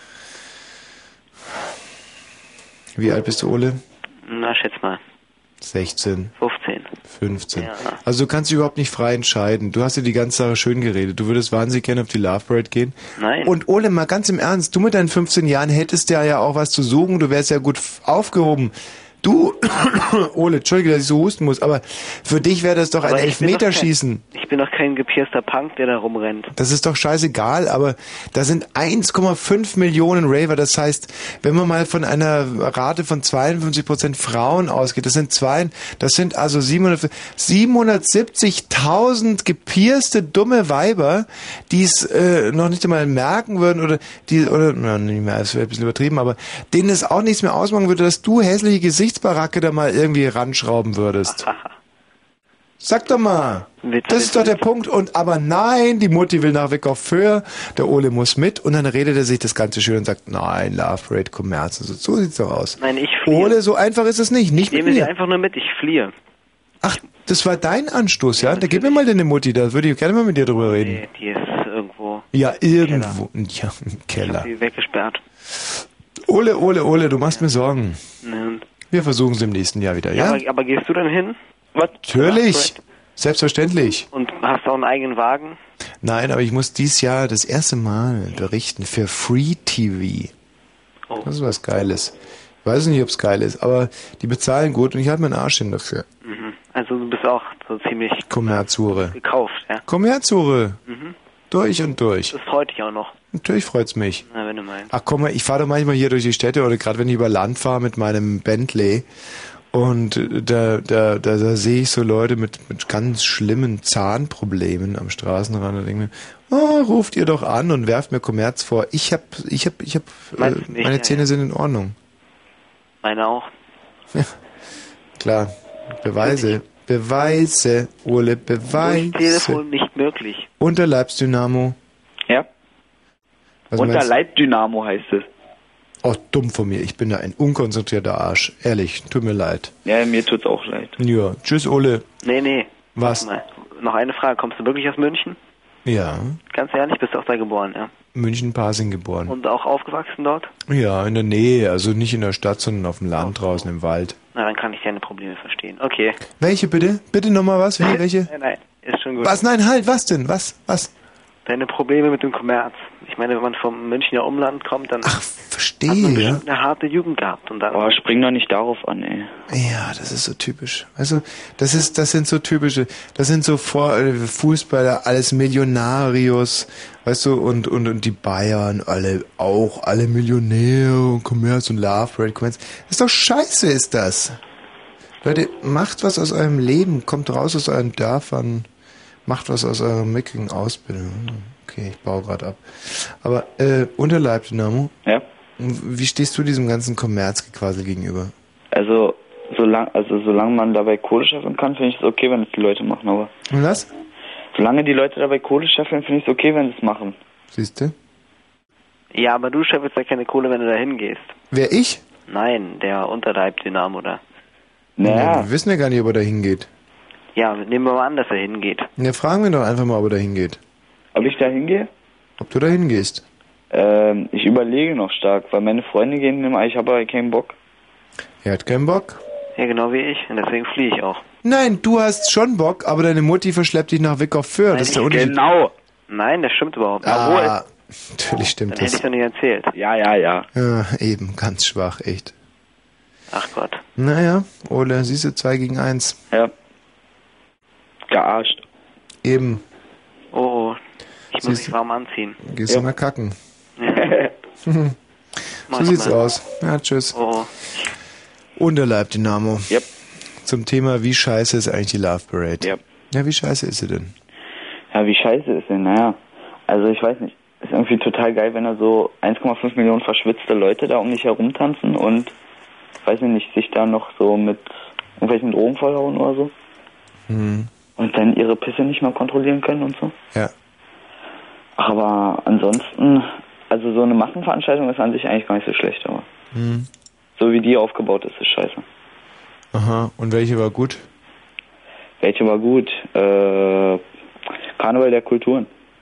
Wie alt bist du, Ole? Na, schätz mal. 16. 15. 15. Ja. Also du kannst dich überhaupt nicht frei entscheiden. Du hast dir die ganze Sache schön geredet. Du würdest wahnsinnig gerne auf die Love Parade gehen. Nein. Und Ole, mal ganz im Ernst, du mit deinen 15 Jahren hättest ja auch was zu suchen. Du wärst ja gut aufgehoben. Du, Ole, Entschuldige, dass ich so husten muss, aber für dich wäre das doch ein Elfmeterschießen. Ich bin doch kein gepierster Punk, der da rumrennt. Das ist doch scheißegal, aber da sind 1,5 Millionen Raver. Das heißt, wenn man mal von einer Rate von 52% Frauen ausgeht, das sind also 770.000 gepierste dumme Weiber, die es noch nicht einmal merken würden oder nicht mehr, das wäre ein bisschen übertrieben, aber denen es auch nichts mehr ausmachen würde, dass du hässliche Gesichtsbaracke da mal irgendwie ranschrauben würdest. Sag doch mal. Das ist doch der Punkt. Und aber nein, die Mutti will nach Wieg auf Föhr, der Ole muss mit und dann redet er sich das Ganze schön und sagt, nein, Love Parade, Kommerz. Also, so sieht's doch aus. Nein, ich fliehe. Ole, so einfach ist es nicht. Nicht ich nehme sie einfach nur mit, ich fliehe. Ach, das war dein Anstoß, ja? Da gib mir mal deine Mutti, da würde ich gerne mal mit dir drüber reden. Nee, die ist irgendwo. Ja, irgendwo. Ja, im Keller. Ich hab sie weggesperrt. Ole, du machst mir Sorgen. Nein. Wir versuchen es im nächsten Jahr wieder, ja? Aber gehst du denn hin? Was? Natürlich. Selbstverständlich. Und hast du auch einen eigenen Wagen? Nein, aber ich muss dieses Jahr das erste Mal berichten für Free TV. Oh. Das ist was Geiles. Ich weiß nicht, ob es geil ist, aber die bezahlen gut und ich halte meinen Arsch hin dafür. Mhm. Also du bist auch so ziemlich Kommerzhure. gekauft, ja? Kommerzhure. Mhm. Durch und durch. Das freut dich auch noch. Natürlich freut's mich. Na, wenn du meinst. Ach komm mal, ich fahre doch manchmal hier durch die Städte oder gerade wenn ich über Land fahre mit meinem Bentley und da sehe ich so Leute mit ganz schlimmen Zahnproblemen am Straßenrand und denke mir, ruft ihr doch an und werft mir Kommerz vor. Meine Zähne sind in Ordnung. Meine auch. Ja, klar. Beweise, Ole, Beweise. Durch Telefon nicht möglich. Unterleibsdynamo. Ja. Was Unterleibdynamo heißt es. Oh, dumm von mir. Ich bin da ein unkonzentrierter Arsch. Ehrlich, tut mir leid. Ja, mir tut's auch leid. Ja, tschüss, Ole. Nee. Was? Warte mal. Noch eine Frage. Kommst du wirklich aus München? Ja. Ganz ehrlich, bist du auch da geboren, ja? München-Pasing geboren. Und auch aufgewachsen dort? Ja, in der Nähe. Also nicht in der Stadt, sondern auf dem Land draußen im Wald. Na, dann kann ich deine Probleme verstehen. Okay. Welche bitte? Bitte nochmal was? Welche? Nein, ist schon gut. Was? Nein, halt, was denn? Was? Deine Probleme mit dem Kommerz. Ich meine, wenn man vom Münchner Umland kommt, dann verstehe, hat man ja. bestimmt eine harte Jugend gehabt. Und dann spring doch nicht darauf an, ey. Ja, das ist so typisch. Also, das sind so typische, das sind so Fußballer, alles Millionarios, weißt du, und die Bayern, alle Millionäre und Kommerz und Love Parade, Kommerz. Das ist doch scheiße, ist das. Leute, macht was aus eurem Leben, kommt raus aus euren Dörfern, macht was aus eurer mickrigen Ausbildung. Okay, ich baue gerade ab. Aber Unterleib Dynamo? Ja. Wie stehst du diesem ganzen Kommerzgequassel gegenüber? Also solange man dabei Kohle scheffeln kann, finde ich es okay, wenn es die Leute machen, aber... Und was? Solange die Leute dabei Kohle scheffeln, finde ich es okay, wenn sie es machen. Siehst du? Ja, aber du scheffelst ja keine Kohle, wenn du da hingehst. Wer, ich? Nein, der Unterleib-Dynamo da. Ja, wir wissen ja gar nicht, ob er da hingeht. Ja, nehmen wir mal an, dass er hingeht. Ja, fragen wir doch einfach mal, ob er da hingeht. Ob ich da hingehe? Ob du da hingehst? Ich überlege noch stark, weil meine Freunde gehen immer, ich habe aber keinen Bock. Er hat keinen Bock? Ja, genau wie ich. Und deswegen fliehe ich auch. Nein, du hast schon Bock, aber deine Mutti verschleppt dich nach Wick-auf-Föhr. Das ist der Unterschied. Genau. Nein, das stimmt überhaupt nicht. Ah, natürlich stimmt Dann hätte das. ich doch nicht erzählt. Ja. Ja, eben, ganz schwach, echt. Ach Gott. Naja, Ole, siehst du, 2-1. Ja. Gearscht. Eben. Oh, ich muss mich warm anziehen. Gehst du mal kacken. Ja. So sieht's aus. Ja, tschüss. Oh. Unterleib Dynamo. Yep. Zum Thema, wie scheiße ist eigentlich die Love Parade? Yep. Ja, wie scheiße ist sie denn? Ja, wie scheiße ist denn? Naja, also ich weiß nicht. Ist irgendwie total geil, wenn da so 1,5 Millionen verschwitzte Leute da um dich herum tanzen und, weiß ich nicht, sich da noch so mit irgendwelchen Drogen vollhauen oder so. Hm. Und dann ihre Pisse nicht mehr kontrollieren können und so. Ja. Aber ansonsten, also so eine Massenveranstaltung ist an sich eigentlich gar nicht so schlecht, aber Hm. so wie die aufgebaut ist, ist scheiße. Aha, und welche war gut? Welche war gut? Karneval der Kulturen.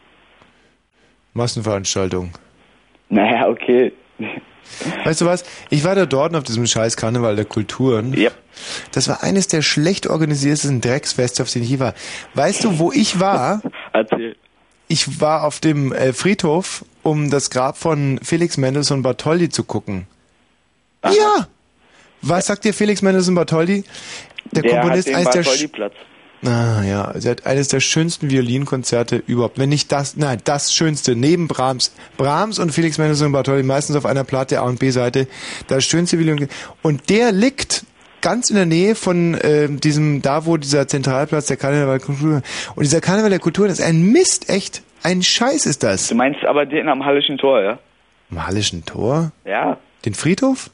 Massenveranstaltung. Naja, okay. Weißt du was? Ich war da dort auf diesem scheiß Karneval der Kulturen. Yep. Das war eines der schlecht organisiertesten Drecksfeste, auf denen ich je war. Weißt du, wo ich war? Erzähl. Ich war auf dem Friedhof, um das Grab von Felix Mendelssohn Bartholdy zu gucken. Aha. Ja! Was sagt dir Felix Mendelssohn Bartholdy? Der Komponist, hat den eines der Bartholdy-Platz. Ah ja, sie hat eines der schönsten Violinkonzerte überhaupt. Wenn nicht das, nein, das Schönste, neben Brahms. Brahms und Felix Mendelssohn Bartholdy, meistens auf einer Platte A und B-Seite, das schönste Violin. Und der liegt ganz in der Nähe von diesem, da wo dieser Zentralplatz der Karneval der Kultur. Und dieser Karneval der Kultur ist ein Mist, echt. Ein Scheiß ist das. Du meinst aber den am Hallischen Tor, ja? Am Hallischen Tor? Ja. Den Friedhof?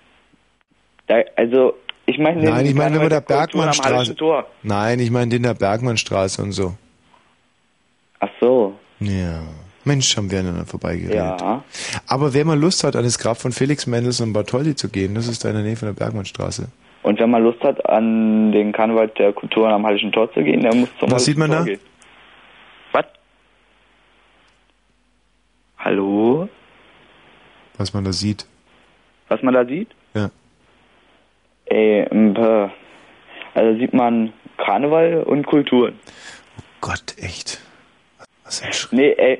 Da, also, ich meine... Nein, ich meine, wenn man der Kulturen am Bergmannstraße... Hallischen Tor. Nein, ich meine den der Bergmannstraße und so. Ach so. Ja. Mensch, haben wir aneinander vorbeigeredet. Ja. Aber wer mal Lust hat, an das Grab von Felix Mendelssohn Bartholdy zu gehen, das ist da in der Nähe von der Bergmannstraße. Und wenn man Lust hat, an den Karneval der Kulturen am Hallischen Tor zu gehen, der muss zum Was sieht man da? Gehen. Was? Hallo? Was man da sieht. Was man da sieht? Ja. Also sieht man Karneval und Kulturen. Oh Gott, echt. Was ein Schritt. Nee,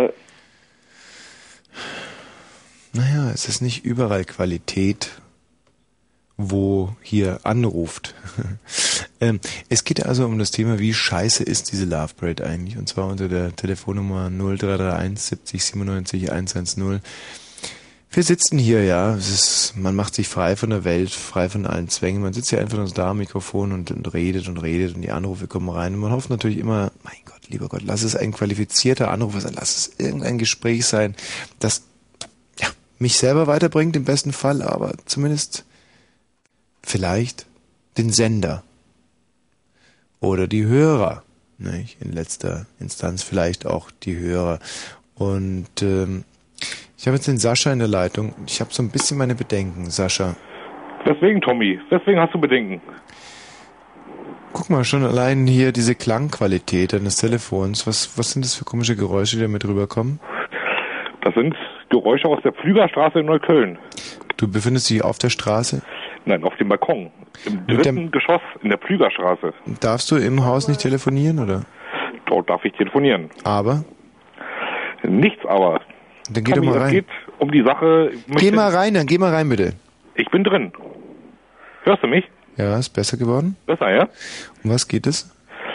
Naja, es ist nicht überall Qualität, wo hier anruft. Es geht also um das Thema, wie scheiße ist diese Love Parade eigentlich? Und zwar unter der Telefonnummer 0331 70 97 110. Wir sitzen hier, ja, man macht sich frei von der Welt, frei von allen Zwängen. Man sitzt hier einfach nur da am Mikrofon und redet und die Anrufe kommen rein. Und man hofft natürlich immer, mein Gott, lieber Gott, lass es ein qualifizierter Anruf sein, lass es irgendein Gespräch sein, das ja, mich selber weiterbringt im besten Fall, aber zumindest vielleicht den Sender oder die Hörer, nicht? In letzter Instanz vielleicht auch die Hörer. Und ich habe jetzt den Sascha in der Leitung. Ich habe so ein bisschen meine Bedenken, Sascha. Weswegen, Tommy? Weswegen hast du Bedenken? Guck mal, schon allein hier diese Klangqualität deines Telefons. Was sind das für komische Geräusche, die da mit rüberkommen? Das sind Geräusche aus der Pflügerstraße in Neukölln. Du befindest dich auf der Straße? Nein, auf dem Balkon. Im dritten Geschoss in der Pflügerstraße. Darfst du im Haus nicht telefonieren, oder? Dort darf ich telefonieren. Aber? Nichts aber. Dann geh doch mal rein. Es geht um die Sache... Geh mal rein bitte. Ich bin drin. Hörst du mich? Ja, ist besser geworden. Besser, ja? Um was geht es?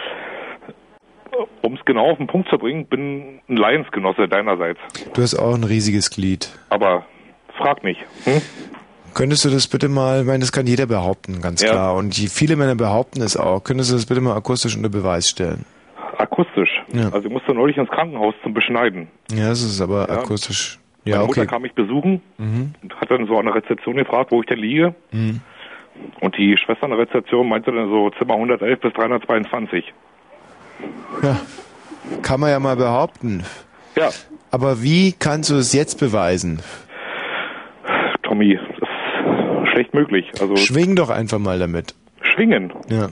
Um es genau auf den Punkt zu bringen, bin ein Leidensgenosse deinerseits. Du hast auch ein riesiges Glied. Aber frag mich. Könntest du das bitte mal, ich meine, das kann jeder behaupten, ganz klar. Und viele Männer behaupten es auch. Könntest du das bitte mal akustisch unter Beweis stellen? akustisch. Ja. Also ich musste neulich ins Krankenhaus zum Beschneiden. Ja, es ist aber akustisch. Ja, Meine Mutter okay. kam mich besuchen Mhm. und hat dann so an der Rezeption gefragt, wo ich denn liege. Mhm. Und die Schwester an der Rezeption meinte dann so Zimmer 111 bis 322. Ja, kann man ja mal behaupten. Ja. Aber wie kannst du es jetzt beweisen? Tommy, das ist schlecht möglich. Also Schwing doch einfach mal damit. schwingen. Ja.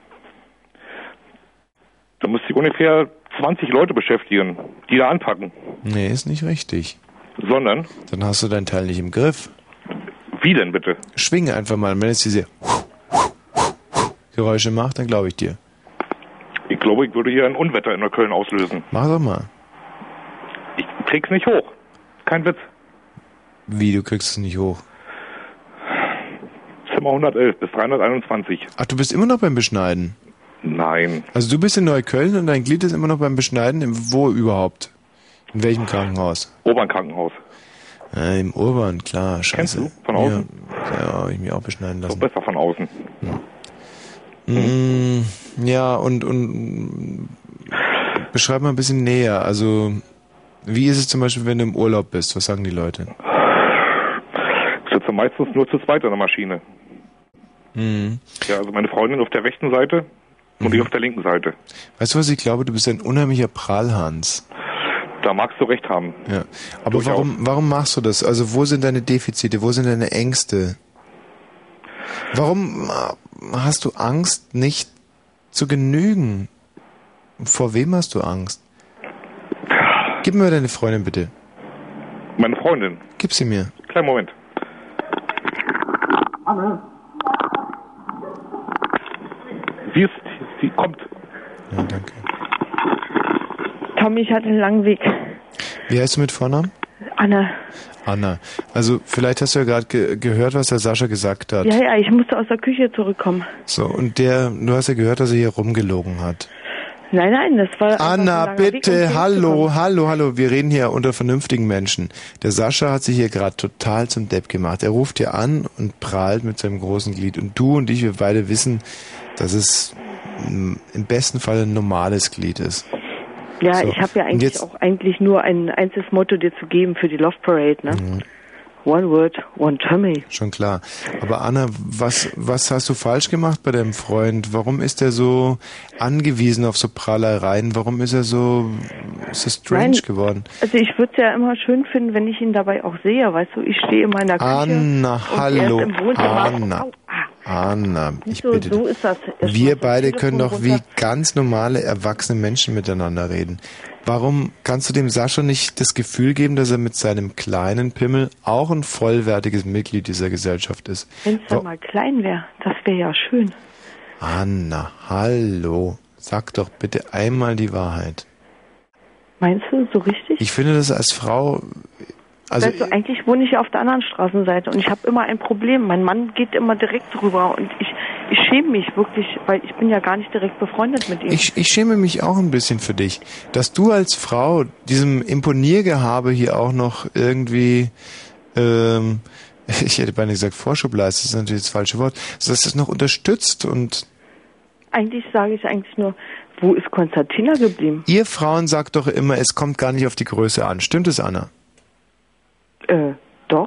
Da müsste ich ungefähr 20 Leute beschäftigen, die da anpacken. Nee, ist nicht richtig. Sondern? Dann hast du dein Teil nicht im Griff. Wie denn bitte? Schwinge einfach mal. Wenn es diese Geräusche macht, dann glaube ich dir. Ich glaube, ich würde hier ein Unwetter in Neukölln auslösen. Mach doch mal. Ich krieg's nicht hoch. Kein Witz. Wie, du kriegst es nicht hoch? Zimmer 111 bis 321. Ach, du bist immer noch beim Beschneiden? Nein. Also du bist in Neukölln und dein Glied ist immer noch beim Beschneiden? Wo überhaupt? In welchem Krankenhaus? Urban-Krankenhaus. Ja, im Urban, klar. Scheiße. Kennst du? Von außen? Ja, habe ich mich auch beschneiden lassen. Doch besser von außen. Ja, und beschreib mal ein bisschen näher. Also, wie ist es zum Beispiel, wenn du im Urlaub bist? Was sagen die Leute? Ich sitze meistens nur zu zweit an der Maschine. Ja, also meine Freundin auf der rechten Seite und ich auf der linken Seite. Weißt du was, ich glaube, du bist ein unheimlicher Prahlhans. Da magst du recht haben. Ja. Aber warum machst du das? Also wo sind deine Defizite? Wo sind deine Ängste? Warum hast du Angst, nicht zu genügen? Vor wem hast du Angst? Gib mir deine Freundin bitte. Meine Freundin? Gib sie mir. Kleinen Moment. Sie kommt. Ja, danke. Tommy, ich hatte einen langen Weg. Wie heißt du mit Vornamen? Anna. Anna. Also vielleicht hast du ja gerade gehört, was der Sascha gesagt hat. Ja, ich musste aus der Küche zurückkommen. So, und du hast ja gehört, dass er hier rumgelogen hat. Nein, das war... Anna, bitte, hallo, wir reden hier unter vernünftigen Menschen. Der Sascha hat sich hier gerade total zum Depp gemacht. Er ruft hier an und prahlt mit seinem großen Glied. Und du und ich, wir beide wissen, dass es im besten Fall ein normales Glied ist. Ja, so. Ich habe ja eigentlich nur ein einziges Motto dir zu geben für die Love Parade, ne? Mhm. One word, one Tommy. Schon klar. Aber Anna, was hast du falsch gemacht bei deinem Freund? Warum ist er so angewiesen auf so Prahlereien? Warum ist er so strange geworden? Also ich würde es ja immer schön finden, wenn ich ihn dabei auch sehe, weißt du, ich stehe in meiner Küche. Anna, hallo, im Wohnzimmer. Anna, ich so, bitte. So ist das. Wir beide können doch wie ganz normale, erwachsene Menschen miteinander reden. Warum kannst du dem Sascha nicht das Gefühl geben, dass er mit seinem kleinen Pimmel auch ein vollwertiges Mitglied dieser Gesellschaft ist? Wenn es dann mal klein wäre, das wäre ja schön. Anna, hallo. Sag doch bitte einmal die Wahrheit. Meinst du, so richtig? Ich finde das als Frau... Also weißt du, eigentlich wohne ich ja auf der anderen Straßenseite und ich habe immer ein Problem. Mein Mann geht immer direkt rüber und ich schäme mich wirklich, weil ich bin ja gar nicht direkt befreundet mit ihm. Ich schäme mich auch ein bisschen für dich, dass du als Frau diesem Imponiergehabe hier auch noch irgendwie, ich hätte beinahe gesagt Vorschub leistet, das ist natürlich das falsche Wort, dass das noch unterstützt und... Eigentlich sage ich eigentlich nur, wo ist Konstantina geblieben? Ihr Frauen sagt doch immer, es kommt gar nicht auf die Größe an. Stimmt es, Anna? Doch.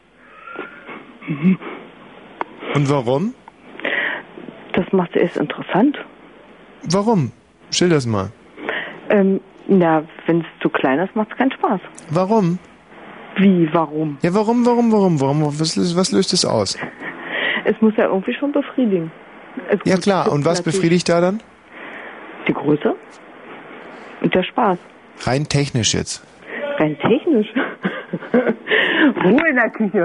Und warum? Das macht es erst interessant. Warum? Schilder's mal. Wenn es zu klein ist, macht es keinen Spaß. Warum? Wie, warum? Ja, warum? Was löst es aus? Es muss ja irgendwie schon befriedigen. Ja klar, und was befriedigt da dann? Die Größe und der Spaß. Rein technisch jetzt. Rein technisch? Ruhe in der Küche.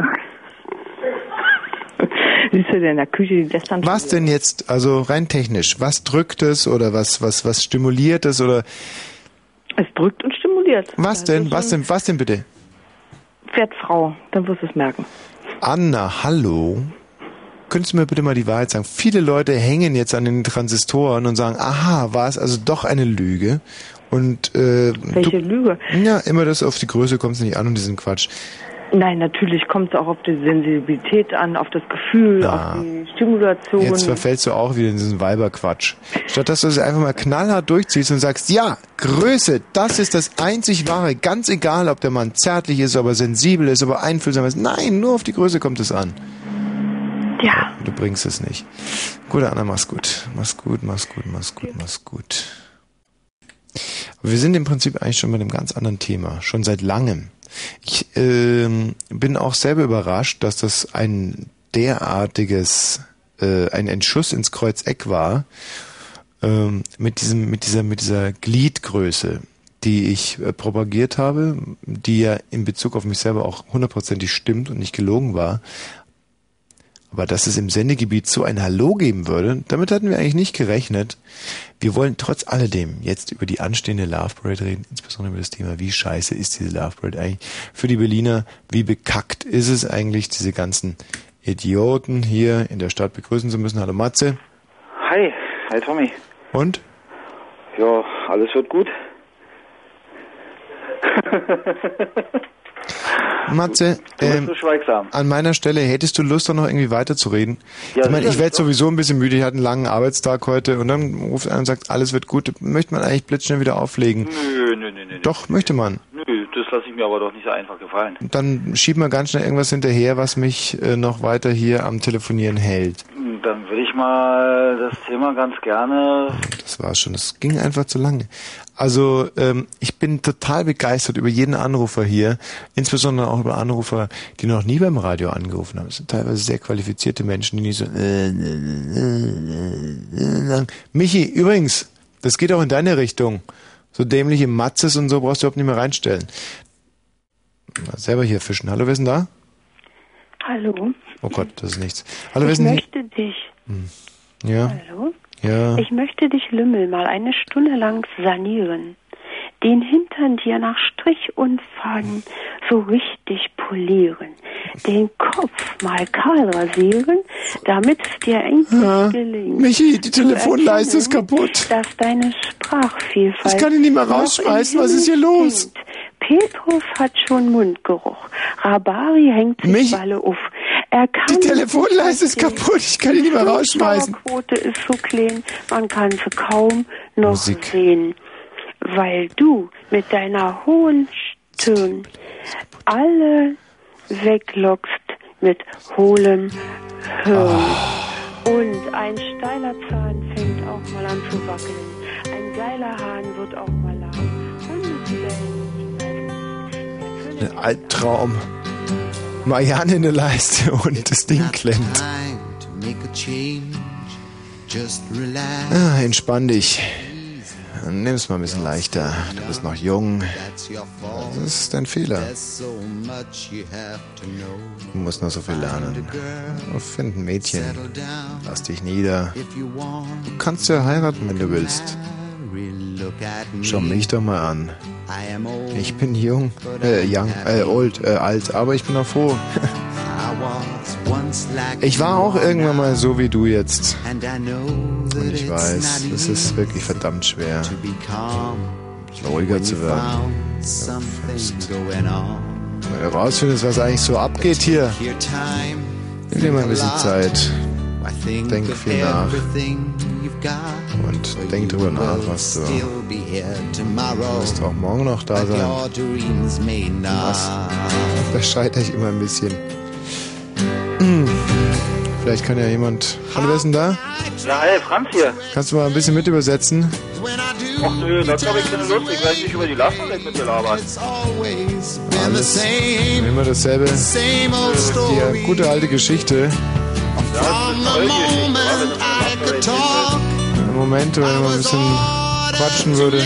Siehst du denn in der Küche, die lässt dann... Was denn jetzt, also rein technisch, was drückt es oder was stimuliert es oder... Es drückt und stimuliert. Was denn, was denn bitte? Werd Frau, dann wirst du es merken. Anna, hallo? Könntest du mir bitte mal die Wahrheit sagen? Viele Leute hängen jetzt an den Transistoren und sagen, aha, war es also doch eine Lüge? Und welche Lüge? Ja, immer das auf die Größe kommt es nicht an und diesen Quatsch. Nein, natürlich kommt es auch auf die Sensibilität an, auf das Gefühl, auf die Stimulation. Jetzt verfällst du auch wieder in diesen Weiberquatsch. Statt dass du es einfach mal knallhart durchziehst und sagst, ja, Größe, das ist das einzig Wahre, ganz egal, ob der Mann zärtlich ist, ob er sensibel ist, ob er einfühlsam ist. Nein, nur auf die Größe kommt es an. Ja. Du bringst es nicht. Gut, Anna, mach's gut. Mach's gut. Aber wir sind im Prinzip eigentlich schon bei einem ganz anderen Thema, schon seit langem. Ich bin auch selber überrascht, dass das ein derartiges, ein Schuss ins Kreuzeck war, mit dieser Gliedgröße, die ich propagiert habe, die ja in Bezug auf mich selber auch 100% stimmt und nicht gelogen war. Aber dass es im Sendegebiet so ein Hallo geben würde, damit hatten wir eigentlich nicht gerechnet. Wir wollen trotz alledem jetzt über die anstehende Love Parade reden, insbesondere über das Thema, wie scheiße ist diese Love Parade eigentlich für die Berliner, wie bekackt ist es eigentlich, diese ganzen Idioten hier in der Stadt begrüßen zu müssen. Hallo Matze. Hi Tommy. Und? Ja, alles wird gut. Matze, du bist so schweigsam. An meiner Stelle hättest du Lust, doch noch irgendwie weiterzureden? Ja, ich meine, ich werde sowieso ein bisschen müde, ich hatte einen langen Arbeitstag heute und dann ruft einer und sagt, alles wird gut. Möchte man eigentlich blitzschnell wieder auflegen? Nö. Doch, möchte man. Nö, das lasse ich mir aber doch nicht so einfach gefallen. Dann schieben wir ganz schnell irgendwas hinterher, was mich noch weiter hier am Telefonieren hält. Dann würde ich mal das Thema ganz gerne... Das war's schon, das ging einfach zu lange. Also ich bin total begeistert über jeden Anrufer hier, insbesondere auch über Anrufer, die noch nie beim Radio angerufen haben. Das sind teilweise sehr qualifizierte Menschen, die nicht so... Michi, übrigens, das geht auch in deine Richtung. So dämliche Matzes und so brauchst du überhaupt nicht mehr reinstellen. Mal selber hier fischen. Hallo, wer ist denn da? Hallo. Oh Gott, das ist nichts. Hallo, wer Ich ist denn möchte dich. Ja. Hallo? Ja. Ich möchte dich, Lümmel, mal eine Stunde lang sanieren. Den Hintern dir nach Strich und Faden so richtig polieren. Den Kopf mal kahl rasieren, damit es dir endlich gelingt. Michi, die Telefonleiste ist kaputt. Dass deine Sprachvielfalt... Das kann ich nicht mehr rausschmeißen. Was ist hier los? Petrus hat schon Mundgeruch. Rabari hängt sich Balle auf. Er kann die Telefonleiste ist kaputt. Ich kann die nicht mehr rausschmeißen. Die Quote ist so klein, man kann sie kaum noch sehen. Weil du mit deiner hohen Stirn alle weglockst mit hohlem Hirn. Und ein steiler Zahn fängt auch mal an zu wackeln. Ein geiler Hahn wird auch mal lahm. Ein Albtraum. Marianne in der Leiste und das Ding klemmt. Entspann dich. Nimm es mal ein bisschen leichter. Du bist noch jung. Das ist dein Fehler. Du musst noch so viel lernen. Find ein Mädchen. Lass dich nieder. Du kannst ja heiraten, wenn du willst. Schau mich doch mal an. Ich bin alt, aber ich bin noch froh. Ich war auch irgendwann mal so wie du jetzt. Und ich weiß, es ist wirklich verdammt schwer, ruhiger zu werden. Wenn du herausfindest, was eigentlich so abgeht hier, nimm dir mal ein bisschen Zeit. Denk viel nach. Und denk drüber nach, was du... Du wirst auch morgen noch da sein. Was? Da schreit ich immer ein bisschen. Vielleicht kann ja jemand... Hallo, wer ist denn da? Ja, hey, Franz hier. Kannst du mal ein bisschen mit übersetzen? Ach nö, da glaube ich keine Lust. Ich weiß nicht über die Lastwagen mit dir labern. Alles immer dasselbe. Die gute alte Geschichte. Momente, wenn man ein bisschen quatschen würde.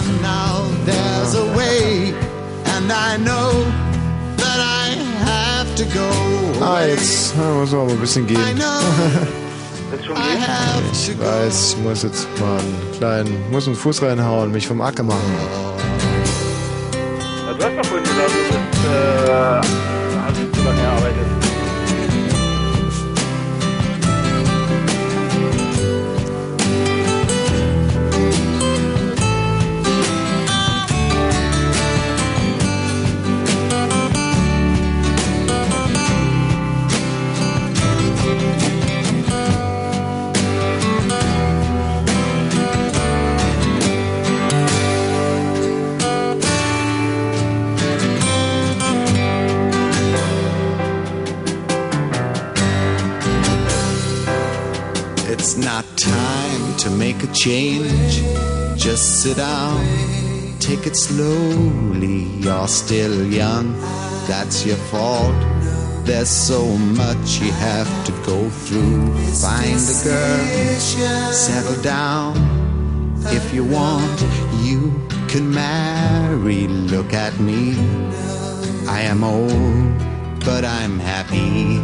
Jetzt muss man aber ein bisschen gehen. Ich weiß, ich muss jetzt mal einen Fuß reinhauen, mich vom Acker machen. Du hast doch vorhin gesagt, du hast nicht so lange gearbeitet. time to make a change. Just sit down, take it slowly. You're still young, that's your fault. There's so much you have to go through. Find a girl, settle down. If you want, you can marry. Look at me, I am old, but I'm happy.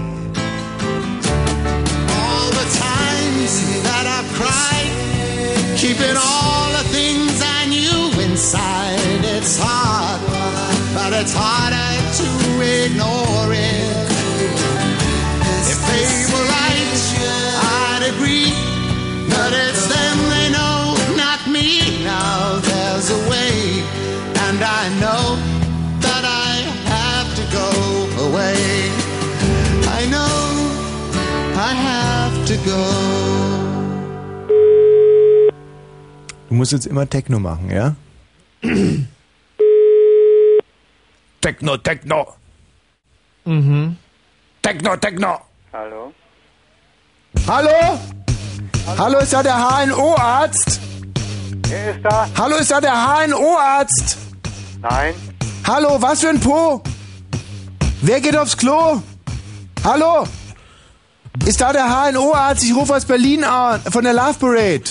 All the times that I've cried, keeping all the things I knew inside. It's hard, but it's harder to ignore it. If they were right, I'd agree, but it's them they know, not me. Now there's a way, and I know that I have to go away. I know I have to go. Du musst jetzt immer Techno machen, ja? Techno, Techno. Mhm. Techno, Techno. Hallo? Hallo? Hallo, ist da der HNO-Arzt? Wer ist da? Hallo, ist da der HNO-Arzt? Nein. Hallo, was für ein Po? Wer geht aufs Klo? Hallo? Ist da der HNO-Arzt? Ich rufe aus Berlin an, von der Love Parade.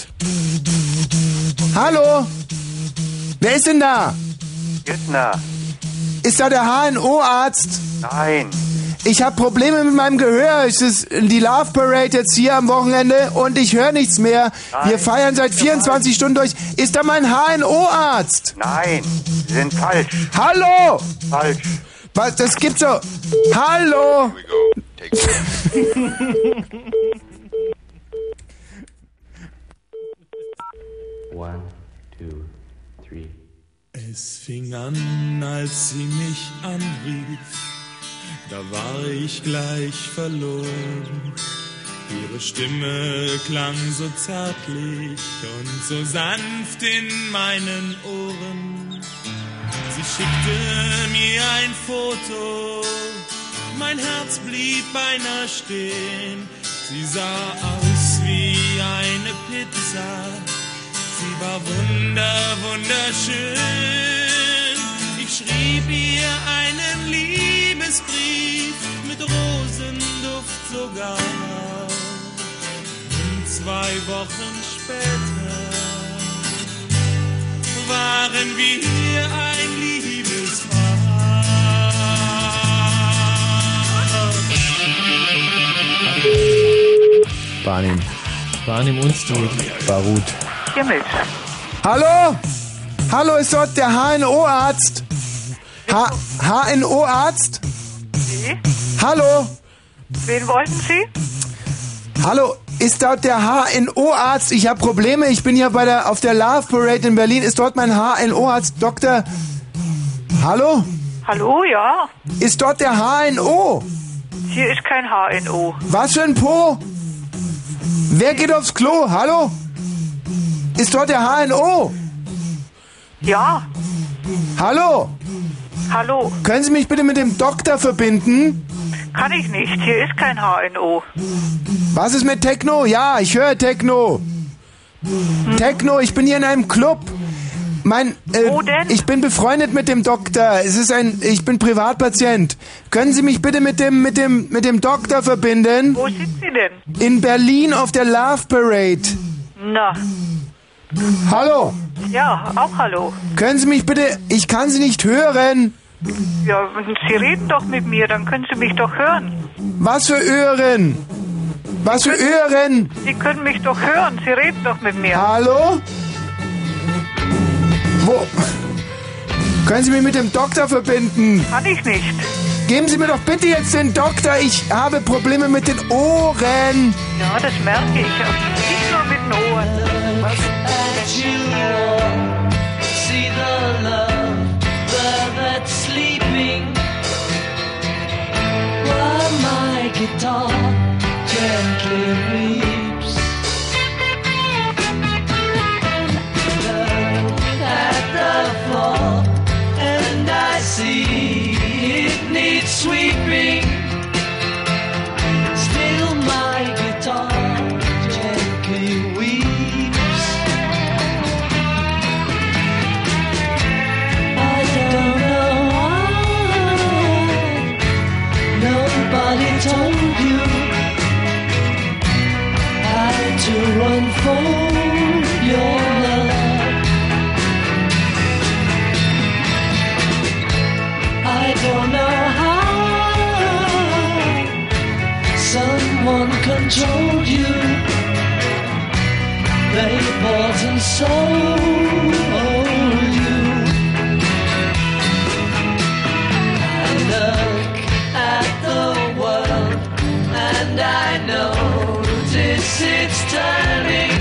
Hallo? Wer ist denn da? Gittner. Ist da der HNO-Arzt? Nein. Ich habe Probleme mit meinem Gehör. Es ist die Love Parade jetzt hier am Wochenende und ich höre nichts mehr. Nein. Wir feiern seit 24 Stunden durch. Ist da mein HNO-Arzt? Nein. Sie sind falsch. Hallo? Falsch. Was? Das gibt's so. Hallo? One, two, three. Es fing an, als sie mich anrief, da war ich gleich verloren. Ihre Stimme klang so zärtlich und so sanft in meinen Ohren. Sie schickte mir ein Foto, mein Herz blieb beinahe stehen. Sie sah aus wie eine Pizza, sie war wunderschön. Ich schrieb ihr einen Liebesbrief mit Rosenduft sogar. Und 2 Wochen später waren wir ein Liebespaar. Barnim Unstrut. Barut. Hiermit. Hallo? Hallo, ist dort der HNO-Arzt? HNO-Arzt? Sie? Hallo? Wen wollten Sie? Hallo, ist dort der HNO-Arzt? Ich habe Probleme, ich bin hier auf der Love Parade in Berlin. Ist dort mein HNO-Arzt, Doktor? Hallo? Hallo, ja. Ist dort der HNO? Hier ist kein HNO. Was für ein Po? Wer geht aufs Klo? Hallo? Ist dort der HNO? Ja. Hallo? Hallo. Können Sie mich bitte mit dem Doktor verbinden? Kann ich nicht. Hier ist kein HNO. Was ist mit Techno? Ja, ich höre Techno. Techno, ich bin hier in einem Club. Wo denn? Ich bin befreundet mit dem Doktor. Ich bin Privatpatient. Können Sie mich bitte mit dem Doktor verbinden? Wo sind Sie denn? In Berlin auf der Love Parade. Na. Hallo? Ja, auch hallo. Können Sie mich bitte... Ich kann Sie nicht hören. Ja, Sie reden doch mit mir, dann können Sie mich doch hören. Was für Ohren? Was für Ohren? Sie können mich doch hören, Sie reden doch mit mir. Hallo? Wo? Können Sie mich mit dem Doktor verbinden? Kann ich nicht. Geben Sie mir doch bitte jetzt den Doktor. Ich habe Probleme mit den Ohren. Ja, das merke ich. Nicht nur mit den Ohren. See the love that's sleeping while my guitar gently weeps. Look at the floor and I see it needs sweeping. Still my guitar gently weeps. told you how to unfold your love. I don't know how someone controlled you. They bought and sold you. I look at the world and I notice it's turning.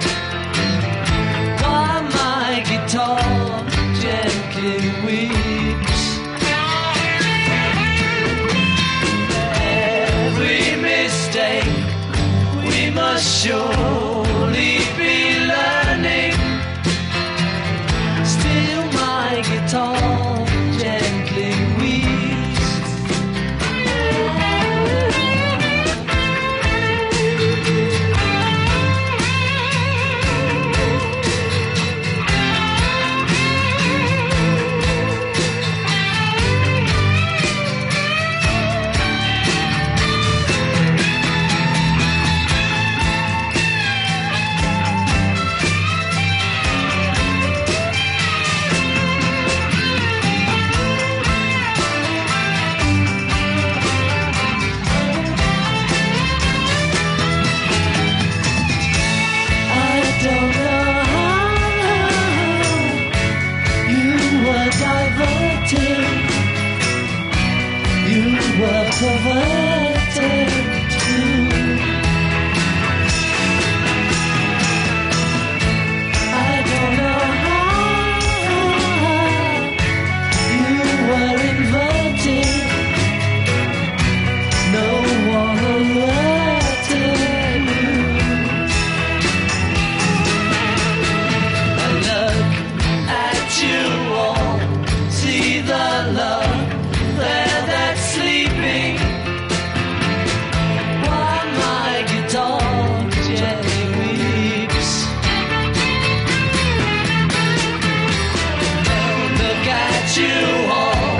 While my guitar gently weeps. Every mistake we must surely be learning. Still my guitar gently weeps. Perverted too. I don't know how you were inverted. No one alerted you. I look at you all, see the love there that's sleeping. While my guitar gently weeps. Look at you all.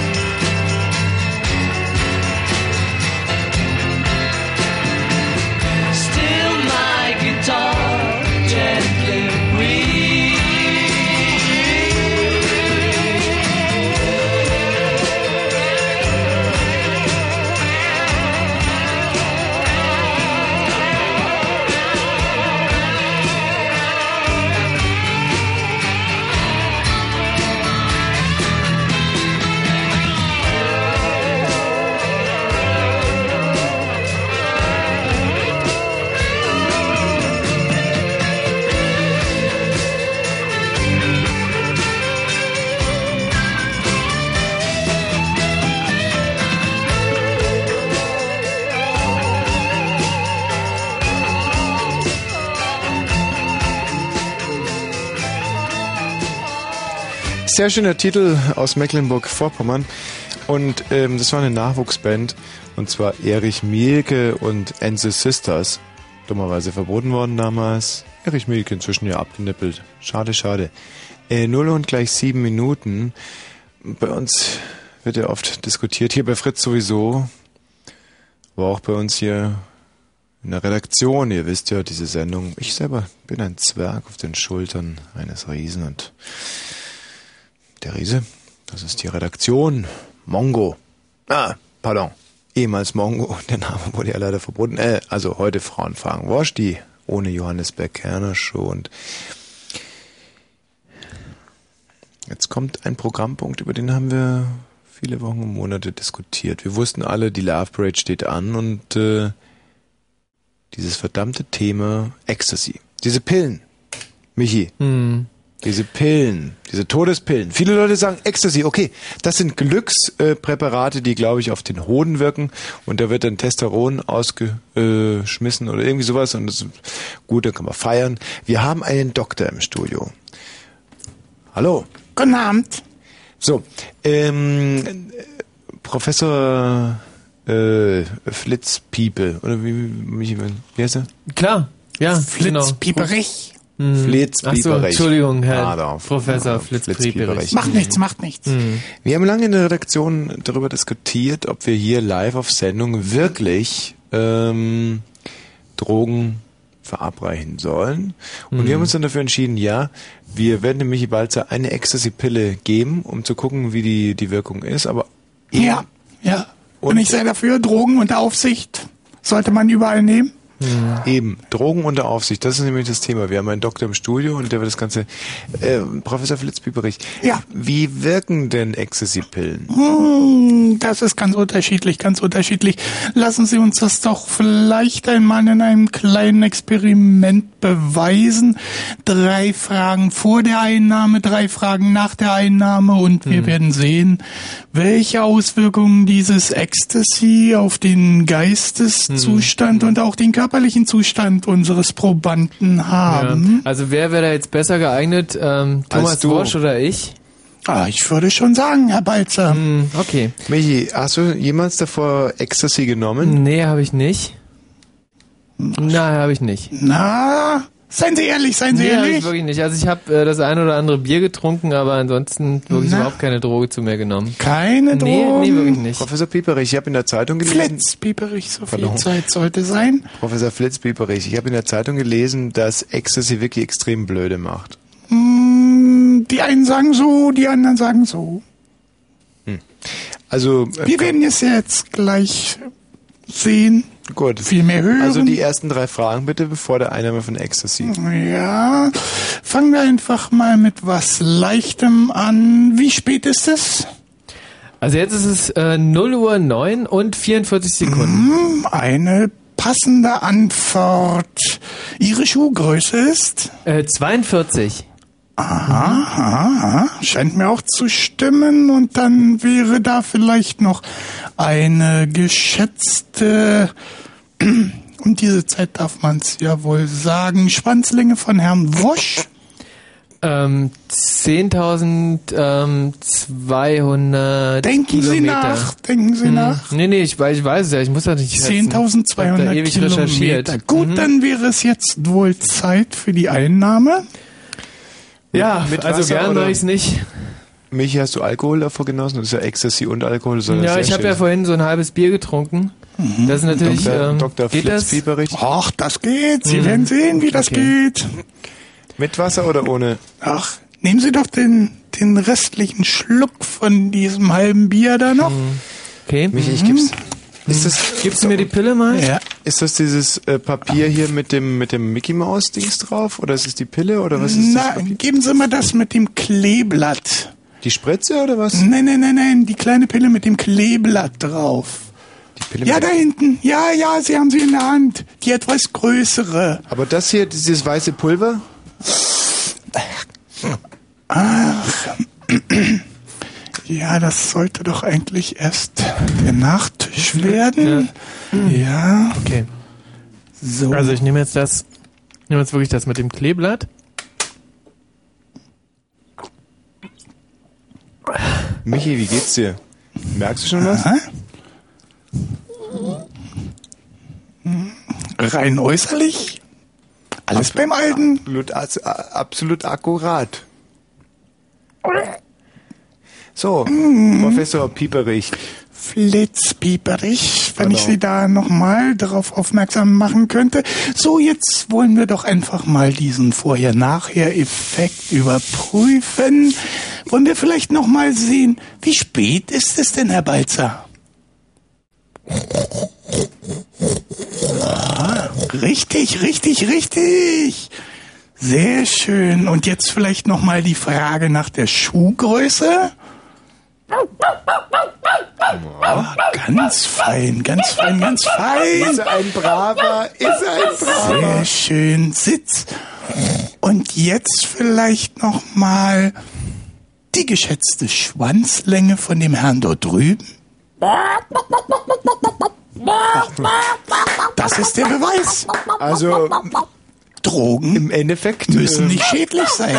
Still my guitar gently weeps. Sehr schöner Titel aus Mecklenburg-Vorpommern. Und das war eine Nachwuchsband. Und zwar Erich Mielke und Ense Sisters. Dummerweise verboten worden damals. Erich Mielke inzwischen ja abgenippelt. Schade, schade. 0 und gleich 7 Minuten. Bei uns wird ja oft diskutiert. Hier bei Fritz sowieso. Aber auch bei uns hier in der Redaktion. Ihr wisst ja, diese Sendung. Ich selber bin ein Zwerg auf den Schultern eines Riesen. Und der Riese, das ist die Redaktion. Mongo. Pardon. Ehemals Mongo. Der Name wurde ja leider verboten. Also heute Frauen fragen Wosch, die ohne Johannes Beck-Kerner Show. Und jetzt kommt ein Programmpunkt, über den haben wir viele Wochen und Monate diskutiert. Wir wussten alle, die Love Parade steht an und dieses verdammte Thema Ecstasy. Diese Pillen. Michi. Diese Pillen, diese Todespillen. Viele Leute sagen Ecstasy, okay, das sind Glückspräparate, die, glaube ich, auf den Hoden wirken und da wird dann Testosteron ausgeschmissen oder irgendwie sowas und das ist gut, da kann man feiern. Wir haben einen Doktor im Studio. Hallo. Guten Abend. So, Professor Flitzpiepe, oder wie heißt er? Klar, ja, Flitzpieperich. Genau. Flitzpieperich. Ach so, Entschuldigung, Herr Adolf. Professor Flitzpieperich. Macht nichts. Wir haben lange in der Redaktion darüber diskutiert, ob wir hier live auf Sendung wirklich Drogen verabreichen sollen. Und wir haben uns dann dafür entschieden, ja, wir werden dem Michi Balzer eine Ecstasy-Pille geben, um zu gucken, wie die Wirkung ist. Aber ja. Und ich sei dafür, Drogen unter Aufsicht sollte man überall nehmen. Eben, Drogen unter Aufsicht, das ist nämlich das Thema. Wir haben einen Doktor im Studio und der wird das Ganze... Professor Flitzpieperich, wie wirken denn Ecstasy-Pillen? Das ist ganz unterschiedlich. Lassen Sie uns das doch vielleicht einmal in einem kleinen Experiment beweisen. 3 Fragen vor der Einnahme, 3 Fragen nach der Einnahme und wir werden sehen, welche Auswirkungen dieses Ecstasy auf den Geisteszustand und auch den körperlichen Zustand unseres Probanden haben. Ja. Also wer wäre da jetzt besser geeignet? Thomas Wosch oder ich? Ich würde schon sagen, Herr Balzer. Okay. Michi, hast du jemals davor Ecstasy genommen? Nee, habe ich nicht. Nein, habe ich nicht. Na, seien Sie ehrlich. Hab ich wirklich nicht. Also ich habe das ein oder andere Bier getrunken, aber ansonsten wirklich überhaupt keine Droge zu mir genommen. Keine Droge? Nee, wirklich nicht. Professor Pieperich, ich habe in der Zeitung gelesen... Flitzpieperich, so viel Zeit sollte sein. Professor Flitzpieperich, ich habe in der Zeitung gelesen, dass Ecstasy wirklich extrem blöde macht. Die einen sagen so, die anderen sagen so. Also... Wir werden es jetzt gleich sehen. Gut. Viel mehr hören. Also die ersten 3 Fragen bitte, bevor der Einnahme von Ecstasy. Ja, fangen wir einfach mal mit was Leichtem an. Wie spät ist es? Also jetzt ist es 0:09 und 44 Sekunden. Eine passende Antwort. Ihre Schuhgröße ist? 42. Aha, scheint mir auch zu stimmen. Und dann wäre da vielleicht noch eine geschätzte, um diese Zeit darf man es ja wohl sagen, Schwanzlänge von Herrn Wosch? 10.200 Denken Kilometer. Denken Sie nach. Nee, ich weiß es ja, ich muss das nicht schätzen. 10.200 ewig Kilometer. recherchiert. Gut, dann wäre es jetzt wohl Zeit für die Einnahme. Ja, mit also Wasser gern mache ich es nicht. Michi, hast du Alkohol davor genossen? Das ist ja Ecstasy und Alkohol. Ja, ich habe ja vorhin so ein halbes Bier getrunken. Das ist natürlich... Dr. Geht das? Flitzpieperich. Ach, das geht. Sie werden sehen, wie das geht. Mit Wasser oder ohne? Ach, nehmen Sie doch den restlichen Schluck von diesem halben Bier da noch. Okay. Michi, ich gib's... Gibst du mir die Pille mal? Ja. Ist das dieses Papier hier mit dem Mickey Maus Dings drauf? Oder ist es die Pille? Oder was ist das? Geben Sie mal das mit dem Kleeblatt. Die Spritze oder was? Nein, die kleine Pille mit dem Kleeblatt drauf. Die Pille Ja, da hinten. Ja, Sie haben sie in der Hand. Die etwas größere. Aber das hier, dieses weiße Pulver? Ach. Ja, das sollte doch eigentlich erst der Nachtisch werden. Ja. Okay. So. Also ich nehme jetzt wirklich das mit dem Kleeblatt. Michi, wie geht's dir? Merkst du schon was? Rein äußerlich? Alles beim Alten? Absolut akkurat. So, Professor Pieperich. Flitzpieperich, wenn ich Sie da nochmal darauf aufmerksam machen könnte. So, jetzt wollen wir doch einfach mal diesen Vorher-Nachher-Effekt überprüfen. Wollen wir vielleicht nochmal sehen, wie spät ist es denn, Herr Balzer? Ja, richtig. Sehr schön. Und jetzt vielleicht nochmal die Frage nach der Schuhgröße. Oh, ganz fein. Ist er ein Braver? Sehr schön. Sitz. Und jetzt vielleicht nochmal die geschätzte Schwanzlänge von dem Herrn dort drüben. Das ist der Beweis. Also Drogen im Endeffekt müssen nicht schädlich sein.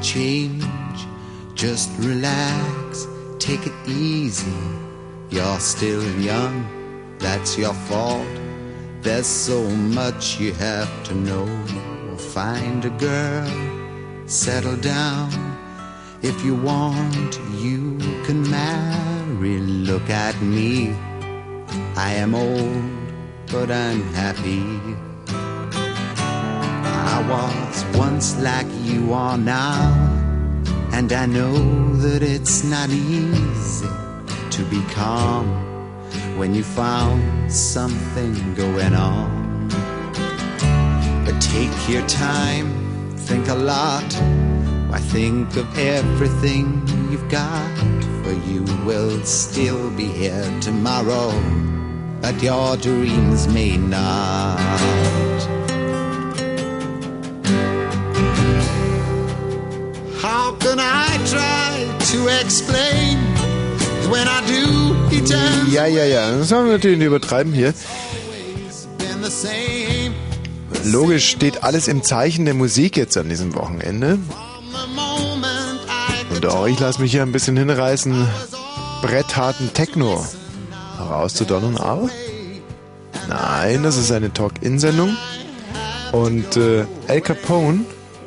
change. Just relax, take it easy. You're still young, that's your fault. There's so much you have to know. Find a girl, settle down. If you want, you can marry. Look at me, I am old, but I'm happy. I was once like you are now, and I know that it's not easy to be calm when you found something going on. But take your time, think a lot. Why, think of everything you've got, for you will still be here tomorrow, but your dreams may not. How can I try to explain when I do he turns Ja, das haben wir natürlich nicht übertreiben hier. been the same. Logisch steht alles im Zeichen der Musik jetzt an diesem Wochenende. Und auch ich lasse mich hier ein bisschen hinreißen, brettharten Techno herauszudonnern, aber nein, das ist eine Talk-In-Sendung. Und Al Capone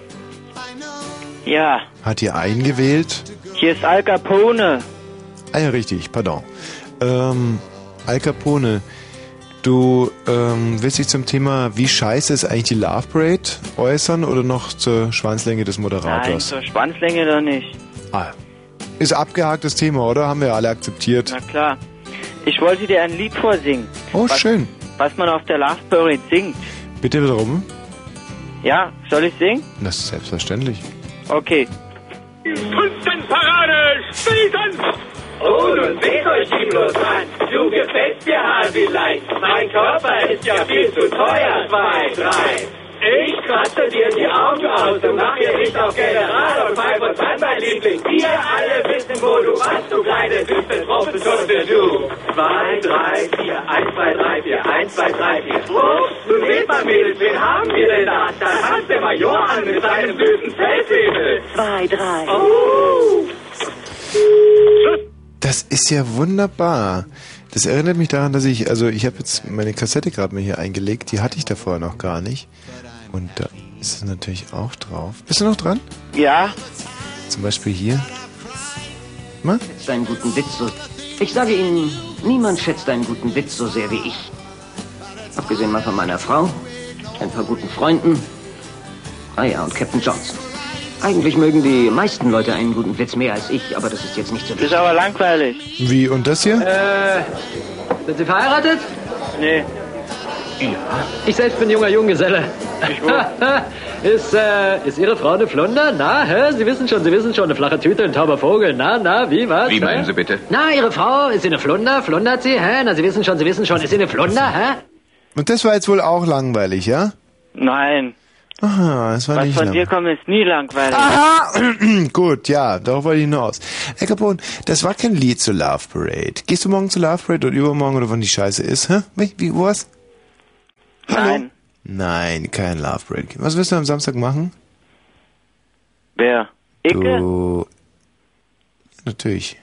hat hier eingewählt. Hier ist Al Capone. Ah ja, richtig, pardon. Al Capone, du willst dich zum Thema, wie scheiße ist eigentlich die Love Parade äußern oder noch zur Schwanzlänge des Nein, Moderators? zur Schwanzlänge doch nicht. Ah, ist abgehaktes Thema, oder? Haben wir alle akzeptiert. Na klar. Ich wollte dir ein Lied vorsingen. Oh, schön. Was man auf der Love Parade singt. Bitte warum? Ja, soll ich singen? Das ist selbstverständlich. Okay. Kunstenparade, Spießen! Oh, nun seht euch ihm bloß an. Du gefällst dir, Harvey leicht. Mein Körper ist ja viel zu teuer. 2, 3. Ich kratze dir die Augen aus und mach hier nicht auf General und pfeif uns an, mein Liebling. Wir alle wissen, wo du warst, du kleine süße Trumpenstunde, du. 2, 3, 4, 1, 2, 3, 4, 1, 2, 3, 4. Oh, nun seht mal, Mädels, wen haben wir denn da? Da tanzt der Major an mit seinem süßen Feldwebel. 2, 3. Oh! Das ist ja wunderbar. Das erinnert mich daran, dass ich habe jetzt meine Kassette gerade mal hier eingelegt, die hatte ich da vorher noch gar nicht. Und da ist es natürlich auch drauf. Bist du noch dran? Ja. Zum Beispiel hier. Mal? Schätzt einen guten Witz so. Ich sage Ihnen, niemand schätzt einen guten Witz so sehr wie ich. Abgesehen mal von meiner Frau, ein paar guten Freunden, und Captain Johnson. Eigentlich mögen die meisten Leute einen guten Witz mehr als ich, aber das ist jetzt nicht so wichtig. Ist aber langweilig. Wie, und das hier? Sind Sie verheiratet? Nee. Ja. Ich selbst bin junger Junggeselle. Ist Ihre Frau eine Flunder? Na, hä? Sie wissen schon, eine flache Tüte, ein tauber Vogel. Na, wie, was? Wie meinen Sie bitte? Na, Ihre Frau, ist sie eine Flunder? Flundert sie, hä? Na, Sie wissen schon, ist sie eine Flunder, hä? Und das war jetzt wohl auch langweilig, ja? Nein. Aha, das war Was nicht von langweilig. dir kommt, ist nie langweilig. Aha! Gut, ja, darauf wollte ich hinaus. Herr Capone, das war kein Lied zur Love Parade. Gehst du morgen zur Love Parade oder übermorgen oder wann die Scheiße ist? Hä? Wie, was? Nein. Nein, kein Love Parade. Was wirst du am Samstag machen? Wer? Icke? Du... Natürlich.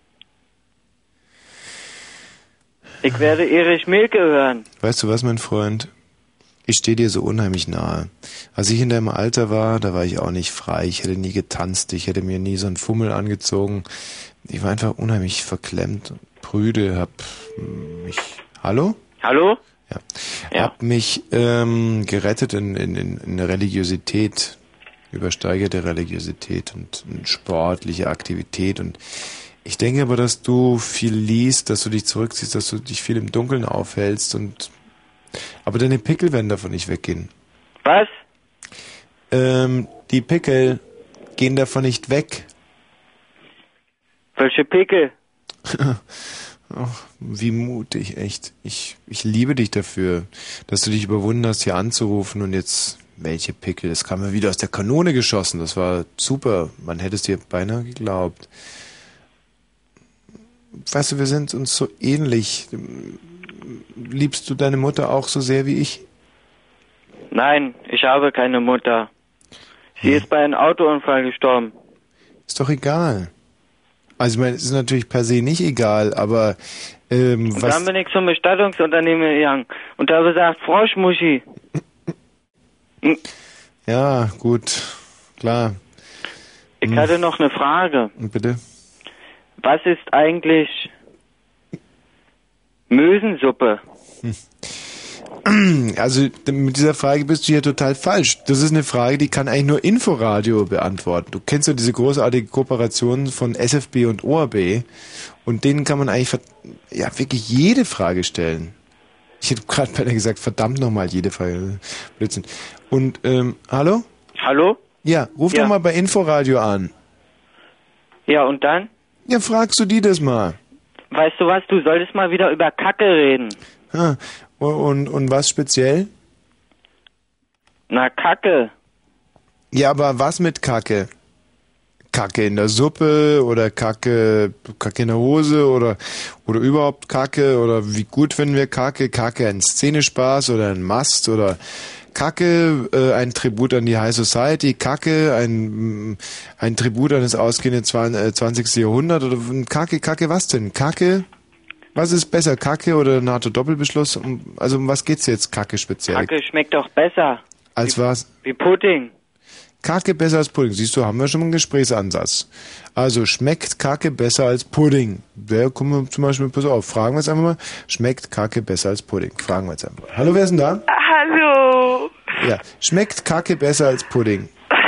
Ich werde Erich Mielke hören. Weißt du was, mein Freund? Ich stehe dir so unheimlich nahe. Als ich in deinem Alter war, da war ich auch nicht frei. Ich hätte nie getanzt. Ich hätte mir nie so einen Fummel angezogen. Ich war einfach unheimlich verklemmt und prüde. Hab mich... Hallo? Hallo? Ja. Hab mich gerettet in der Religiosität, übersteigerte Religiosität und sportliche Aktivität. Und ich denke aber, dass du viel liest, dass du dich zurückziehst, dass du dich viel im Dunkeln aufhältst und... Aber deine Pickel werden davon nicht weggehen. Was? Die Pickel gehen davon nicht weg. Welche Pickel? Ach, wie mutig, echt. Ich liebe dich dafür, dass du dich überwunden hast, hier anzurufen und jetzt, welche Pickel? Das kam mir wieder aus der Kanone geschossen. Das war super. Man hätte es dir beinahe geglaubt. Weißt du, wir sind uns so ähnlich. Liebst du deine Mutter auch so sehr wie ich? Nein, ich habe keine Mutter. Sie ist bei einem Autounfall gestorben. Ist doch egal. Also ich meine, es ist natürlich per se nicht egal, aber und was... dann bin ich zum Bestattungsunternehmen gegangen und da habe ich gesagt, Frau Schmuschi. Ja, gut, klar. Ich hatte noch eine Frage. Bitte? Was ist eigentlich Mösensuppe? Also mit dieser Frage bist du hier total falsch. Das ist eine Frage, die kann eigentlich nur Inforadio beantworten. Du kennst ja diese großartige Kooperation von SFB und ORB und denen kann man eigentlich wirklich jede Frage stellen. Ich hätte gerade beinahe gesagt, verdammt nochmal jede Frage. Blödsinn. Und, hallo? Hallo? Ja, ruf doch mal bei Inforadio an. Ja, und dann? Ja, fragst du die das mal. Weißt du was, du solltest mal wieder über Kacke reden. Ah, und was speziell? Na, Kacke. Ja, aber was mit Kacke? Kacke in der Suppe oder Kacke in der Hose oder überhaupt Kacke oder wie gut finden wir Kacke? Kacke ein Szenespaß oder ein Mast oder Kacke, ein Tribut an die High Society, Kacke, ein Tribut an das ausgehende 20. Jahrhundert oder Kacke, was denn? Kacke? Was ist besser, Kacke oder NATO-Doppelbeschluss? Also um was geht's jetzt, Kacke speziell? Kacke schmeckt doch besser. Als was? Wie Pudding. Kacke besser als Pudding. Siehst du, haben wir schon mal einen Gesprächsansatz. Also schmeckt Kacke besser als Pudding? Kommen wir zum Beispiel, pass auf, fragen wir jetzt einfach mal. Schmeckt Kacke besser als Pudding? Fragen wir jetzt einfach mal. Hallo, wer ist denn da? Hallo. Ja, schmeckt Kacke besser als Pudding?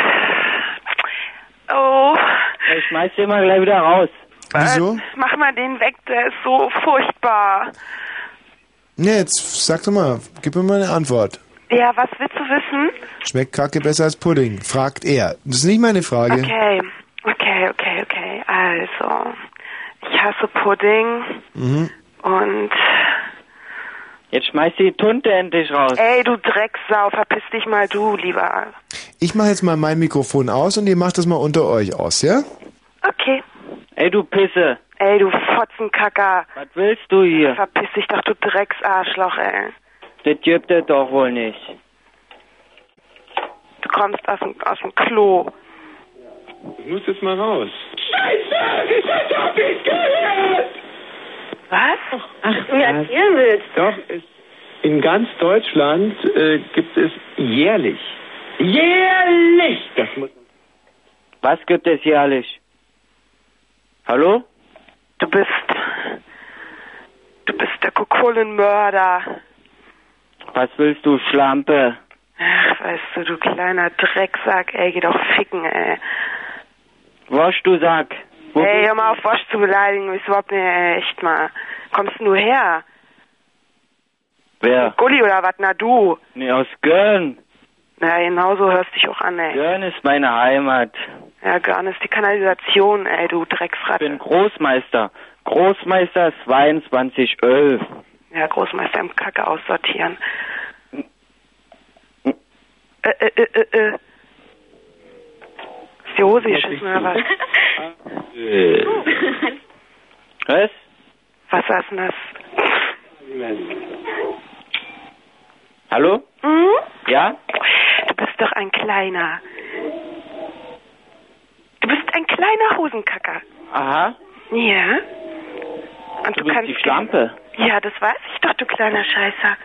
Oh. Ich schmeiß den mal gleich wieder raus. Wieso? Mach mal den weg, der ist so furchtbar. Ne, jetzt sag doch mal, gib mir mal eine Antwort. Ja, was willst du wissen? Schmeckt Kacke besser als Pudding? Fragt er. Das ist nicht meine Frage. Okay. Also, ich hasse Pudding und... Jetzt schmeiß die Tunte endlich raus. Ey, du Drecksau, verpiss dich mal du, lieber. Ich mach jetzt mal mein Mikrofon aus und ihr macht das mal unter euch aus, ja? Okay. Ey, du Pisse. Ey, du Fotzenkacker. Was willst du hier? Verpiss dich doch, du Drecksarschloch, ey. Das gibt es doch wohl nicht. Du kommst aus dem Klo. Ich muss jetzt mal raus. Scheiße, ich hab nicht gehört! Was? Ach, du mir erzählen willst. Doch, in ganz Deutschland gibt es jährlich. Das muss... Was gibt es jährlich? Hallo? Du bist der Kokolenmörder. Was willst du, Schlampe? Ach, weißt du, du kleiner Drecksack, ey, geh doch ficken, ey. Wosch, du Sack. Ey, hör mal auf, Wosch zu beleidigen, ist überhaupt nicht, ey, echt mal. Kommst du nur her? Wer? Gulli oder was, na du? Nee, aus Görn. Na, genauso hörst dich auch an, ey. Görn ist meine Heimat. Ja, Görn ist die Kanalisation, ey, du Drecksratte. Ich bin Großmeister. Großmeister 2211. Ja, Großmeister im Kacke aussortieren. Ist die Hose geschissen oder was? Was? Was ist denn das? Hallo? Mhm? Ja? Du bist doch ein kleiner. Du bist ein kleiner Hosenkacker. Aha. Ja. Und du bist kannst die Schlampe. Ja, das weiß ich doch, du kleiner Scheißer.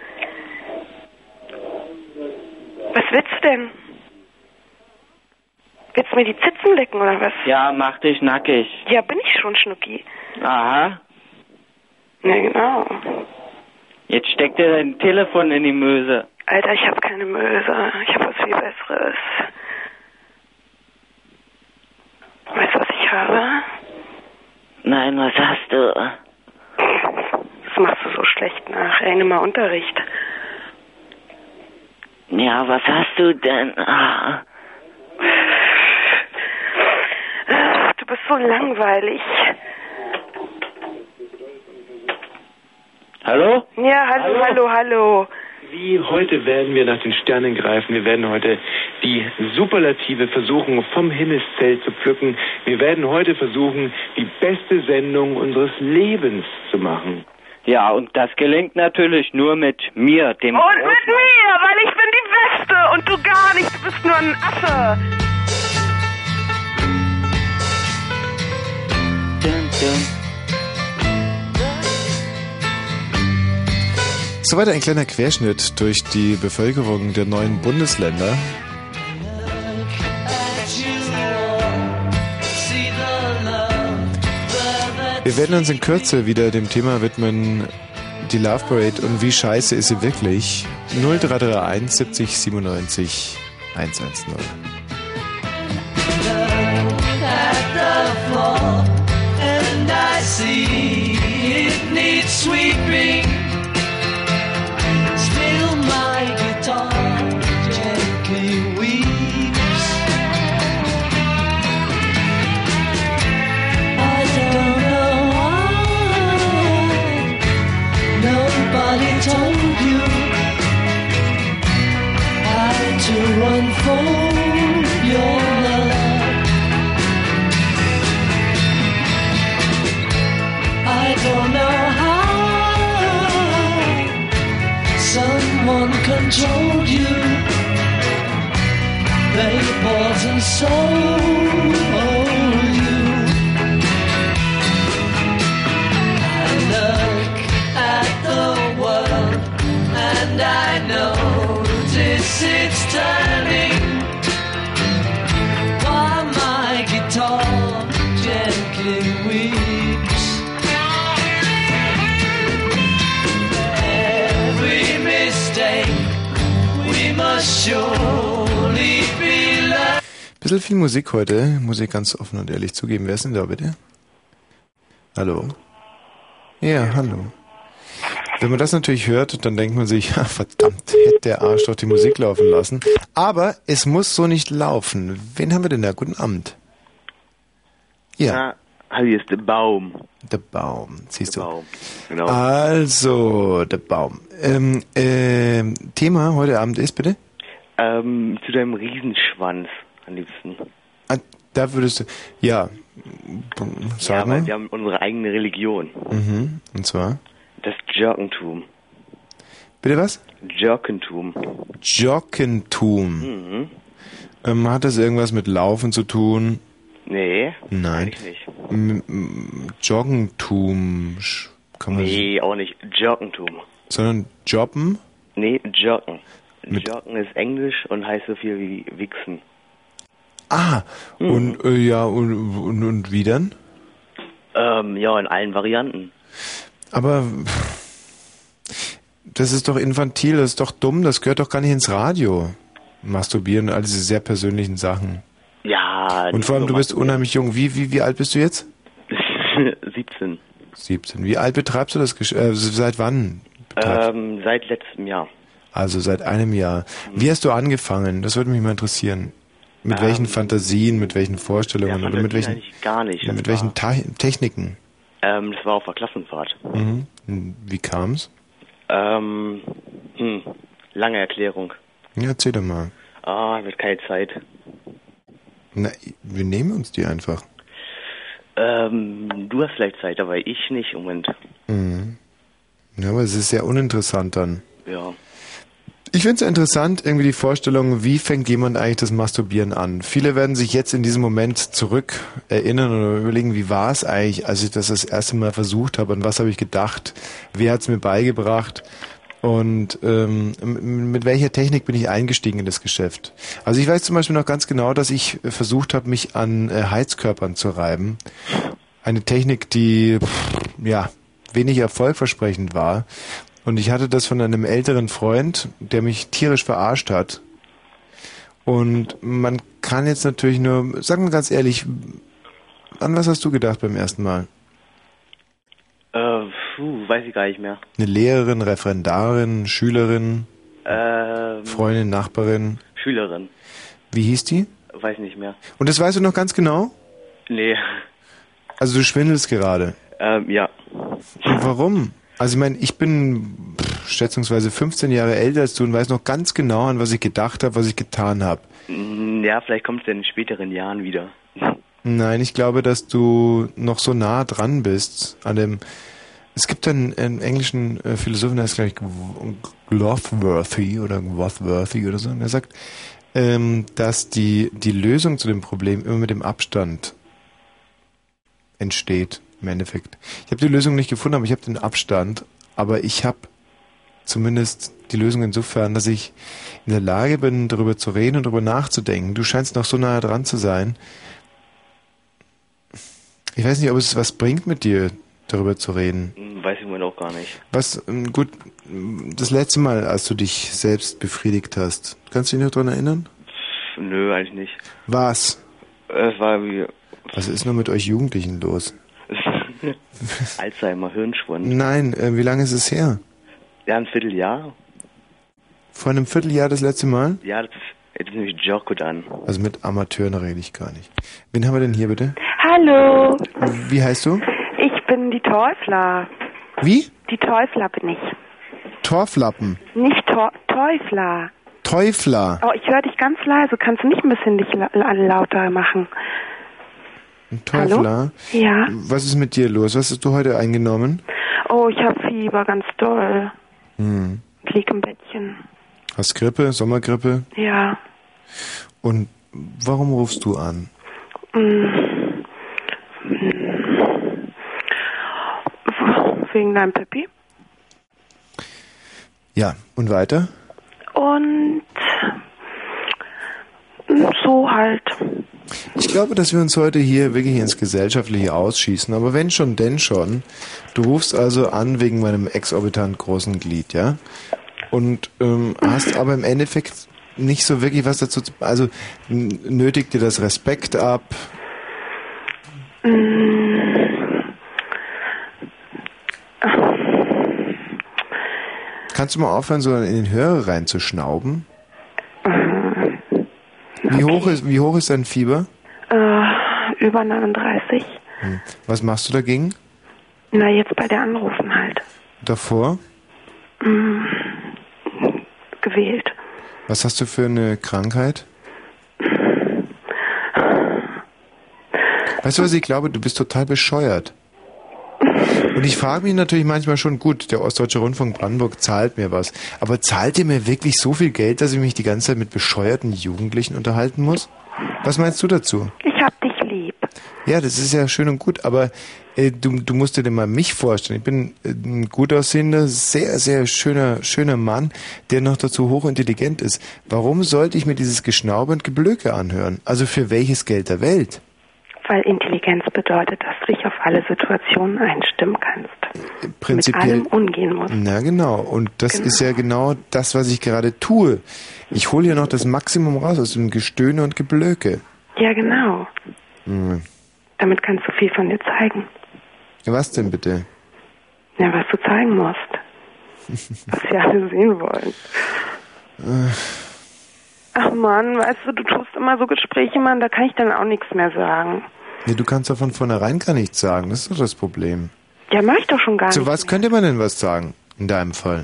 Was willst du denn? Willst du mir die Zitzen lecken oder was? Ja, mach dich nackig. Ja, bin ich schon, Schnucki. Aha. Ja, genau. Jetzt steck dir dein Telefon in die Möse. Alter, ich hab keine Möse. Ich hab was viel Besseres. Weißt du, was ich habe? Nein, was hast du? Das machst du so schlecht nach. Ey, nimm mal Unterricht. Ja, was hast du denn? Ah. Du bist so langweilig. Hallo? Ja, hallo. Wie heute werden wir nach den Sternen greifen. Wir werden heute die Superlative versuchen, vom Himmelszelt zu pflücken. Wir werden heute versuchen, die beste Sendung unseres Lebens zu machen. Ja, und das gelingt natürlich nur mit mir, dem... Und mit mir, weil ich bin die Beste und du gar nicht. Du bist nur ein Affe. Soweit ein kleiner Querschnitt durch die Bevölkerung der neuen Bundesländer. Wir werden uns in Kürze wieder dem Thema widmen, die Love Parade und wie scheiße ist sie wirklich. 0331 70 97 110. And I see it needs sweeping. Still my guitar gently weeps. I don't know why nobody told you how to unfold your love. I don't know how someone controlled you. They bought and sold you. I look at the world and I notice it's turning. While my guitar gently weeps. Bisschen viel Musik heute, muss ich ganz offen und ehrlich zugeben. Wer ist denn da bitte? Hallo? Ja, hallo. Wenn man das natürlich hört, dann denkt man sich, ja, verdammt, hätte der Arsch doch die Musik laufen lassen. Aber es muss so nicht laufen. Wen haben wir denn da? Guten Abend. Ja. Hallo, hier ist der Baum. Der Baum, siehst du. Baum, genau. Also, der Baum. Thema heute Abend ist, bitte? Zu deinem Riesenschwanz am liebsten. Da würdest du, ja, sagen. Ja, weil wir haben unsere eigene Religion. Mhm, und zwar? Das Jerkentum. Bitte was? Jerkentum. Jerkentum. Mhm. Hat das irgendwas mit Laufen zu tun? Nee. Nein. Nicht. Joggentum. Kann man auch nicht. Jerkentum. Sondern Jobben? Nee, Jerken. Jerken ist Englisch und heißt so viel wie Wichsen. Ah, und und wie denn? Ja, in allen Varianten. Aber das ist doch infantil, das ist doch dumm, das gehört doch gar nicht ins Radio. Masturbieren und all diese sehr persönlichen Sachen. Ja. Und vor allem, du bist unheimlich jung. Wie alt bist du jetzt? 17. 17. Wie alt betreibst du das seit wann? Seit letztem Jahr. Also seit einem Jahr. Wie hast du angefangen? Das würde mich mal interessieren. Mit welchen Fantasien, mit welchen Vorstellungen oder mit welchen gar nicht. Mit welchen Techniken? Das war auf der Klassenfahrt. Mhm. Wie kam's? Lange Erklärung. Ja, erzähl doch mal. Wird keine Zeit. Na, wir nehmen uns die einfach. Du hast vielleicht Zeit, aber ich nicht im Moment. Mhm. Ja, aber es ist sehr uninteressant dann. Ja. Ich finde es ja interessant, irgendwie die Vorstellung, wie fängt jemand eigentlich das Masturbieren an? Viele werden sich jetzt in diesem Moment zurück erinnern oder überlegen, wie war es eigentlich, als ich das erste Mal versucht habe, an was habe ich gedacht, wer hat es mir beigebracht und mit welcher Technik bin ich eingestiegen in das Geschäft. Also ich weiß zum Beispiel noch ganz genau, dass ich versucht habe, mich an Heizkörpern zu reiben. Eine Technik, die wenig erfolgversprechend war. Und ich hatte das von einem älteren Freund, der mich tierisch verarscht hat. Und man kann jetzt natürlich nur, sagen wir ganz ehrlich, an was hast du gedacht beim ersten Mal? Weiß ich gar nicht mehr. Eine Lehrerin, Referendarin, Schülerin, Freundin, Nachbarin? Schülerin. Wie hieß die? Weiß nicht mehr. Und das weißt du noch ganz genau? Nee. Also du schwindelst gerade? Ja. Und warum? Also ich meine, ich bin schätzungsweise 15 Jahre älter als du und weiß noch ganz genau, an was ich gedacht habe, was ich getan habe. Ja, vielleicht kommt es ja in späteren Jahren wieder. Nein, ich glaube, dass du noch so nah dran bist an dem... Es gibt einen englischen Philosophen, der heißt, glaube ich, Glothworthy oder oder so. Und er sagt, dass die Lösung zu dem Problem immer mit dem Abstand entsteht. Im Endeffekt. Ich habe die Lösung nicht gefunden, aber ich habe den Abstand. Aber ich habe zumindest die Lösung insofern, dass ich in der Lage bin, darüber zu reden und darüber nachzudenken. Du scheinst noch so nahe dran zu sein. Ich weiß nicht, ob es was bringt mit dir, darüber zu reden. Weiß ich mir auch gar nicht. Was, gut, das letzte Mal, als du dich selbst befriedigt hast, kannst du dich noch daran erinnern? Nö, eigentlich nicht. Was? Es war wie... Was ist nur mit euch Jugendlichen los? Alzheimer, Hirnschwund. Nein, wie lange ist es her? Ja, ein Vierteljahr. Vor einem Vierteljahr das letzte Mal? Ja, das ist nämlich Jocko dann. Also mit Amateuren rede ich gar nicht. Wen haben wir denn hier bitte? Hallo. Wie heißt du? Ich bin die Teufler. Wie? Die Teufler bin ich. Torflappen. Nicht Teufler. Teufler. Oh, ich höre dich ganz leise. Kannst du nicht ein bisschen dich lauter machen? Ein Teufler? Hallo? Ja. Was ist mit dir los? Was hast du heute eingenommen? Oh, ich habe Fieber, ganz doll. Hm. Ich lieg im Bettchen. Hast Grippe? Sommergrippe? Ja. Und warum rufst du an? Wegen deinem Pippi. Ja, und weiter? Und so halt. Ich glaube, dass wir uns heute hier wirklich ins Gesellschaftliche ausschießen, aber wenn schon, denn schon. Du rufst also an wegen meinem exorbitant großen Glied, ja? Und hast aber im Endeffekt nicht so wirklich was dazu zu... Also nötigt dir das Respekt ab? Kannst du mal aufhören, so in den Hörer reinzuschnauben? Okay. Wie hoch ist dein Fieber? Über 39. Was machst du dagegen? Na, jetzt bei der Anrufen halt. Davor? Gewählt. Was hast du für eine Krankheit? Weißt du was, ich glaube, du bist total bescheuert. Und ich frage mich natürlich manchmal schon, gut, der Ostdeutsche Rundfunk Brandenburg zahlt mir was, aber zahlt ihr mir wirklich so viel Geld, dass ich mich die ganze Zeit mit bescheuerten Jugendlichen unterhalten muss? Was meinst du dazu? Ich hab dich lieb. Ja, das ist ja schön und gut, aber du musst dir mal mich vorstellen. Ich bin ein gut aussehender, sehr, sehr schöner Mann, der noch dazu hochintelligent ist. Warum sollte ich mir dieses Geschnaube und Geblöke anhören? Also für welches Geld der Welt? Weil Intelligenz bedeutet, dass du dich auf alle Situationen einstimmen kannst. Prinzipiell. Mit allem umgehen musst. Na genau. Und das ist ja genau das, was ich gerade tue. Ich hole hier noch das Maximum raus aus dem Gestöhne und Geblöke. Ja, genau. Hm. Damit kannst du viel von dir zeigen. Was denn bitte? Ja, was du zeigen musst. Was wir alle sehen wollen. Ach Mann, weißt du tust immer so Gespräche, Mann, da kann ich dann auch nichts mehr sagen. Nee, du kannst doch von vornherein gar nichts sagen. Das ist doch das Problem. Ja, mach ich doch schon gar nicht. Zu was könnte man denn was sagen, in deinem Fall?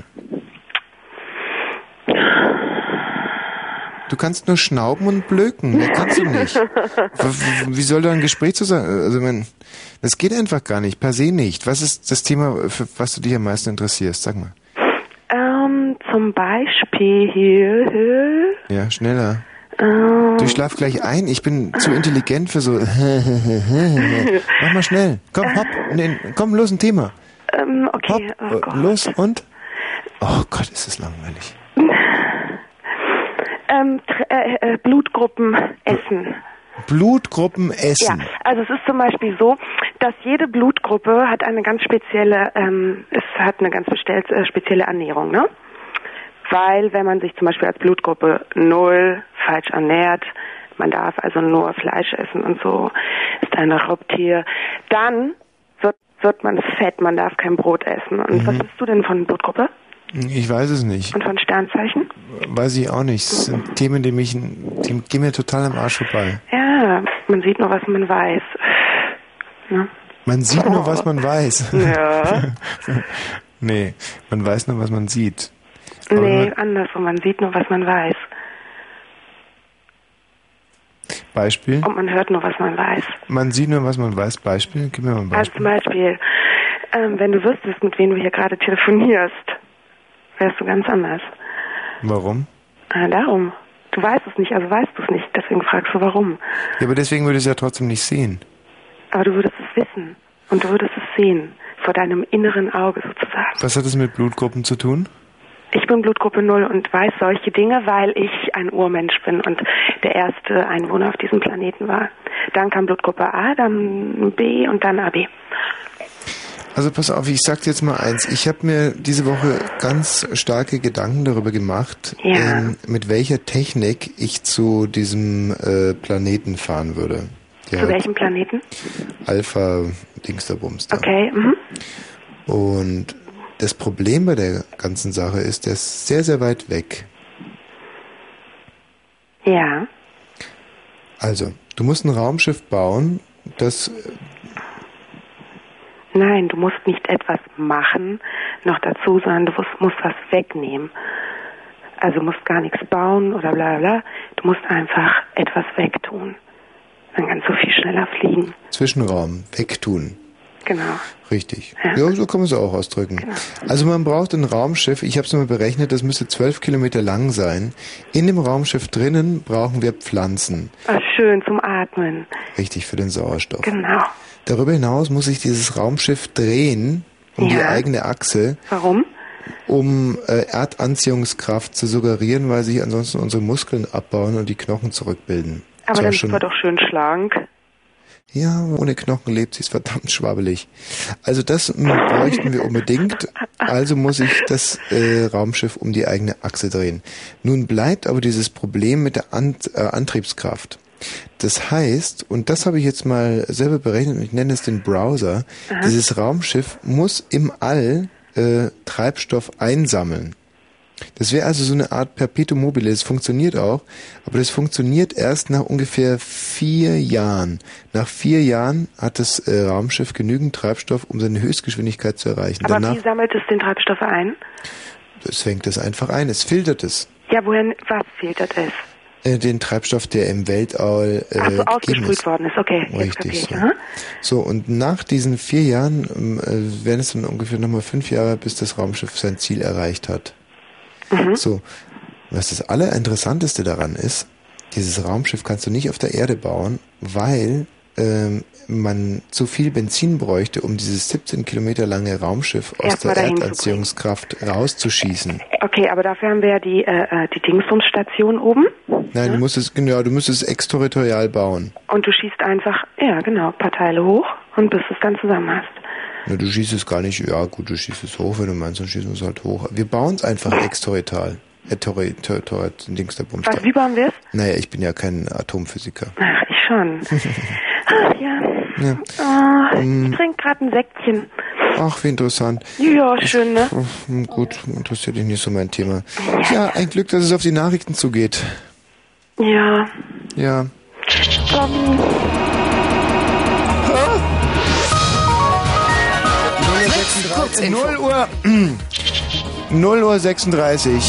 Du kannst nur schnauben und blöken, mehr kannst du nicht. Wie soll da ein Gespräch zu sein? Also, das geht einfach gar nicht, per se nicht. Was ist das Thema, für was du dich am meisten interessierst? Sag mal. Zum Beispiel... Ja, schneller. Du schlaf gleich ein, ich bin zu intelligent für so... Mach mal schnell. Komm, hopp. Nee, komm, los, ein Thema. Okay, hopp, oh Gott. los und... Oh Gott, ist das langweilig. Blutgruppen essen. Blutgruppen essen? Ja, also es ist zum Beispiel so, dass jede Blutgruppe hat eine ganz spezielle, spezielle Ernährung, ne? Weil wenn man sich zum Beispiel als Blutgruppe 0 falsch ernährt, man darf also nur Fleisch essen und so, ist ein Raubtier, dann wird man fett, man darf kein Brot essen. Und was bist du denn von Blutgruppe? Ich weiß es nicht. Und von Sternzeichen? Weiß ich auch nicht. Das sind Themen, die gehen mir total am Arsch vorbei. Ja, man sieht nur, was man weiß. Ne? Man sieht nur, was man weiß. Ja. Nee, man weiß nur, was man sieht. Nee, andersrum. Man sieht nur, was man weiß. Beispiel? Und man hört nur, was man weiß. Man sieht nur, was man weiß. Beispiel? Gib mir mal ein Beispiel. Also zum Beispiel, wenn du wüsstest, mit wem du hier gerade telefonierst, wärst du ganz anders. Warum? Darum. Du weißt es nicht, also weißt du es nicht. Deswegen fragst du, warum. Ja, aber deswegen würde ich es ja trotzdem nicht sehen. Aber du würdest es wissen. Und du würdest es sehen, vor deinem inneren Auge sozusagen. Was hat es mit Blutgruppen zu tun? Ich bin Blutgruppe 0 und weiß solche Dinge, weil ich ein Urmensch bin und der erste Einwohner auf diesem Planeten war. Dann kam Blutgruppe A, dann B und dann AB. Also pass auf, ich sag dir jetzt mal eins. Ich habe mir diese Woche ganz starke Gedanken darüber gemacht, mit welcher Technik ich zu diesem Planeten fahren würde. Zu welchem Planeten? Alpha-Dingsterbums da. Okay, Und das Problem bei der ganzen Sache ist, der ist sehr, sehr weit weg. Ja. Also, du musst ein Raumschiff bauen, das... Nein, du musst nicht etwas machen, noch dazu, sondern du musst was wegnehmen. Also du musst gar nichts bauen oder bla bla, du musst einfach etwas wegtun. Dann kannst du viel schneller fliegen. Zwischenraum, wegtun. Genau. Richtig. Ja, so kann man es auch ausdrücken. Genau. Also man braucht ein Raumschiff, ich habe es mal berechnet, das müsste 12 Kilometer lang sein. In dem Raumschiff drinnen brauchen wir Pflanzen. Ach, schön, zum Atmen. Richtig, für den Sauerstoff. Genau. Darüber hinaus muss ich dieses Raumschiff drehen um die eigene Achse. Warum? Um Erdanziehungskraft zu suggerieren, weil sich ansonsten unsere Muskeln abbauen und die Knochen zurückbilden. Aber dann ist man doch schön schlank. Ja, ohne Knochen lebt sie, ist verdammt schwabbelig. Also das bräuchten wir unbedingt. Also muss ich das Raumschiff um die eigene Achse drehen. Nun bleibt aber dieses Problem mit der Antriebskraft. Das heißt, und das habe ich jetzt mal selber berechnet, und ich nenne es den Browser, dieses Raumschiff muss im All Treibstoff einsammeln. Das wäre also so eine Art Perpetuum mobile. Das funktioniert auch, aber das funktioniert erst nach ungefähr 4 Jahren. Nach 4 Jahren hat das Raumschiff genügend Treibstoff, um seine Höchstgeschwindigkeit zu erreichen. Aber wie sammelt es den Treibstoff ein? Es fängt es einfach ein, es filtert es. Ja, was filtert es? Den Treibstoff, der im Weltall ausgesprüht worden ist, okay. Richtig. So, und nach diesen 4 Jahren werden es dann ungefähr nochmal 5 Jahre, bis das Raumschiff sein Ziel erreicht hat. So, was das Allerinteressanteste daran ist, dieses Raumschiff kannst du nicht auf der Erde bauen, weil man zu viel Benzin bräuchte, um dieses 17 Kilometer lange Raumschiff aus der Erdanziehungskraft rauszuschießen. Okay, aber dafür haben wir ja die Dingsbumsstation oben. Nein, du müsstest es exterritorial bauen. Und du schießt einfach, ein paar Teile hoch und bis du es dann zusammen hast. Na, du schießt es gar nicht, ja gut, du schießt es hoch, wenn du meinst, dann schießen wir es halt hoch. Wir bauen es einfach exterritorial. Dings der Bums. Wie bauen wir es? Naja, ich bin ja kein Atomphysiker. Ach, ich schon. Ach ja. Ich trinke gerade ein Säckchen. Ach, wie interessant. Ja, schön, ne? Gut, interessiert dich nicht so mein Thema. Ja, ein Glück, dass es auf die Nachrichten zugeht. Ja. Ja. 0 Uhr 36.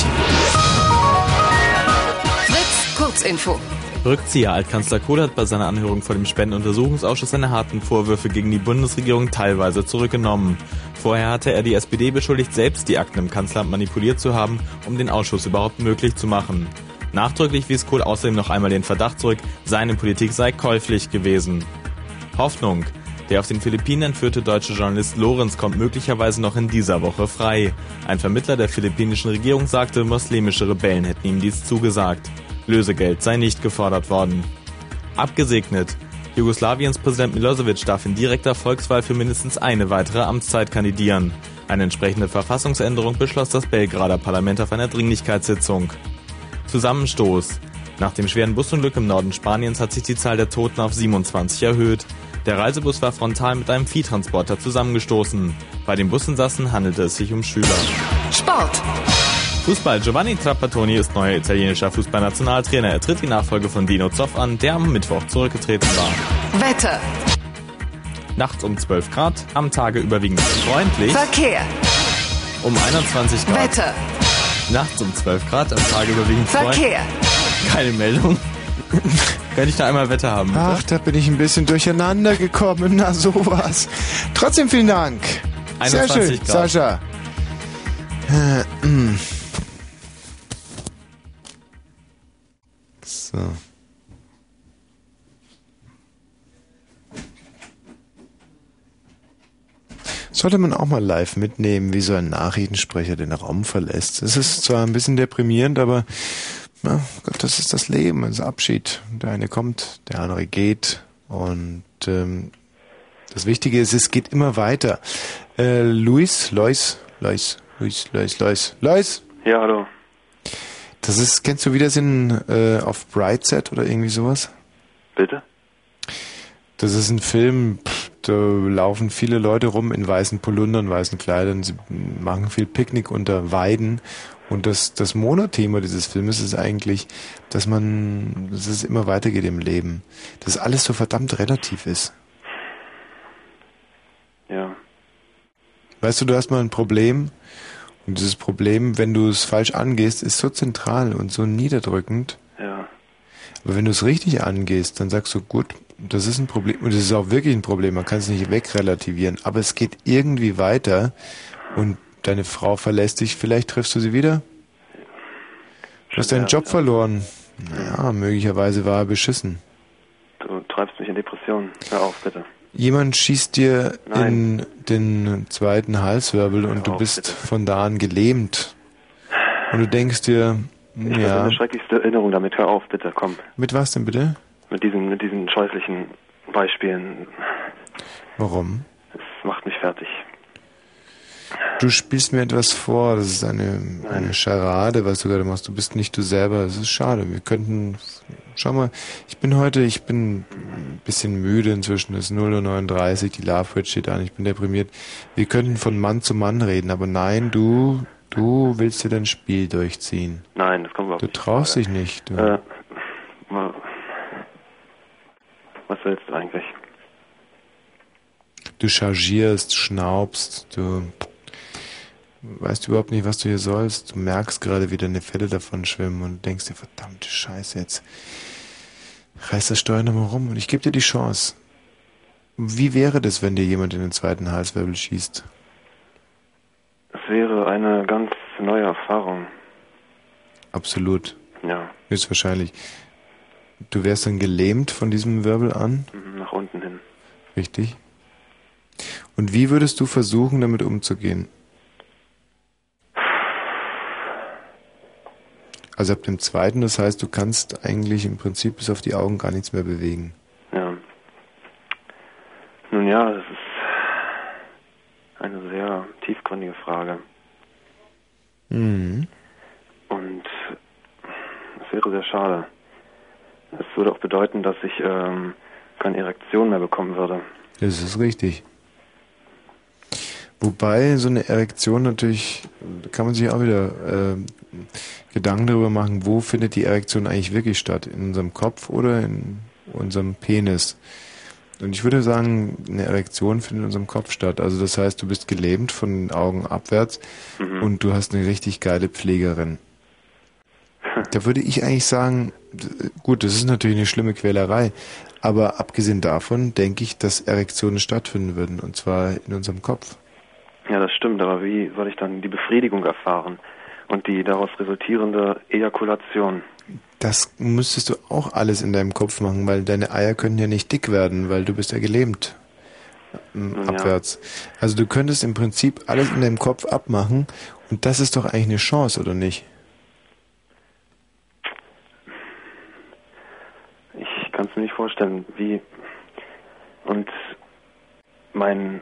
Fritz, Kurzinfo. Rückzieher. Altkanzler Kohl hat bei seiner Anhörung vor dem Spendenuntersuchungsausschuss seine harten Vorwürfe gegen die Bundesregierung teilweise zurückgenommen. Vorher hatte er die SPD beschuldigt, selbst die Akten im Kanzleramt manipuliert zu haben, um den Ausschuss überhaupt möglich zu machen. Nachdrücklich wies Kohl außerdem noch einmal den Verdacht zurück, seine Politik sei käuflich gewesen. Hoffnung. Der auf den Philippinen entführte deutsche Journalist Lorenz kommt möglicherweise noch in dieser Woche frei. Ein Vermittler der philippinischen Regierung sagte, muslimische Rebellen hätten ihm dies zugesagt. Lösegeld sei nicht gefordert worden. Abgesegnet. Jugoslawiens Präsident Milosevic darf in direkter Volkswahl für mindestens eine weitere Amtszeit kandidieren. Eine entsprechende Verfassungsänderung beschloss das Belgrader Parlament auf einer Dringlichkeitssitzung. Zusammenstoß. Nach dem schweren Busunglück im Norden Spaniens hat sich die Zahl der Toten auf 27 erhöht. Der Reisebus war frontal mit einem Viehtransporter zusammengestoßen. Bei den Businsassen handelte es sich um Schüler. Sport. Fußball. Giovanni Trapattoni ist neuer italienischer Fußballnationaltrainer. Er tritt die Nachfolge von Dino Zoff an, der am Mittwoch zurückgetreten war. Wetter. Nachts um 12 Grad, am Tage überwiegend freundlich. Verkehr. Um 21 Grad. Wetter. Nachts um 12 Grad, am Tage überwiegend freundlich. Verkehr. Keine Meldung. Könnte ich da einmal Wetter haben, bitte? Ach, da bin ich ein bisschen durcheinander gekommen. Na, sowas. Trotzdem vielen Dank. 21 Sehr schön, Grad. Sascha. So. Sollte man auch mal live mitnehmen, wie so ein Nachrichtensprecher den Raum verlässt. Es ist zwar ein bisschen deprimierend, aber na Gott, das ist das Leben, das ist Abschied. Der eine kommt, der andere geht und das Wichtige ist, es geht immer weiter. Lois. Ja, hallo. Das ist, kennst du Wiedersehen auf Brightside oder irgendwie sowas? Bitte? Das ist ein Film, da laufen viele Leute rum in weißen Polundern, weißen Kleidern, sie machen viel Picknick unter Weiden. Und das Monothema dieses Filmes ist eigentlich, dass es immer weitergeht im Leben. Dass alles so verdammt relativ ist. Ja. Weißt du hast mal ein Problem und dieses Problem, wenn du es falsch angehst, ist so zentral und so niederdrückend. Ja. Aber wenn du es richtig angehst, dann sagst du, gut, das ist ein Problem und es ist auch wirklich ein Problem, man kann es nicht wegrelativieren, aber es geht irgendwie weiter und deine Frau verlässt dich, vielleicht triffst du sie wieder? Du hast deinen Job verloren. Naja, möglicherweise war er beschissen. Du treibst mich in Depressionen. Hör auf, bitte. Jemand schießt dir in den zweiten Halswirbel und du bist von da an gelähmt. Und du denkst dir, Ich habe eine schrecklichste Erinnerung damit. Hör auf, bitte, komm. Mit was denn bitte? Mit diesen scheußlichen Beispielen. Warum? Es macht mich fertig. Du spielst mir etwas vor, das ist eine Scharade, was du gerade machst. Du bist nicht du selber, das ist schade. Wir könnten, schau mal, ich bin ein bisschen müde inzwischen, es ist 0:39 Uhr, die Love Bridge steht an, ich bin deprimiert. Wir könnten von Mann zu Mann reden, aber nein, du willst dir dein Spiel durchziehen. Nein, das kommt überhaupt nicht. Du traust dich nicht. Was willst du eigentlich? Du chargierst, schnaubst, du weißt überhaupt nicht, was du hier sollst. Du merkst gerade, wie deine Felle davon schwimmen und denkst dir, verdammte Scheiße, jetzt reiß das Steuer nochmal rum und ich gebe dir die Chance. Wie wäre das, wenn dir jemand in den zweiten Halswirbel schießt? Es wäre eine ganz neue Erfahrung. Absolut. Ja. Höchstwahrscheinlich. Du wärst dann gelähmt von diesem Wirbel an? Nach unten hin. Richtig. Und wie würdest du versuchen, damit umzugehen? Also ab dem zweiten, das heißt, du kannst eigentlich im Prinzip bis auf die Augen gar nichts mehr bewegen. Ja. Nun ja, das ist eine sehr tiefgründige Frage. Mhm. Und es wäre sehr schade. Es würde auch bedeuten, dass ich keine Erektion mehr bekommen würde. Das ist richtig. Wobei so eine Erektion natürlich, da kann man sich auch wieder Gedanken darüber machen, wo findet die Erektion eigentlich wirklich statt? In unserem Kopf oder in unserem Penis? Und ich würde sagen, eine Erektion findet in unserem Kopf statt. Also das heißt, du bist gelähmt von den Augen abwärts und du hast eine richtig geile Pflegerin. Da würde ich eigentlich sagen, gut, das ist natürlich eine schlimme Quälerei, aber abgesehen davon denke ich, dass Erektionen stattfinden würden, und zwar in unserem Kopf. Ja, das stimmt, aber wie soll ich dann die Befriedigung erfahren und die daraus resultierende Ejakulation? Das müsstest du auch alles in deinem Kopf machen, weil deine Eier können ja nicht dick werden, weil du bist ja gelähmt abwärts. Also du könntest im Prinzip alles in deinem Kopf abmachen und das ist doch eigentlich eine Chance, oder nicht? Ich kann es mir nicht vorstellen, wie und meine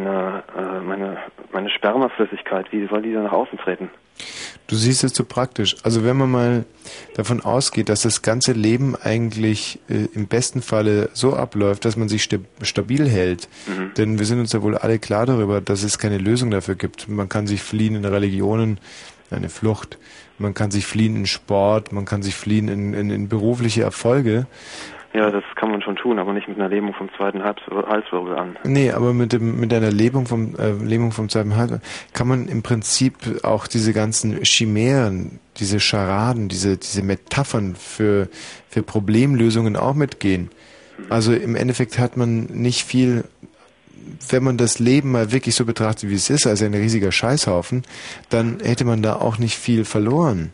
Spermaflüssigkeit, wie soll die da nach außen treten? Du siehst es so praktisch. Also wenn man mal davon ausgeht, dass das ganze Leben eigentlich im besten Falle so abläuft, dass man sich stabil hält, denn wir sind uns ja wohl alle klar darüber, dass es keine Lösung dafür gibt. Man kann sich fliehen in Religionen, eine Flucht, man kann sich fliehen in Sport, man kann sich fliehen in berufliche Erfolge. Ja, das kann man schon tun, aber nicht mit einer Lähmung vom zweiten Halswirbel an. Nee, aber mit einer Lähmung vom zweiten Halswirbel kann man im Prinzip auch diese ganzen Chimären, diese Scharaden, diese Metaphern für Problemlösungen auch mitgehen. Also im Endeffekt hat man nicht viel, wenn man das Leben mal wirklich so betrachtet, wie es ist, also ein riesiger Scheißhaufen, dann hätte man da auch nicht viel verloren.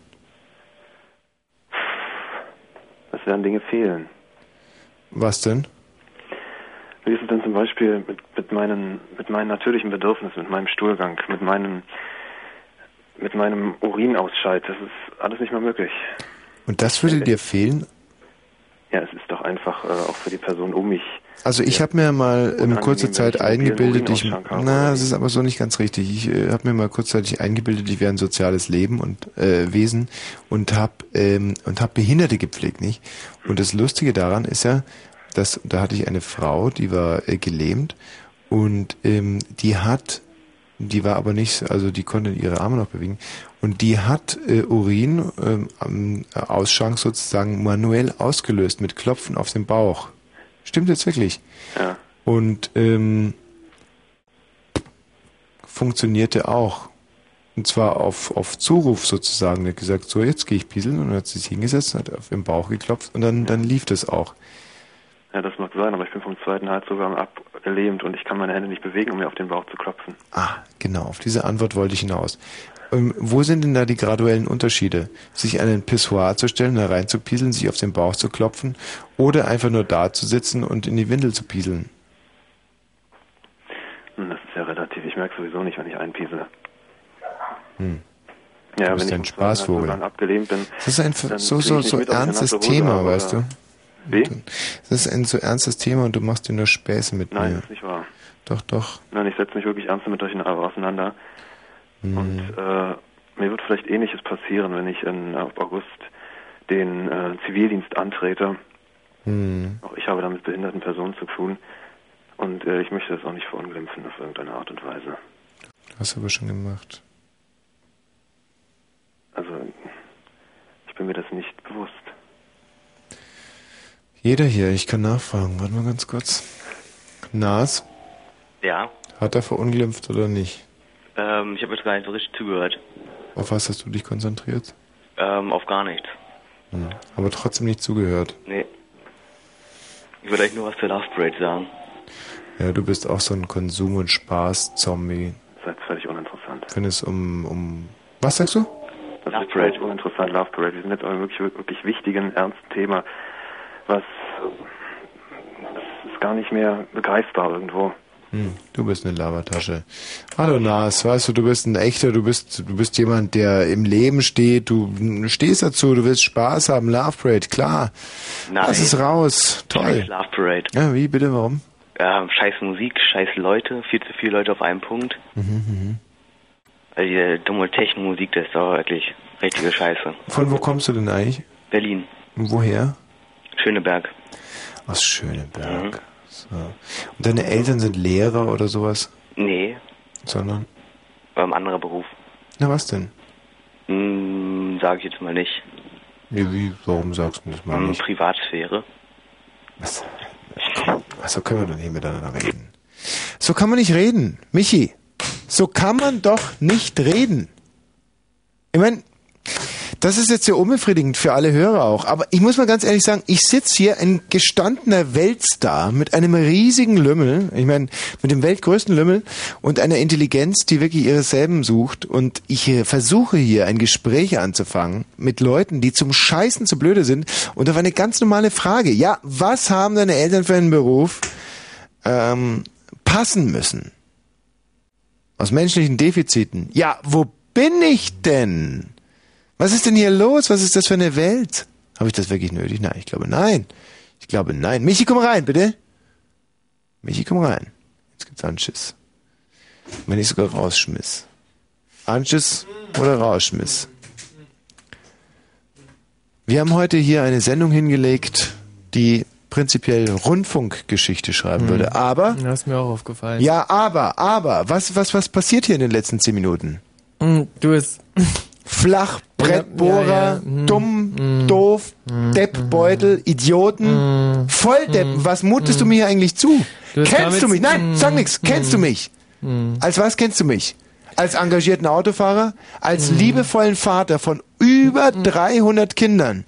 Es werden Dinge fehlen. Was denn? Wie ist es denn zum Beispiel mit meinen natürlichen Bedürfnissen, mit meinem Stuhlgang, mit meinem Urinausscheid? Das ist alles nicht mehr möglich. Und das würde dir fehlen? Ja, es ist doch einfach auch für die Person um mich. Also ich habe mir mal kurze Zeit eingebildet, es ist aber so nicht ganz richtig. Ich habe mir mal kurzzeitig eingebildet, ich wäre ein soziales Leben und Wesen und hab Behinderte gepflegt, nicht? Und das Lustige daran ist ja, dass da hatte ich eine Frau, die war gelähmt und die war aber nicht, also die konnte ihre Arme noch bewegen und die hat Urin am Ausschank sozusagen manuell ausgelöst mit Klopfen auf den Bauch. Stimmt jetzt wirklich. Ja. Und funktionierte auch. Und zwar auf Zuruf sozusagen. Er hat gesagt, so jetzt gehe ich pieseln und dann hat sie sich hingesetzt, hat auf den Bauch geklopft und dann lief das auch. Ja, das mag sein, aber ich bin vom zweiten Halszugang abgelähmt und ich kann meine Hände nicht bewegen, um mir auf den Bauch zu klopfen. Ah, genau, auf diese Antwort wollte ich hinaus. Wo sind denn da die graduellen Unterschiede? Sich an ein Pissoir zu stellen, da rein zu pieseln, sich auf den Bauch zu klopfen oder einfach nur da zu sitzen und in die Windel zu pieseln? Das ist ja relativ, ich merke sowieso nicht, wenn ich einpiesele. Ja, Ja, du bist wenn ein ich Spaßvogel. abgelähmt bin. Das ist ein so ernstes Thema, weißt du? Wie? Das ist ein so ernstes Thema und du machst dir nur Späße mit mir. Nein, das ist nicht wahr. Doch. Nein, ich setze mich wirklich ernst damit auseinander. Und mir wird vielleicht Ähnliches passieren, wenn ich ab August den Zivildienst antrete. Auch ich habe da mit behinderten Personen zu tun. Und ich möchte das auch nicht verunglimpfen auf irgendeine Art und Weise. Hast du aber schon gemacht. Also, ich bin mir das nicht bewusst. Jeder hier, ich kann nachfragen. Warte mal ganz kurz. Nas? Ja. Hat er verunglimpft oder nicht? Ich habe jetzt gar nicht so richtig zugehört. Auf was hast du dich konzentriert? Auf gar nichts. Aber trotzdem nicht zugehört. Nee. Ich würde eigentlich nur was zur Love Parade sagen. Ja, du bist auch so ein Konsum- und Spaß-Zombie. Das ist völlig uninteressant. Wenn es um... Was sagst du? Das ist völlig uninteressant, Love Parade. Wir sind jetzt aber wirklich wichtigen, ernsten Thema, das ist gar nicht mehr begreifbar irgendwo. Du bist eine Lavatasche. Hallo Nas, weißt du bist ein echter, du bist jemand, der im Leben steht, du stehst dazu, du willst Spaß haben, Love Parade, klar. Nein. Lass es raus, toll. Scheiß Love Parade. Ja, wie, bitte, warum? Scheiß Musik, scheiß Leute, viel zu viele Leute auf einem Punkt. Also die dumme Techno-Musik, das ist doch wirklich richtige Scheiße. Von wo kommst du denn eigentlich? Berlin. Und woher? Schöneberg. Aus Schöneberg. So. Und deine Eltern sind Lehrer oder sowas? Nee. Sondern? Anderer Beruf. Na, was denn? Sag ich jetzt mal nicht. Ja, wie? Warum sagst du das mal nicht? Privatsphäre. Was? So können wir doch nicht miteinander reden. So kann man nicht reden. Michi, so kann man doch nicht reden. Ich meine, das ist jetzt sehr unbefriedigend für alle Hörer auch. Aber ich muss mal ganz ehrlich sagen, ich sitze hier, ein gestandener Weltstar mit einem riesigen Lümmel, ich meine, mit dem weltgrößten Lümmel und einer Intelligenz, die wirklich ihresselben sucht. Und ich versuche hier ein Gespräch anzufangen mit Leuten, die zum Scheißen zu blöde sind. Und auf eine ganz normale Frage. Ja, was haben deine Eltern für einen Beruf? Passen müssen. Aus menschlichen Defiziten. Ja, wo bin ich denn? Was ist denn hier los? Was ist das für eine Welt? Habe ich das wirklich nötig? Nein, ich glaube nein. Ich glaube nein. Michi, komm rein, bitte. Michi, komm rein. Jetzt gibt's Anschiss. Wenn ich sogar rausschmiss. Anschiss oder rausschmiss. Wir haben heute hier eine Sendung hingelegt, die prinzipiell Rundfunkgeschichte schreiben würde. Aber... Das ist mir auch aufgefallen. Ja, aber. Was passiert hier in den letzten 10 Minuten? Du bist... Flach, Brettbohrer, dumm, doof, Deppbeutel, Idioten, Volldeppen. Was mutest du mir hier eigentlich zu? Kennst du mich? Nein, sag nix. Kennst du mich? Als was kennst du mich? Als engagierten Autofahrer? Als liebevollen Vater von über 300 Kindern?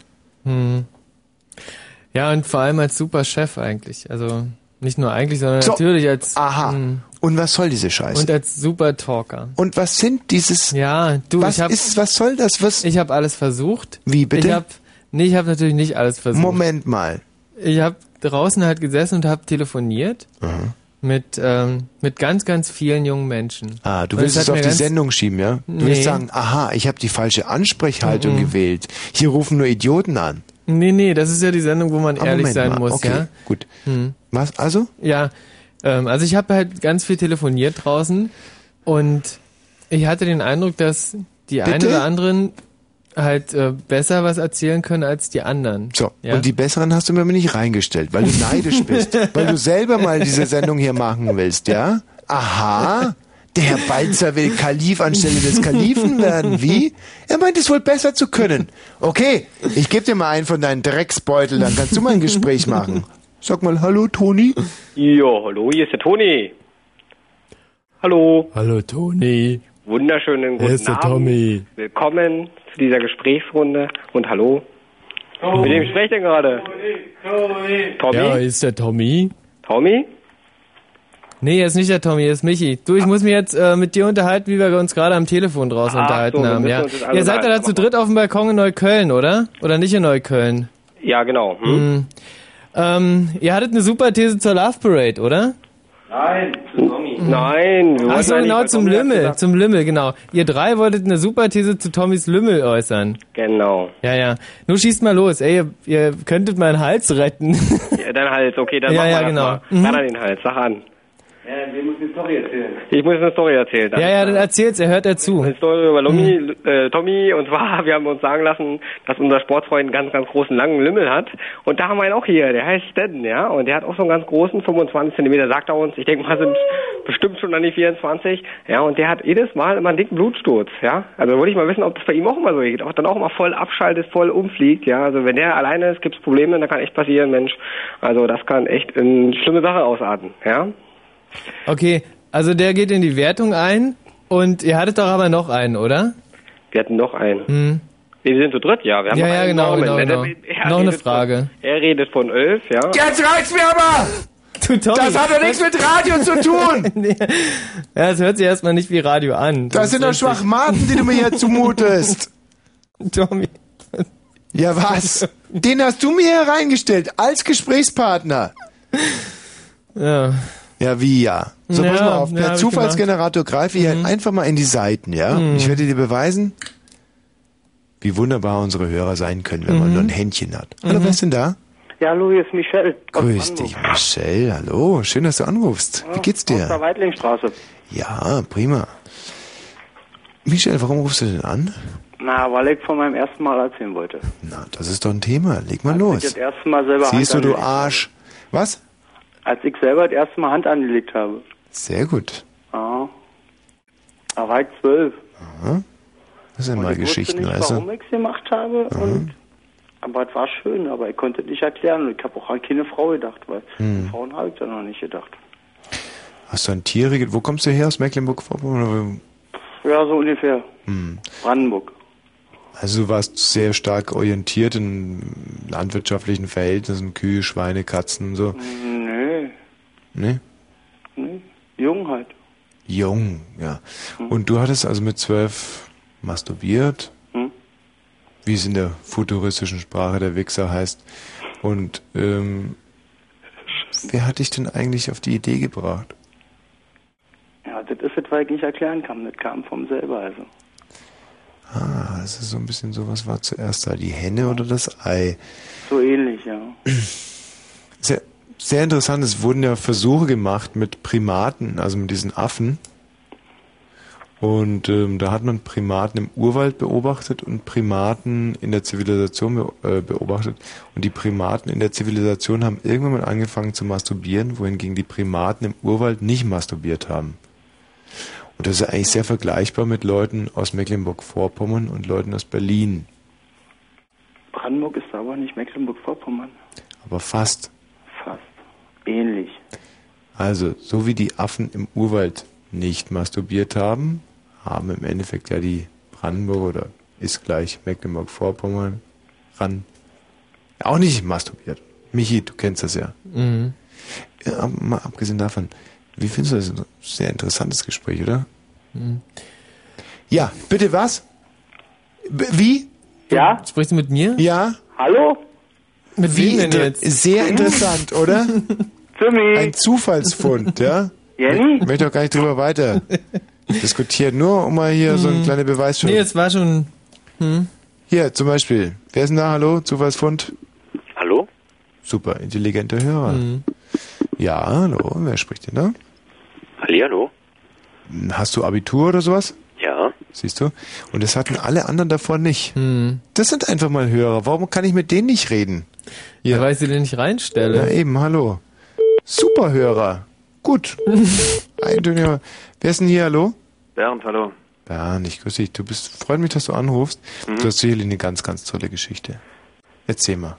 Ja, und vor allem als super Chef eigentlich. Also nicht nur eigentlich, sondern natürlich als... Aha. Und was soll diese Scheiße? Und als super Talker. Und was sind dieses... Ja, du, was soll das? Was? Ich habe alles versucht. Wie, bitte? Ich habe natürlich nicht alles versucht. Moment mal. Ich habe draußen halt gesessen und habe telefoniert mit ganz, ganz vielen jungen Menschen. Ah, du Und willst das es hat auf mir die ganz- Sendung schieben, ja? Du Nee. willst sagen, aha, ich habe die falsche Ansprechhaltung gewählt. Hier rufen nur Idioten an. Nee, das ist ja die Sendung, wo man Ah, ehrlich Moment sein mal. muss, Okay, ja. gut. Was, also? Ja, also ich habe halt ganz viel telefoniert draußen und ich hatte den Eindruck, dass die einen Bitte? oder anderen halt besser was erzählen können als die anderen. So, Ja? und die besseren hast du mir aber nicht reingestellt, weil du neidisch bist. Weil du selber mal diese Sendung hier machen willst, ja? Aha, der Herr Balzer will Kalif anstelle des Kalifen werden. Wie? Er meint es wohl besser zu können. Okay, ich gebe dir mal einen von deinen Drecksbeutel, dann kannst du mal ein Gespräch machen. Sag mal, hallo, Toni? Ja, hallo, hier ist der Toni. Hallo. Hallo, Toni. Wunderschönen Hier guten ist der Abend. Tommy. Willkommen zu dieser Gesprächsrunde und hallo. Mit wem spreche ich denn gerade? Tommy? Ja, ist der Tommy? Tommy? Nee, er ist nicht der Tommy, er ist Michi. Du, ich muss mich jetzt mit dir unterhalten, wie wir uns gerade am Telefon draußen Ach unterhalten so, wir haben. müssen Ja. uns jetzt alle Ihr seid ja da unterhalten, zu dritt auf dem Balkon in Neukölln, oder? Oder nicht in Neukölln? Ja, genau. Ihr hattet eine super These zur Love Parade, oder? Nein, zu Tommy. Nein, wir Ach wollten so, eigentlich genau, bei zum Tommy Lümmel, zum Lümmel, genau. Ihr drei wolltet eine super These zu Tommys Lümmel äußern. Genau. Ja. Nun schießt mal los, ey, ihr könntet meinen Hals retten. Ja, dein Hals, okay, dann Ja, machen wir ja, das genau. mal. Mhm. Ran an den Hals, sag an. Ja, wir müssen eine Story erzählen. Ich muss eine Story erzählen. Dann. Ja, dann erzähl's, er hört zu. Eine Story über Tommy, und zwar, wir haben uns sagen lassen, dass unser Sportfreund einen ganz, ganz großen, langen Lümmel hat. Und da haben wir einen auch hier, der heißt Stan, ja, und der hat auch so einen ganz großen, 25 Zentimeter, sagt er uns. Ich denke mal, sind bestimmt schon an die 24, ja, und der hat jedes Mal immer einen dicken Blutsturz, ja. Also wollte ich mal wissen, ob das bei ihm auch immer so geht, ob dann auch immer voll abschaltet, voll umfliegt, ja. Also wenn der alleine ist, gibt's Probleme, dann kann echt passieren, Mensch. Also das kann echt in schlimme Sache ausarten, ja. Okay, also der geht in die Wertung ein und ihr hattet doch aber noch einen, oder? Wir hatten noch einen. Wir sind zu dritt, ja. Wir haben Ja, noch ja, einen genau, Norman. genau. Er Noch eine redet Frage. Er redet von 11, ja. Jetzt reicht's mir aber! Du, Tommy, Das hat doch nichts mit Radio zu tun! Nee. Ja, es hört sich erstmal nicht wie Radio an. Das sind doch Schwachmaten, die du mir hier zumutest. Tommy. Ja, was? Den hast du mir hier reingestellt, als Gesprächspartner. Ja. Ja, wie ja? So, pass Ja, mal auf. ja, Per hab ich Zufallsgenerator greife ich einfach mal in die Seiten, ja? Ich werde dir beweisen, wie wunderbar unsere Hörer sein können, wenn man nur ein Händchen hat. Hallo, wer ist denn da? Ja, hallo, hier ist Michel. Grüß dich, Michelle. Hallo, schön, dass du anrufst. Wie geht's Aus der dir? Weitlingstraße. Ja, prima. Michelle, warum rufst du denn an? Na, weil ich von meinem ersten Mal erzählen wollte. Na, das ist doch ein Thema. Leg mal Ich los. das erste Mal selber Siehst du, Hand du angelegt Arsch. Was? habe. Als ich selber das erste Mal Hand angelegt habe. Sehr gut. Ja. Da war ich 12. Aha. Das sind Und mal ich Geschichten, wusste nicht, weißt warum du? ich es gemacht habe. Aber es war schön, aber ich konnte es nicht erklären. Und ich habe auch an keine Frau gedacht, weil Frauen habe ich da noch nicht gedacht. Hast du ein Tiere... Wo kommst du her? Aus Mecklenburg-Vorpommern? Ja, so ungefähr. Brandenburg. Also du warst sehr stark orientiert in landwirtschaftlichen Verhältnissen, Kühe, Schweine, Katzen und so. Nee, Ne? nee. Jung halt. Jung, ja. Und du hattest also mit 12 masturbiert, wie es in der futuristischen Sprache der Wichser heißt. Und wer hat dich denn eigentlich auf die Idee gebracht? Ja, das ist es, weil ich nicht erklären kann. Das kam vom selber, also. Ah, das ist so ein bisschen so, was war zuerst da, die Henne oder das Ei? So ähnlich, ja. Sehr, sehr interessant, es wurden ja Versuche gemacht mit Primaten, also mit diesen Affen. Und da hat man Primaten im Urwald beobachtet und Primaten in der Zivilisation beobachtet. Und die Primaten in der Zivilisation haben irgendwann mal angefangen zu masturbieren, wohingegen die Primaten im Urwald nicht masturbiert haben. Und das ist eigentlich sehr vergleichbar mit Leuten aus Mecklenburg-Vorpommern und Leuten aus Berlin. Brandenburg ist aber nicht Mecklenburg-Vorpommern. Aber fast. Fast. Ähnlich. Also, so wie die Affen im Urwald nicht masturbiert haben, haben im Endeffekt ja die Brandenburg oder ist gleich Mecklenburg-Vorpommern ran auch nicht masturbiert. Michi, du kennst das ja. Ja, mal abgesehen davon, wie findest du das? Ein sehr interessantes Gespräch, oder? Ja, bitte was? Wie? Ja? Sprichst du mit mir? Ja. Hallo? Mit wem denn jetzt? Sehr interessant, oder? Jimmy. Ein Zufallsfund, ja? Jenny? Ich möchte auch gar nicht drüber weiter diskutieren, nur um mal hier so einen kleinen Beweis für... Nee, es war schon... Hier, zum Beispiel. Wer ist denn da? Hallo? Zufallsfund? Hallo? Super, intelligenter Hörer. Ja, hallo. Wer spricht denn da? Hallihallo? Hast du Abitur oder sowas? Ja. Siehst du? Und das hatten alle anderen davor nicht. Das sind einfach mal Hörer. Warum kann ich mit denen nicht reden? Ja, weil ich sie denn nicht reinstelle. Ja, eben, hallo. Super Hörer. Gut. Eintöniger. Wer ist denn hier, hallo? Bernd, hallo. Bernd, ich grüße dich. Freut mich, dass du anrufst. Du hast sicherlich eine ganz, ganz tolle Geschichte. Erzähl mal.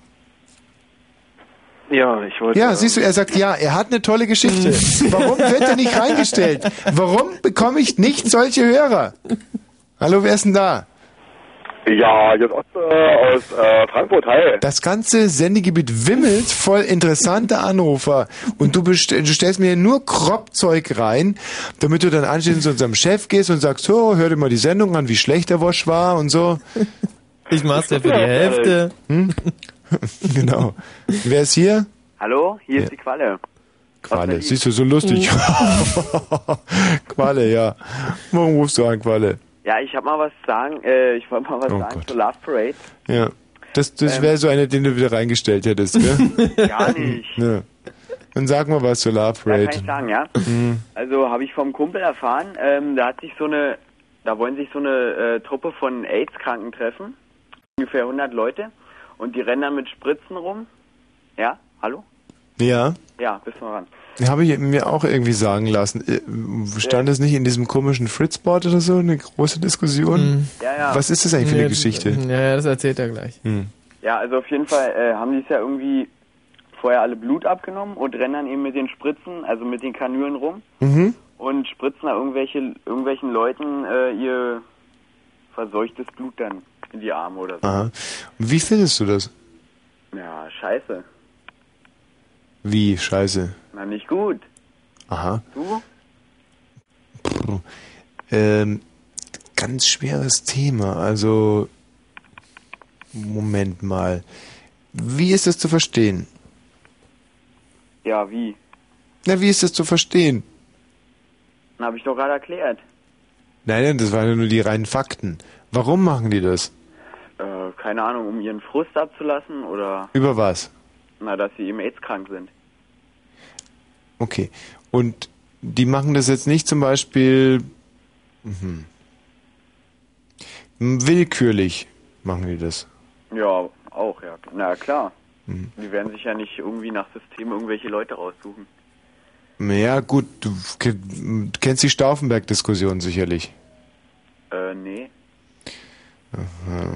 Ja, ich wollte... Ja, siehst du, er sagt ja, er hat eine tolle Geschichte. Warum wird er nicht reingestellt? Warum bekomme ich nicht solche Hörer? Hallo, wer ist denn da? Ja, jetzt aus Frankfurt, hi. Das ganze Sendegebiet wimmelt voll interessanter Anrufer. Und du stellst mir nur Kropfzeug rein, damit du dann anschließend zu unserem Chef gehst und sagst, so, hör dir mal die Sendung an, wie schlecht der Wosch war und so. Ich mach's ja für die Hälfte. Genau. Wer ist hier? Hallo, hier ist die Qualle. Qualle, siehst du, so lustig. Qualle, ja. Warum rufst du an, Qualle? Ja, ich habe mal was sagen. Ich wollte mal was sagen zur Love Parade. Ja. Das wäre so eine, den du wieder reingestellt hättest, gell? Gar nicht. Ja. Dann sag mal was zur Love Parade. Ja, kann ich sagen, ja. Also habe ich vom Kumpel erfahren, da wollen sich so eine Truppe von AIDS-Kranken treffen. Ungefähr 100 Leute. Und die rennen dann mit Spritzen rum. Ja, hallo? Ja. Ja, bist du ran. Habe ich mir auch irgendwie sagen lassen. Stand es nicht in diesem komischen Fritzboard oder so? Eine große Diskussion? Ja. Was ist das eigentlich für eine Geschichte? Ja, das erzählt er gleich. Ja, also auf jeden Fall haben die es ja irgendwie vorher alle Blut abgenommen und rennen dann eben mit den Spritzen, also mit den Kanülen rum und spritzen da irgendwelchen Leuten ihr verseuchtes Blut dann in die Arme oder so. Aha. Und wie findest du das? Ja, scheiße. Wie scheiße? Na, nicht gut. Aha. Du? Ganz schweres Thema. Also, Moment mal. Wie ist das zu verstehen? Ja, wie? Na, wie ist das zu verstehen? Na, habe ich doch gerade erklärt. Nein, das waren ja nur die reinen Fakten. Warum machen die das? Keine Ahnung, um ihren Frust abzulassen oder... Über was? Na, dass sie eben AIDS-krank sind. Okay. Und die machen das jetzt nicht zum Beispiel willkürlich machen die das? Ja, auch, ja. Na klar. Die werden sich ja nicht irgendwie nach System irgendwelche Leute raussuchen. Ja, gut, du kennst die Stauffenberg-Diskussion sicherlich. Nee. Aha.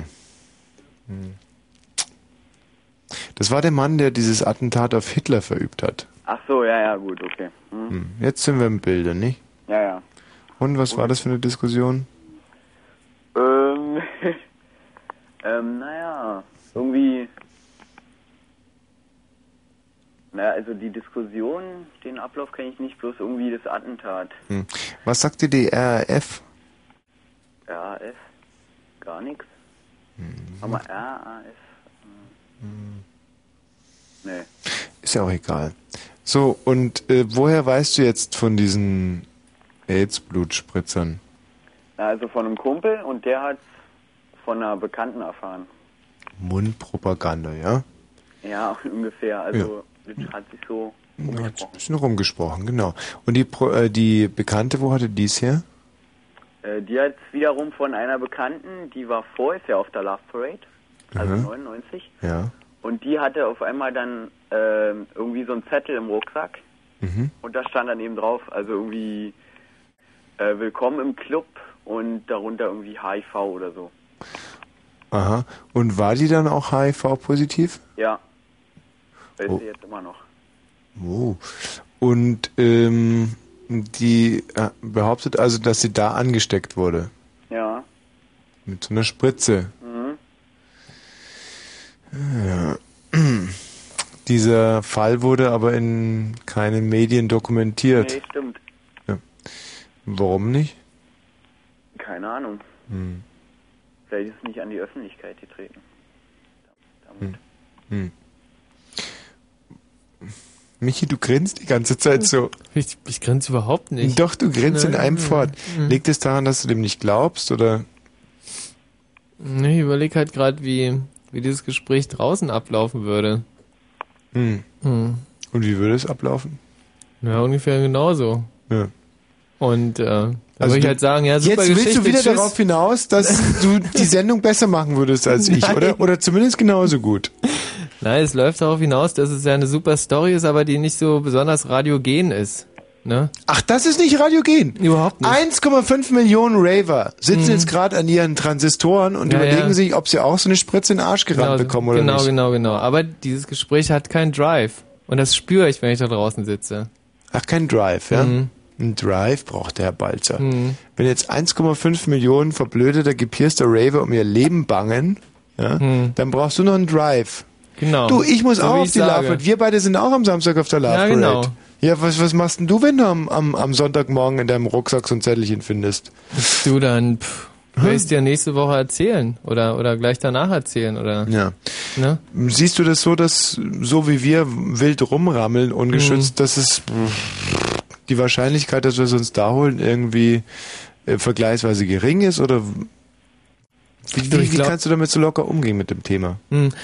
Das war der Mann, der dieses Attentat auf Hitler verübt hat. Ach so, ja, gut, okay. Jetzt sind wir im Bilde, nicht? Ja. Und was war das für eine Diskussion? Naja, irgendwie... Naja, also die Diskussion, den Ablauf kenne ich nicht, bloß irgendwie das Attentat. Was sagte die RAF? RAF? Gar nichts. Aber RAF? Nee. Ist ja auch egal. So, und woher weißt du jetzt von diesen AIDS-Blutspritzern? Also von einem Kumpel und der hat von einer Bekannten erfahren. Mundpropaganda, ja? Ja, ungefähr. Also das hat sich so rumgesprochen. Hat ein bisschen rumgesprochen, genau. Und die Bekannte, wo hatte die es her? Die hat wiederum von einer Bekannten, die war vorher ja auf der Love Parade, also 99. Ja. Und die hatte auf einmal dann irgendwie so einen Zettel im Rucksack. Und da stand dann eben drauf, also irgendwie Willkommen im Club und darunter irgendwie HIV oder so. Aha. Und war die dann auch HIV-positiv? Ja. Ist sie jetzt immer noch. Oh. Und die behauptet also, dass sie da angesteckt wurde. Ja. Mit so einer Spritze. Ja. Dieser Fall wurde aber in keinen Medien dokumentiert. Nee, stimmt. Ja. Warum nicht? Keine Ahnung. Vielleicht ist es nicht an die Öffentlichkeit getreten. Damit. Michi, du grinst die ganze Zeit so. Ich grinse überhaupt nicht. Doch, du grinst in einem fort. Liegt es daran, dass du dem nicht glaubst, oder? Nee, ich überlege halt gerade, wie dieses Gespräch draußen ablaufen würde. Und wie würde es ablaufen? Ja, ungefähr genauso. Ja. Und da würde ich halt sagen, ja, super jetzt Geschichte. Jetzt willst du wieder tschüss. darauf hinaus, dass du die Sendung besser machen würdest als ich, oder? Oder zumindest genauso gut. Nein, es läuft darauf hinaus, dass es ja eine super Story ist, aber die nicht so besonders radiogen ist. Ne? Ach, das ist nicht radiogen? Überhaupt nicht. 1,5 Millionen Raver sitzen jetzt gerade an ihren Transistoren und überlegen sich, ob sie auch so eine Spritze in den Arsch gerammt bekommen oder nicht. Genau. Aber dieses Gespräch hat keinen Drive. Und das spüre ich, wenn ich da draußen sitze. Ach, kein Drive, ja? Ein Drive braucht der Herr Balzer. Wenn jetzt 1,5 Millionen verblödeter, gepierster Raver um ihr Leben bangen, ja, dann brauchst du noch einen Drive. Genau. Du, ich muss So auch wie auf ich die sage. Love Parade. Wir beide sind auch am Samstag auf der Love Parade. Genau. Ja, was machst denn du, wenn du am Sonntagmorgen in deinem Rucksack so ein Zettelchen findest? Du dann, werde ich dir nächste Woche erzählen oder gleich danach erzählen, oder? Ja. Ne? Siehst du das so, dass so wie wir wild rumrammeln, ungeschützt, dass es die Wahrscheinlichkeit, dass wir es uns da holen, irgendwie vergleichsweise gering ist? Oder wie kannst du damit so locker umgehen mit dem Thema?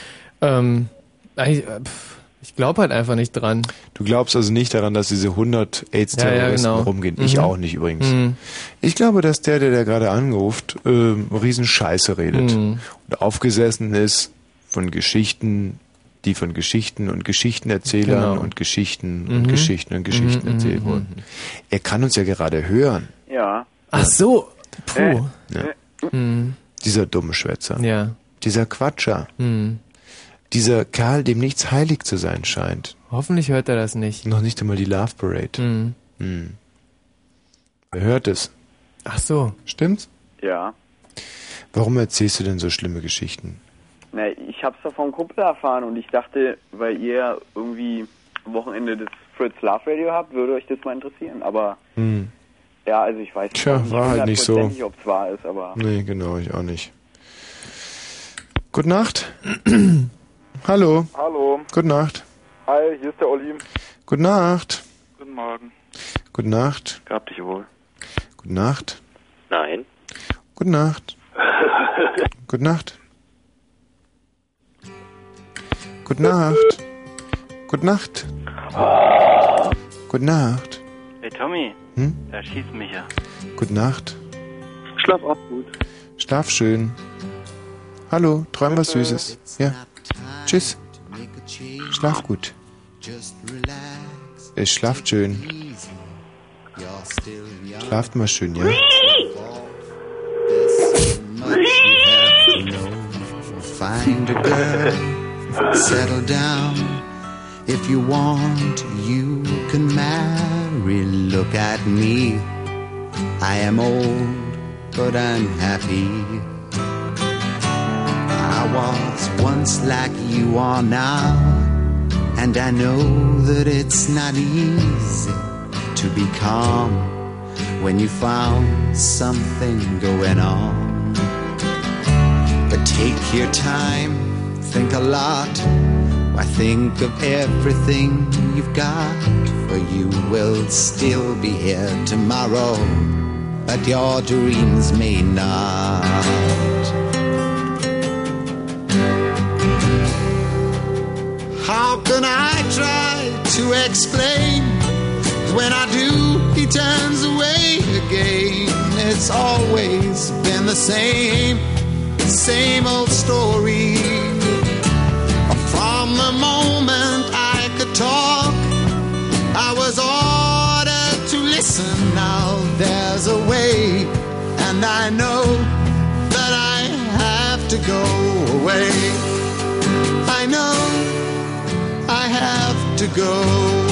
Ich glaube halt einfach nicht dran. Du glaubst also nicht daran, dass diese 100 AIDS-Terroristen rumgehen? Ich auch nicht übrigens. Ich glaube, dass der gerade anruft, Riesenscheiße redet und aufgesessen ist von Geschichten, die von Geschichten und Geschichtenerzählern und Geschichten und Geschichten und Geschichten erzählt wurden. Er kann uns ja gerade hören. Ja. Ach so. Puh. Ja. Dieser dumme Schwätzer. Ja. Dieser Quatscher. Dieser Kerl, dem nichts heilig zu sein scheint. Hoffentlich hört er das nicht. Noch nicht einmal die Love Parade. Er hört es. Ach so. Stimmt's? Ja. Warum erzählst du denn so schlimme Geschichten? Na, ich hab's doch vom Kumpel erfahren und ich dachte, weil ihr irgendwie am Wochenende das Fritz Love Radio habt, würde euch das mal interessieren. Aber ja, also ich weiß Tja, nicht, war halt nicht so. ob es wahr ist, aber... Nee, genau, ich auch nicht. Gute Nacht. Hallo. Hallo. Gute Nacht. Hi, hier ist der Olli. Gute Nacht. Guten Morgen. Gute Nacht. Gab dich wohl. Gute Nacht. Nein. Gute Nacht. Gute Nacht. Gute Nacht. Gute Nacht. Gute Nacht. Hey Tommy, da schießt mich ja. Gute Nacht. Schlaf auch gut. Schlaf schön. Hallo, träum was Süßes. Ja. Tschüss. Schlaf gut. Schlaft schön. Schlaft mal schön, ja? Find a girl, settle down. If you want, you can marry. Look at me. I am old, but I'm happy. I was once like you are now, and I know that it's not easy to be calm when you found something going on. But take your time, think a lot. Why, think of everything you've got, for you will still be here tomorrow, but your dreams may not. How can I try to explain? When I do, he turns away again. It's always been the same old story. From the moment I could talk, I was ordered to listen. Now there's a way, and I know that I have to go away. I know I have to go.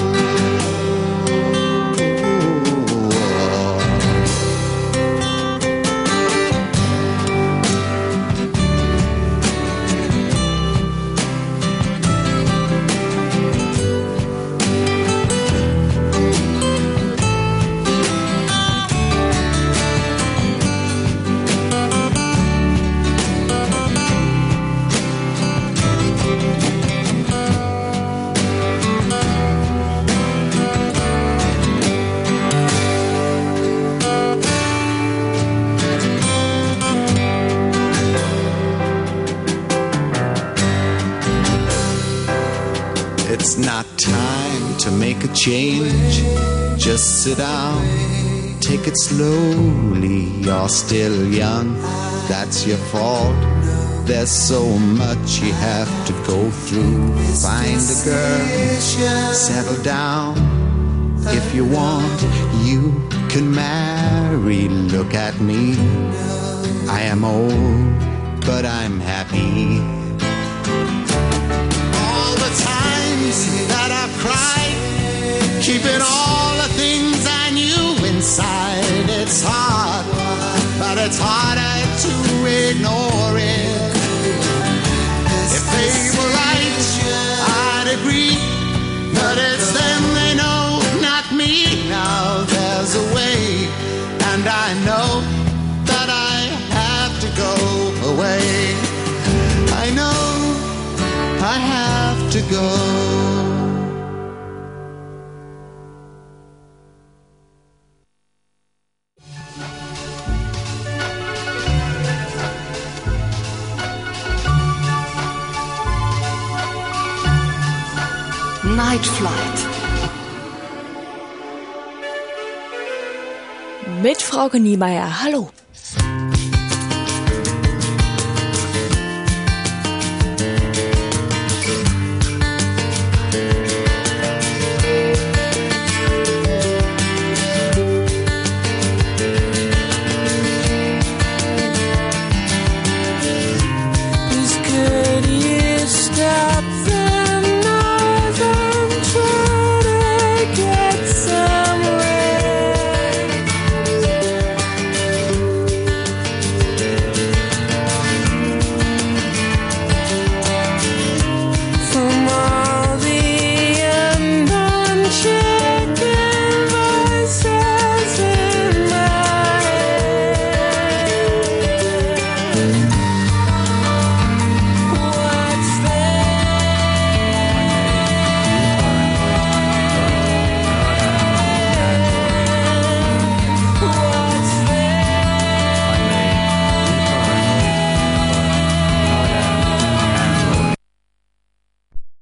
make a change. Just sit down, take it slowly. You're still young, that's your fault. There's so much you have to go through. Find a girl, settle down. If you want, you can marry. Look at me, I am old, but I'm happy. All the times that I've cried, keeping all the things I knew inside. It's hard, but it's harder to ignore it. If they were right, I'd agree, but it's them they know, not me. Now there's a way, and I know that I have to go away. I know I have to go. Night Flight. Mit Frauke Niemeyer. Hallo.